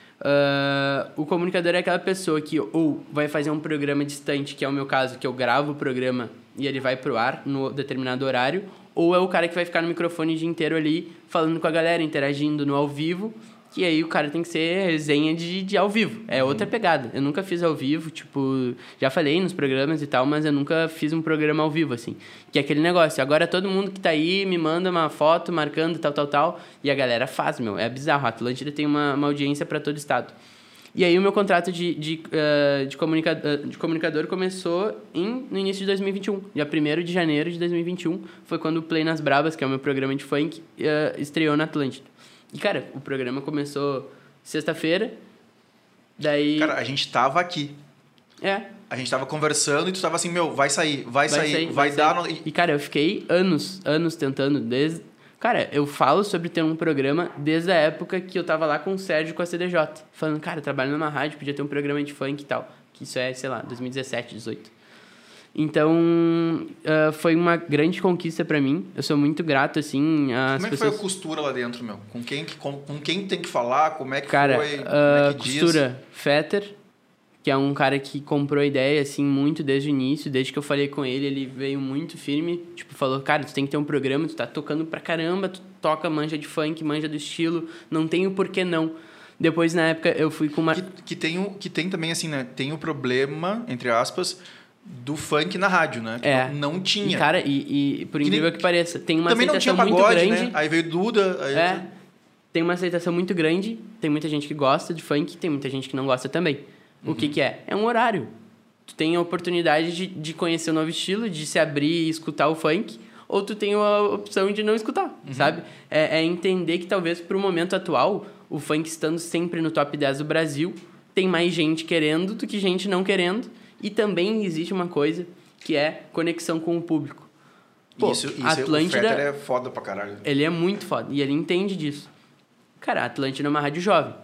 Uh, o comunicador é aquela pessoa que ou vai fazer um programa distante, que é o meu caso, que eu gravo o programa e ele vai pro ar no determinado horário, ou é o cara que vai ficar no microfone o dia inteiro ali, falando com a galera, interagindo no ao vivo, que aí o cara tem que ser resenha de, de ao vivo. É outra pegada. Eu nunca fiz ao vivo, tipo... Já falei nos programas e tal, mas eu nunca fiz um programa ao vivo, assim. Que é aquele negócio. Agora todo mundo que tá aí me manda uma foto marcando tal, tal, tal. E a galera faz, meu. É bizarro. A Atlântida tem uma, uma audiência pra todo estado. E aí o meu contrato de, de, uh, de, comunica, uh, de comunicador começou em, no início de dois mil e vinte e um. Dia primeiro de janeiro de dois mil e vinte e um foi quando o Play nas Brabas, que é o meu programa de funk, uh, estreou na Atlântida. E, cara, o programa começou sexta-feira, daí... Cara, a gente tava aqui. É. A gente tava conversando e tu tava assim, meu, vai sair, vai, Vai sair, sair, vai, vai dar... sair. No... E, cara, eu fiquei anos, anos tentando, desde... Cara, eu falo sobre ter um programa desde a época que eu tava lá com o Sérgio, com a C D J. Falando, cara, eu trabalho numa rádio, podia ter um programa de funk e tal. Que isso é, sei lá, dois mil e dezessete, dezoito. Então, uh, foi uma grande conquista pra mim. Eu sou muito grato, assim, às Como é que pessoas... foi a costura lá dentro, meu? Com quem, que, com, com quem tem que falar? Como é que cara, foi? Como uh, é que diz? costura, Fetter, que é um cara que comprou a ideia, assim, muito desde o início. Desde que eu falei com ele, ele veio muito firme. Tipo, falou, cara, tu tem que ter um programa, tu tá tocando pra caramba, tu toca, manja de funk, manja do estilo, não tem o porquê não. Depois, na época, eu fui com uma... Que, que, tem, o, que tem também, assim, né? Tem o problema, entre aspas... do funk na rádio, né? Que É. não, não tinha. E, cara, e, e por Que incrível nem- que pareça, tem uma Também não tinha aceitação muito pagode, grande. né? Aí veio Duda. Aí É, tem uma aceitação muito grande, tem muita gente que gosta de funk, tem muita gente que não gosta também. O que que é? É um horário. Tu tem a oportunidade de, de conhecer um novo estilo, de se abrir e escutar o funk, ou tu tem a opção de não escutar, sabe? É, é entender que talvez pro momento atual, o funk estando sempre no top dez do Brasil, tem mais gente querendo do que gente não querendo, e também existe uma coisa que é conexão com o público. Pô, isso, isso a Atlântida, o Fetter é foda pra caralho. ele é muito foda. E ele entende disso. Cara, a Atlântida é uma rádio jovem.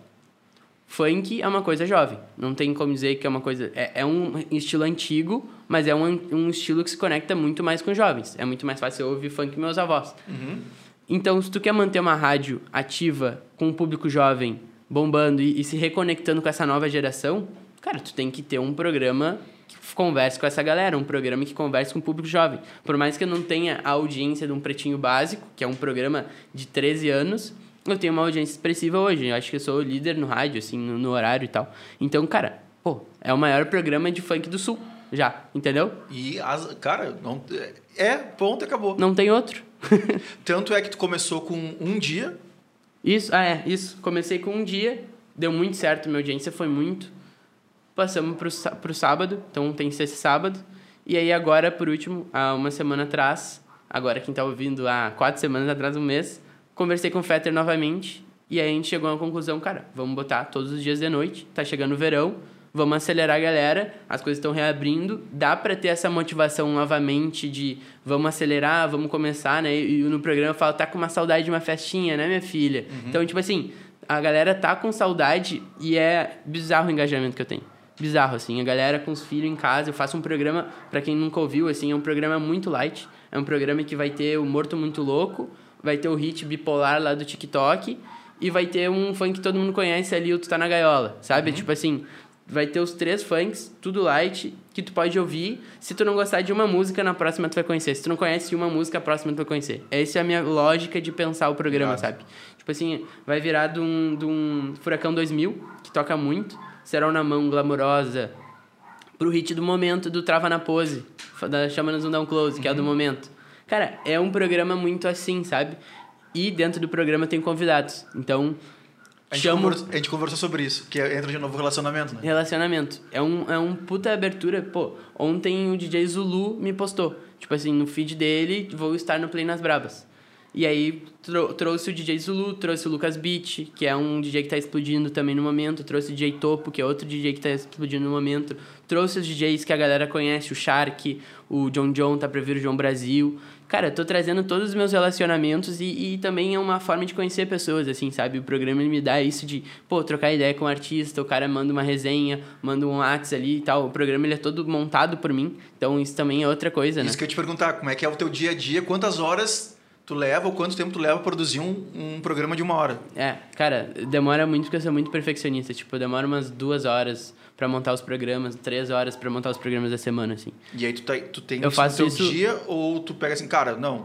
Funk é uma coisa jovem. Não tem como dizer que é uma coisa... É, é um estilo antigo, mas é um, um estilo que se conecta muito mais com jovens. É muito mais fácil eu ouvir funk que meus avós. Uhum. Então, se tu quer manter uma rádio ativa, com um público jovem, bombando e, e se reconectando com essa nova geração, cara, tu tem que ter um programa que converse com essa galera, um programa que converse com o público jovem. Por mais que eu não tenha a audiência de um Pretinho Básico, que é um programa de treze anos, eu tenho uma audiência expressiva hoje. Eu acho que eu sou o líder no rádio, assim, no, no horário e tal. Então, cara, pô, é o maior programa de funk do Sul, já, entendeu? E, as, cara, não, é, ponto, acabou. Não tem outro. Tanto é que tu começou com um dia. Isso, ah, é, isso. Comecei com um dia, deu muito certo, minha audiência foi muito. Passamos pro, sá- pro sábado, então tem sexta e sábado. E aí agora, por último, há uma semana atrás, agora quem tá ouvindo há quatro semanas atrás, um mês, conversei com o Fetter novamente, e aí a gente chegou a uma conclusão, cara, vamos botar todos os dias de noite, tá chegando o verão, vamos acelerar a galera, as coisas estão reabrindo, dá pra ter essa motivação novamente de vamos acelerar, vamos começar, né? E no programa eu falo, tá com uma saudade de uma festinha, né, minha filha? Então, tipo assim, a galera tá com saudade e é bizarro o engajamento que eu tenho. Bizarro, assim, a galera com os filhos em casa, eu faço um programa, pra quem nunca ouviu, assim, é um programa muito light, é um programa que vai ter o Morto Muito Louco, vai ter o hit bipolar lá do TikTok, e vai ter um funk que todo mundo conhece ali, o Tu Tá Na Gaiola, sabe? Tipo assim, vai ter os três funks, tudo light, que tu pode ouvir. Se tu não gostar de uma música, na próxima tu vai conhecer. Se tu não conhece uma música, a próxima tu vai conhecer. Essa é a minha lógica de pensar o programa, Exato. sabe? Tipo assim, vai virar de um, de um Furacão dois mil, que toca muito, Serão na Mão, Glamourosa, pro hit do momento do Trava na Pose, da Chama-nos um Down Close, que é o do momento. Cara, é um programa muito assim, sabe? E dentro do programa tem convidados. Então, A gente, chamo... conversa, a gente conversou sobre isso, que é- entra de novo relacionamento, né? Relacionamento. É um, é um puta abertura. Pô, ontem o D J Zulu me postou. Tipo assim, no feed dele, vou estar no Play nas Brabas. E aí trou- trouxe o D J Zulu, trouxe o Lucas Beat, que é um D J que tá explodindo também no momento. Trouxe o D J Topo, que é outro D J que tá explodindo no momento. Trouxe os D Js que a galera conhece, o Shark, o John John, tá pra vir o João Brasil. Cara, eu tô trazendo todos os meus relacionamentos e, e também é uma forma de conhecer pessoas, assim, sabe? O programa ele me dá isso de, pô, trocar ideia com o artista, o cara manda uma resenha, manda um WhatsApp ali e tal. O programa ele é todo montado por mim, então isso também é outra coisa, né? Isso que eu ia te perguntar, como é que é o teu dia a dia, quantas horas tu leva ou quanto tempo tu leva pra produzir um, um programa de uma hora? É, cara, demora muito porque eu sou muito perfeccionista. Tipo, demora umas duas horas pra montar os programas, três horas pra montar os programas da semana, assim. E aí tu, tá, tu tem Eu isso faço no teu isso- dia ou tu pega assim, cara, não,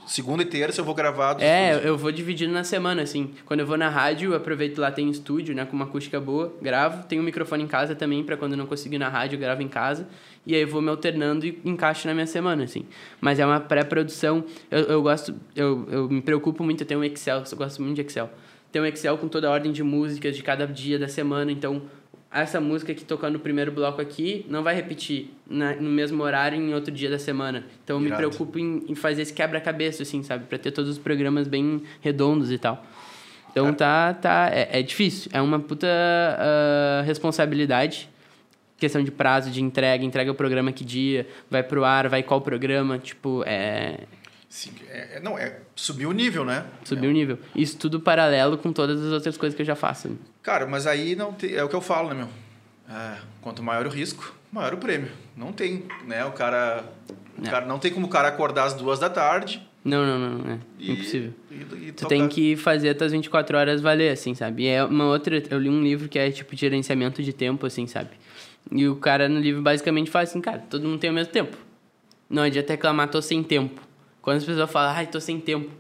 segunda e terça eu vou gravar dos É, estúdios. eu vou dividindo na semana, assim. Quando eu vou na rádio, eu aproveito lá, tem estúdio, né? Com uma acústica boa, gravo. Tenho um microfone em casa também, pra quando eu não conseguir ir na rádio, eu gravo em casa. E aí eu vou me alternando e encaixo na minha semana, assim. Mas é uma pré-produção. Eu, eu gosto... Eu, eu me preocupo muito, eu tenho um Excel, eu gosto muito de Excel. Tem um Excel com toda a ordem de músicas de cada dia da semana, então... Essa música que tocou no primeiro bloco aqui não vai repetir na, no mesmo horário em outro dia da semana. Então eu me Irado. preocupo em, em fazer esse quebra-cabeça, assim, sabe? Pra ter todos os programas bem redondos e tal. Então tá, tá é, é difícil. É uma puta uh, responsabilidade. Questão de prazo, de entrega. Entrega o programa que dia, vai pro ar, vai qual programa. Tipo, é... Sim, é, é- não, é subir o nível, né? Subir o nível. Isso tudo paralelo com todas as outras coisas que eu já faço. Né? Cara, mas aí não tem, é o que eu falo, né, meu? É, quanto maior o risco, maior o prêmio. Não tem, né? O cara, o Não. cara não tem como o cara acordar às duas da tarde Não, não, não. É e, impossível. E, e Tu tocar. tem que fazer as tuas vinte e quatro horas valer, assim, sabe? E é uma outra... Eu li um livro que é, tipo, gerenciamento de tempo, assim, sabe? E o cara no livro basicamente fala assim, cara, todo mundo tem o mesmo tempo. Não adianta reclamar, tô sem tempo. Quando as pessoas falam, ai, tô sem tempo.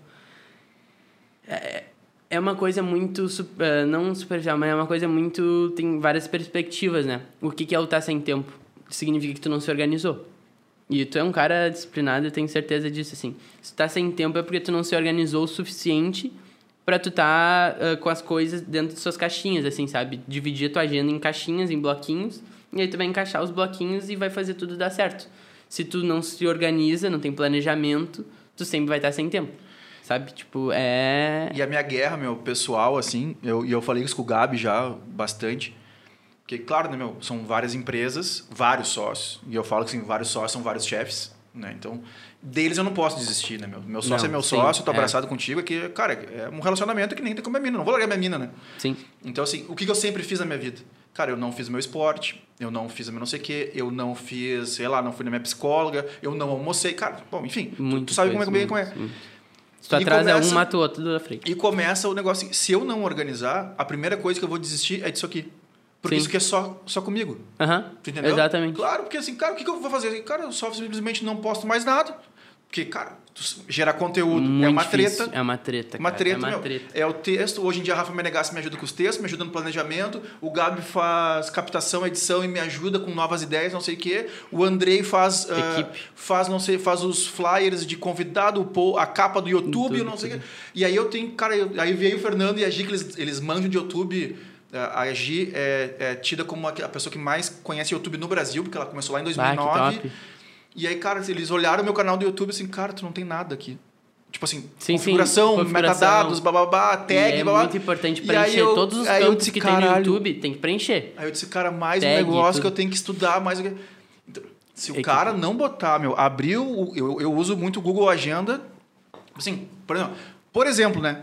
É, é uma coisa muito... sup- eh, não superficial, mas é uma coisa muito... Tem várias perspectivas, né? O que que é o tá sem tempo? Significa que tu não se organizou. E tu é um cara disciplinado, eu tenho certeza disso, assim. Se tu tá sem tempo é porque tu não se organizou o suficiente pra tu tá ah, com as coisas dentro de suas caixinhas, assim, sabe? Dividir a tua agenda em caixinhas, em bloquinhos, e aí tu vai encaixar os bloquinhos e vai fazer tudo dar certo. Se tu não se organiza, não tem planejamento, tu sempre vai estar sem tempo, sabe? Tipo, é... E a minha guerra, meu, pessoal, assim, eu, e eu falei isso com o Gabi já bastante, porque, claro, né, meu, são várias empresas, vários sócios, e eu falo que, assim, vários sócios são vários chefes, né? Então, deles eu não posso desistir, né, meu? Meu sócio Não, é meu sim, sócio, eu tô é. abraçado contigo, é que, cara, é um relacionamento que nem tem como a mina, não vou largar minha mina, né? Sim. Então, assim, o que que eu sempre fiz na minha vida? Cara, eu não fiz meu esporte, eu não fiz a meu não sei o quê, eu não fiz, sei lá, não fui na minha psicóloga, eu não almocei. Cara, bom, enfim, tu, Muito tu sabe como é, coisa, como é, muito, como é. muito. Se tu E atrasa começa- um, mata o outro da frente. E começa o negócio assim, se eu não organizar, a primeira coisa que eu vou desistir é disso aqui. Porque Sim. isso aqui é só, só comigo. Aham, Tu entendeu? exatamente. Claro, porque assim, cara, o que, que eu vou fazer? Cara, eu só simplesmente não posto mais nada. Porque, cara, tu gerar conteúdo Muito é uma difícil. treta. É uma treta, Uma cara. treta, é uma meu. treta. É o texto. Hoje em dia a Rafa Menegassi me ajuda com os textos, me ajuda no planejamento. O Gabi faz captação, edição e me ajuda com novas ideias, não sei o quê. O Andrei faz, ah, Equipe. faz, não sei, faz os flyers de convidado, o po- a capa do YouTube, Tudo, eu não sei o tudo. quê. E aí eu tenho, cara, eu, aí veio o Fernando e a Gi, que eles, eles manjam de YouTube. Ah, A Gi é, é tida como a a pessoa que mais conhece YouTube no Brasil, porque ela começou lá em dois mil e Ah, que nove. top. E aí, cara, eles olharam o meu canal do YouTube assim, cara, tu não tem nada aqui. Tipo assim, Sim, sim, configuração, configuração. metadados, bababá, E tag, é babá. muito importante E aí preencher eu- todos os aí eu campos disse, que tem no caralho. YouTube, tem que preencher. Aí eu disse, cara, mais Tag, um negócio tudo. que eu tenho que estudar, mais... Então, se o Equipe. cara não botar, meu, abriu... o- Eu, eu uso muito o Google Agenda. Assim, por exemplo, por exemplo, né?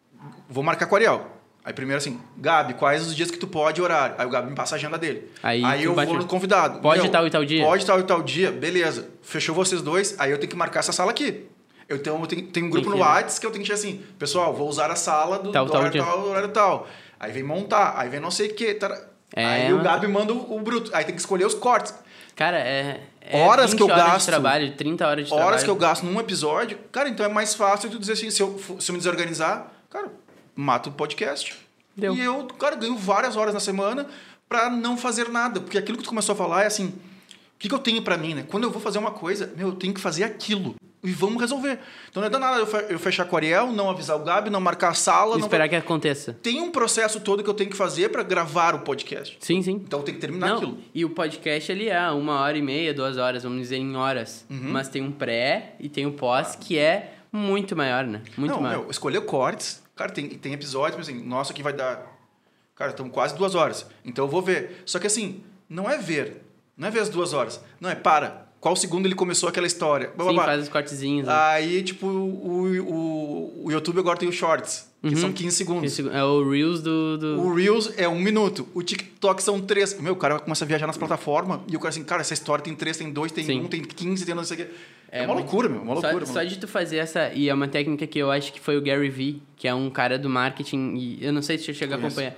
Vou marcar com o Ariel. Aí primeiro assim, Gabi, quais os dias que tu pode horário? Aí o Gabi me passa a agenda dele. Aí Aí tu eu bate- vou no convidado. Pode Meu, tal e tal dia? Pode tal e tal dia, beleza. Fechou vocês dois, aí eu tenho que marcar essa sala aqui. Eu tenho, eu tenho, tenho um grupo Tem no que- WhatsApp que eu tenho que dizer assim, pessoal, vou usar a sala do, Tal, do tal horário dia. tal, do horário tal. Aí vem montar, aí vem não sei o que. É, aí o mas- Gabi manda o, o bruto. Aí tem que escolher os cortes. Cara, é... é Horas vinte que eu horas gasto. de trabalho, trinta horas de Horas trabalho. que eu gasto num episódio. Cara, então é mais fácil tu dizer assim, se eu, se eu me desorganizar, cara, mato o podcast. Deu. E eu, cara, ganho várias horas na semana pra não fazer nada. Porque aquilo que tu começou a falar é assim, o que, que eu tenho pra mim, né? Quando eu vou fazer uma coisa, meu, eu tenho que fazer aquilo. E vamos resolver. Então não é nada eu fe- eu fechar com o Ariel, não avisar o Gabi, não marcar a sala. E Não... esperar que aconteça. Tem um processo todo que eu tenho que fazer pra gravar o podcast. Sim, sim. Então eu tenho que terminar Não, aquilo. e o podcast ele é uma hora e meia, duas horas, vamos dizer em horas. Uhum. Mas tem um pré e tem um pós que é muito maior, né? Muito não, maior. meu, escolher cortes. Cara, tem, tem episódios, assim, nossa, aqui vai dar... Cara, estamos quase duas horas. Então eu vou ver. Só que assim, não é ver. Não é ver as duas horas. Não, é para. Qual segundo ele começou aquela história? Blá, blá, Sim, blá. faz os cortezinhos. né? Aí, tipo, o, o, o YouTube agora tem os shorts, que Uhum. são quinze segundos. Esse É o Reels do... do... O Reels é um minuto. O TikTok são três. Meu, o cara começa a viajar nas plataformas e o cara assim, cara, essa história tem três, tem dois, tem Sim. um, tem quinze, tem não sei o quê. É, uma muito- loucura, meu. Uma Só- loucura. Só, mano. de tu fazer essa... E é uma técnica que eu acho que foi o Gary Vee, que é um cara do marketing... E eu não sei se você chegou a Conheço. acompanhar.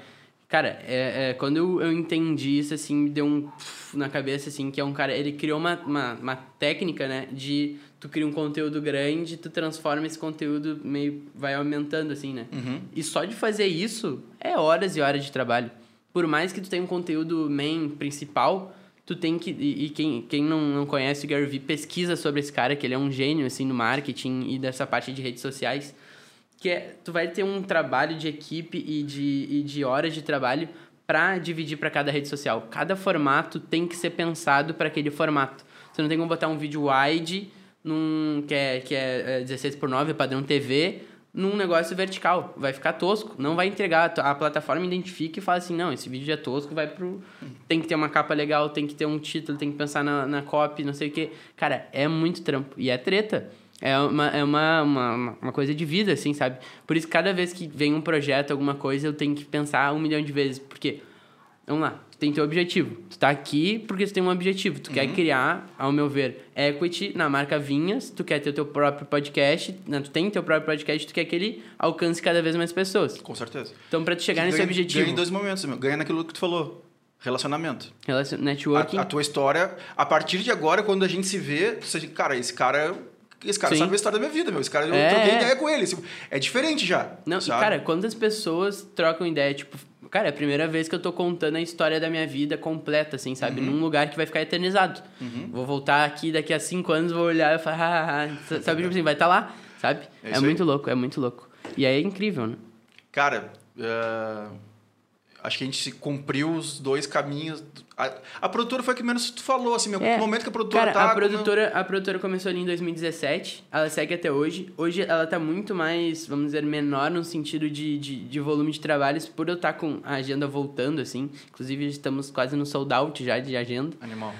Cara, é, é, quando eu, eu entendi isso, assim, me deu um puf na cabeça, assim, que é um cara... Ele criou uma, uma, uma técnica, né, de tu cria um conteúdo grande, tu transforma esse conteúdo meio... Vai aumentando, assim, né? Uhum. E só de fazer isso é horas e horas de trabalho. Por mais que tu tenha um conteúdo main principal, tu tem que... E, e quem, quem não, não conhece o Gary Vee, pesquisa sobre esse cara, que ele é um gênio, assim, no marketing e dessa parte de redes sociais. Que é, tu vai ter um trabalho de equipe e de, e de horas de trabalho para dividir para cada rede social. Cada formato tem que ser pensado para aquele formato. Você não tem como botar um vídeo wide, num, que, é, que é dezesseis por nove, padrão T V, num negócio vertical. Vai ficar tosco, não vai entregar. A plataforma identifica e fala assim, não, esse vídeo é tosco, vai pro... Tem que ter uma capa legal, tem que ter um título, tem que pensar na, na copy, não sei o quê. Cara, é muito trampo. E é treta. É uma, é uma, uma, uma coisa de vida, assim, sabe? Por isso, cada vez que vem um projeto, alguma coisa, eu tenho que pensar um milhão de vezes. Porque, vamos lá, tu tem teu objetivo. Tu tá aqui porque tu tem um objetivo. Tu uhum. quer criar, ao meu ver, equity na marca Vinhas. Tu quer ter o teu próprio podcast. Né? Tu tem teu próprio podcast, tu quer que ele alcance cada vez mais pessoas. Com certeza. Então, pra tu chegar tu nesse ganha, objetivo... Ganha em dois momentos, meu. Ganha naquilo que tu falou. Relacionamento. Relacion... Networking. A, a tua história, a partir de agora, quando a gente se vê, você, cara, esse cara... Esse cara Sim. sabe a história da minha vida, meu. Esse cara, eu é, troquei é. ideia com ele. É diferente já. Não, sabe? E, cara, quantas pessoas trocam ideia, tipo... Cara, é a primeira vez que eu tô contando a história da minha vida completa, assim, sabe? Uhum. Num lugar que vai ficar eternizado. Uhum. Vou voltar aqui daqui a cinco anos, vou olhar e falar... Ah, ah, sabe, tipo assim, vai estar tá lá, sabe? É, é muito louco, é muito louco. E aí é incrível, né? Cara, uh, acho que a gente cumpriu os dois caminhos... A, a produtora foi a que menos tu falou, assim, meu, é, no momento que a produtora cara, tá... a produtora, a produtora começou ali em dois mil e dezessete, ela segue até hoje. Hoje ela tá muito mais, vamos dizer, menor no sentido de, de, de volume de trabalhos, por eu estar tá com a agenda voltando, assim. Inclusive, estamos quase no sold out já de agenda. Animal.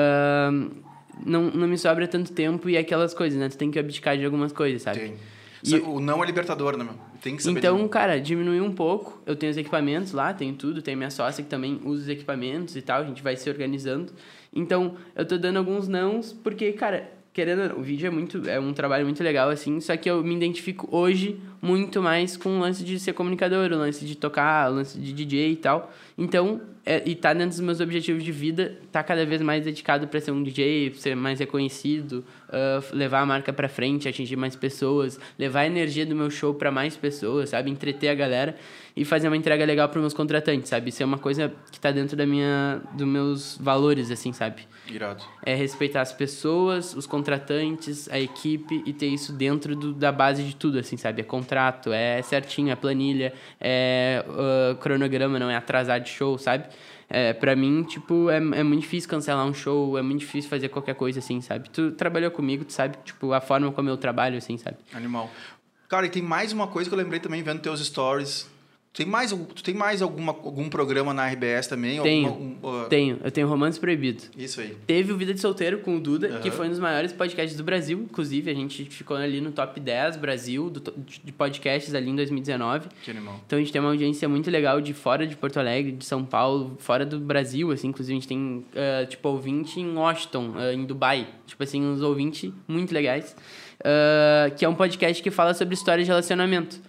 Uh, não, não me sobra tanto tempo e aquelas coisas, né? Tu tem que abdicar de algumas coisas, sabe? Tem. E o não é libertador, né, meu? Tem que saber. Então, de... cara, diminuiu um pouco. Eu tenho os equipamentos lá, tenho tudo. Tenho minha sócia que também usa os equipamentos e tal. A gente vai se organizando. Então, eu tô dando alguns nãos, porque, cara, querendo ou não, o vídeo é, muito, é um trabalho muito legal, assim. Só que eu me identifico hoje muito mais com o lance de ser comunicador, o lance de tocar, o lance de D J e tal. Então, é, e tá dentro dos meus objetivos de vida, tá cada vez mais dedicado para ser um D J, ser mais reconhecido, uh, levar a marca pra frente, atingir mais pessoas, levar a energia do meu show para mais pessoas, sabe? Entreter a galera e fazer uma entrega legal pros meus contratantes, sabe? Isso é uma coisa que tá dentro da minha, dos meus valores, assim, sabe? Irado. É respeitar as pessoas, os contratantes, a equipe e ter isso dentro do, da base de tudo, assim, sabe? É contrato, é certinho, é planilha, é uh, cronograma, não é atrasar de show, sabe? É, pra mim, tipo, é, é muito difícil cancelar um show, é muito difícil fazer qualquer coisa, assim, sabe? Tu trabalhou comigo, tu sabe, tipo, a forma como eu trabalho, assim, sabe? Animal. Cara, e tem mais uma coisa que eu lembrei também vendo teus stories. Tem mais, tu tem mais alguma, algum programa na R B S também? Tenho, alguma, um, uh... tenho. Eu tenho Romance Proibido. Isso aí. Teve o Vida de Solteiro com o Duda, uhum. que foi um dos maiores podcasts do Brasil. Inclusive, a gente ficou ali no top dez Brasil do, de podcasts ali em dois mil e dezenove. Que animal. Então, a gente tem uma audiência muito legal de fora de Porto Alegre, de São Paulo, fora do Brasil, assim. Inclusive, a gente tem, uh, tipo, ouvinte em Washington, uh, em Dubai. Tipo assim, uns ouvintes muito legais. Uh, que é um podcast que fala sobre histórias de relacionamento.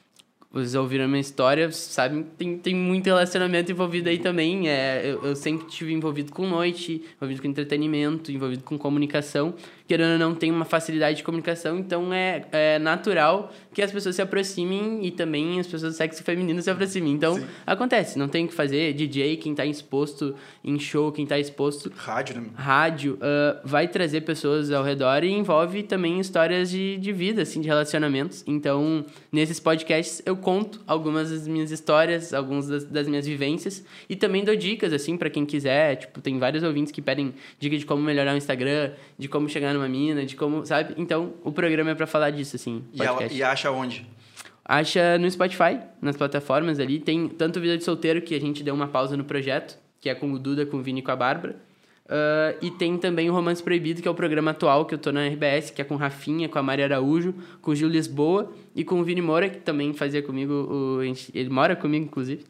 Vocês ouviram a minha história, sabem, tem, tem muito relacionamento envolvido aí também. É, eu, eu sempre estive envolvido com noite, envolvido com entretenimento, envolvido com comunicação. Querendo ou não, tem uma facilidade de comunicação, então é, é natural que as pessoas se aproximem e também as pessoas do sexo feminino se aproximem. Então, Sim. acontece, não tem o que fazer. D J, quem está exposto em show, quem está exposto... Rádio, né? Rádio, uh, vai trazer pessoas ao redor e envolve também histórias de, de vida, assim, de relacionamentos. Então, nesses podcasts, eu conto algumas das minhas histórias, algumas das, das minhas vivências e também dou dicas, assim, para quem quiser. Tipo, tem vários ouvintes que pedem dicas de como melhorar o Instagram, de como chegar numa mina, de como, sabe? Então, o programa é pra falar disso, assim. E, ela, e acha onde? Acha no Spotify, nas plataformas ali. Tem tanto Vida de Solteiro, que a gente deu uma pausa no projeto, que é com o Duda, com o Vini e com a Bárbara. Uh, e tem também o Romance Proibido, que é o programa atual que eu tô na R B S, que é com Rafinha, com a Maria Araújo, com o Gil Lisboa e com o Vini Moura, que também fazia comigo, o, ele mora comigo, inclusive,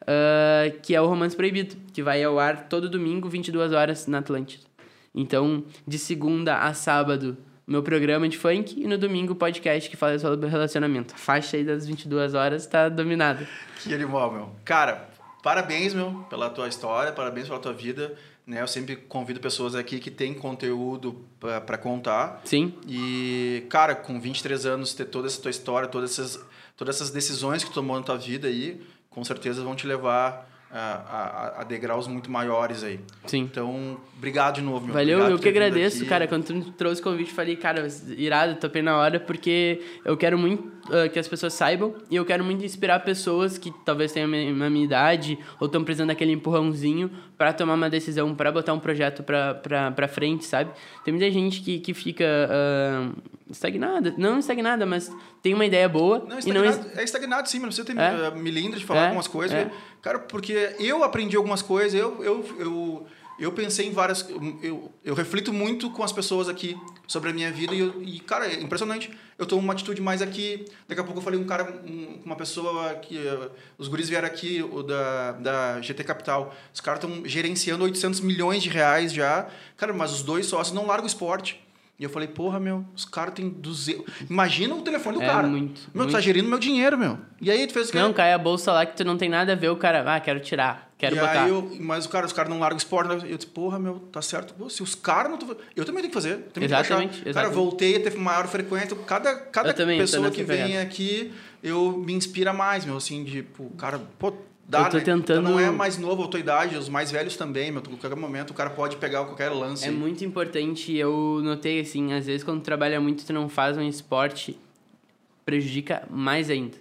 uh, que é o Romance Proibido, que vai ao ar todo domingo, vinte e duas horas, na Atlântida. Então, de segunda a sábado, meu programa de funk, e no domingo o podcast que fala sobre relacionamento. A faixa aí das vinte e duas horas tá dominada. Que animal, meu. Cara, parabéns, meu, pela tua história, parabéns pela tua vida, né? Eu sempre convido pessoas aqui que têm conteúdo para contar. Sim. E, cara, com vinte e três anos, ter toda essa tua história, todas essas, todas essas decisões que tu tomou na tua vida aí, com certeza vão te levar a, a, a degraus muito maiores aí. Sim. Então, obrigado de novo, meu. Valeu, Obrigado eu por que ter vindo agradeço, aqui. cara. Quando tu me trouxe o convite, falei, cara, irado, topei na hora, porque eu quero muito uh, que as pessoas saibam e eu quero muito inspirar pessoas que talvez tenham a minha, a minha idade ou estão precisando daquele empurrãozinho pra tomar uma decisão, pra botar um projeto pra, pra, pra frente, sabe? Tem muita gente que, que fica uh, estagnada, não estagnada, mas tem uma ideia boa Não, e não... estagnado, é estagnado sim, mas não precisa ter É? é? milindre de falar É, algumas coisas. é. Cara, porque eu aprendi algumas coisas, eu, eu, eu, eu pensei em várias... Eu, eu reflito muito com as pessoas aqui sobre a minha vida e, eu, e cara, é impressionante. Eu tomo uma atitude mais aqui. Daqui a pouco eu falei com um cara, um, uma pessoa que... Uh, os guris vieram aqui, o da, da G T Capital. Os caras estão gerenciando oitocentos milhões de reais já. Cara, mas os dois sócios não largam o esporte. E eu falei, porra, meu, os caras têm duzentos... Imagina o telefone do É cara. muito, Meu, muito. tu tá gerindo meu dinheiro, meu. E aí tu fez o que? Não, cai a bolsa lá que tu não tem nada a ver, o cara, ah, quero tirar, quero e botar. Aí eu, mas o cara, os caras não largam o esporte. Né? Eu disse, porra, meu, tá certo. Pô, se os caras não... Tão... Eu também tenho que fazer. Também Exatamente, tenho que achar. exatamente. Cara, voltei, teve maior frequência. Cada, cada Eu também, eu tô pessoa nessa que vem pegada. aqui, eu me inspira mais, meu. Assim, de, pô, cara, pô... Dá, Eu tô né? tentando- Então não é mais novo a tua idade, os mais velhos também, meu. A qualquer momento o cara pode pegar qualquer lance. É muito importante, eu notei assim, às vezes quando tu trabalha muito, tu não faz um esporte, prejudica mais ainda.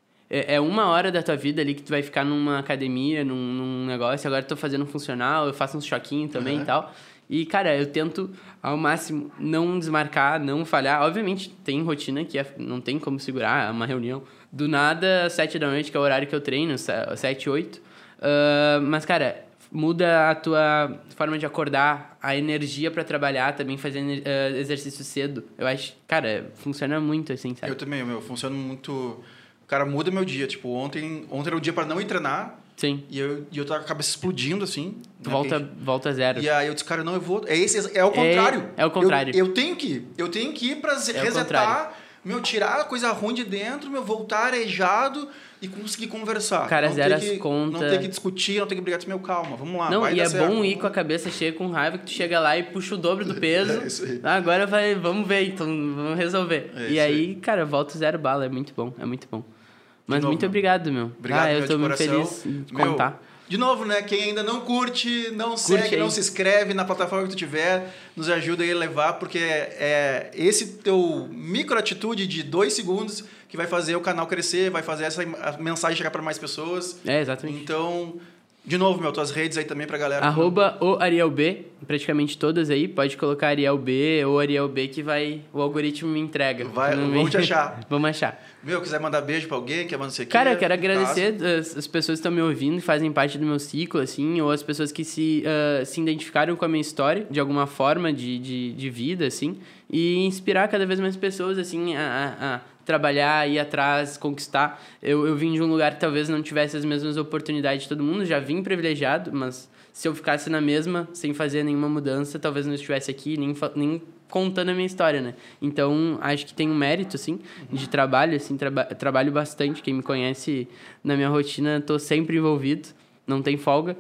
É é uma hora da tua vida ali que tu vai ficar numa academia, num, num negócio, agora eu tô fazendo funcional, eu faço uns choquinhos também Uhum. e tal. E, cara, eu tento ao máximo não desmarcar, não falhar. Obviamente, tem rotina que é- não tem como segurar, é uma reunião. Do nada, sete da noite, que é o horário que eu treino, se- sete, oito. Ah, mas, cara, muda a tua forma de acordar, a energia pra trabalhar, também fazer ener- ah, exercício cedo. Eu acho, cara, funciona muito assim, sabe? Eu também, meu. Funciona muito... Cara, muda meu dia. Tipo, ontem, ontem era o dia para não ir treinar. Sim. E eu, e eu tava com a cabeça explodindo, assim. Tu né, volta, porque- volta a zero. E aí eu disse, cara, não, eu vou... É, esse, é o contrário. é o contrário. Eu, eu tenho que ir. Eu tenho que ir pra ze- É o resetar, contrário. meu, tirar a coisa ruim de dentro, meu, voltar arejado e conseguir conversar. O cara não zera ter que, as contas. Não ter que discutir, não ter que brigar. Meu, calma, vamos lá, Não, vai e dar é certo. bom ir com a cabeça cheia com raiva, que tu chega lá e puxa o dobro do peso. É isso aí. Ah, agora vai, vamos ver, então vamos resolver. É e isso aí, aí. cara, volta zero bala, é muito bom, é muito bom. Mas novo, muito meu. obrigado, meu. Obrigado, ah, eu meu, tô de muito coração. feliz de Meu, contar. De novo, né? Quem ainda não curte, não Curte segue, aí. não se inscreve na plataforma que tu tiver, nos ajuda aí a levar, porque é esse teu microatitude de dois segundos que vai fazer o canal crescer, vai fazer essa a mensagem chegar para mais pessoas. É, exatamente. Então, de novo, meu, tuas redes aí também pra galera. Arroba o Ariel B, praticamente todas aí. Pode colocar Ariel B ou Ariel B que vai, o algoritmo me entrega. Vai, Não vamos me- te achar. Vamos achar. Meu, quiser mandar beijo pra alguém, quer mandar você aqui. Cara, eu quero em casa. agradecer as, as pessoas que estão me ouvindo e fazem parte do meu ciclo, assim, ou as pessoas que se, ah, se identificaram com a minha história, de alguma forma de, de, de vida, assim, e inspirar cada vez mais pessoas, assim, a, a, a trabalhar, ir atrás, conquistar. Eu, eu vim de um lugar que talvez não tivesse as mesmas oportunidades de todo mundo, já vim privilegiado, mas se eu ficasse na mesma, sem fazer nenhuma mudança, talvez não estivesse aqui, nem, fa- nem contando a minha história, né? Então, acho que tem um mérito, assim, de trabalho, assim, traba- trabalho bastante. Quem me conhece na minha rotina, tô sempre envolvido, não tem folga.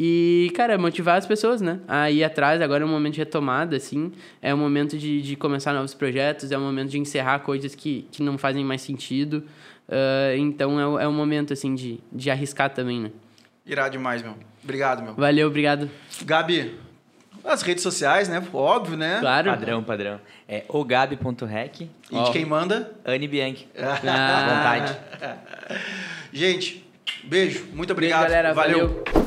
E, cara, motivar as pessoas, né? A ir atrás, agora é um momento de retomada, assim, é um momento de, de começar novos projetos, é um momento de encerrar coisas que, que não fazem mais sentido. Ah, então, é, o- é um momento, assim, de, de arriscar também, né? Irá demais, meu. Obrigado, meu. Valeu, obrigado. Gabi, as redes sociais, né? Óbvio, né? Claro. Padrão, padrão. É o gabi ponto rec. E de quem manda? Anne Bianchi. Ah. À vontade. Gente, beijo. Muito obrigado. Beijo, galera. Valeu. Valeu.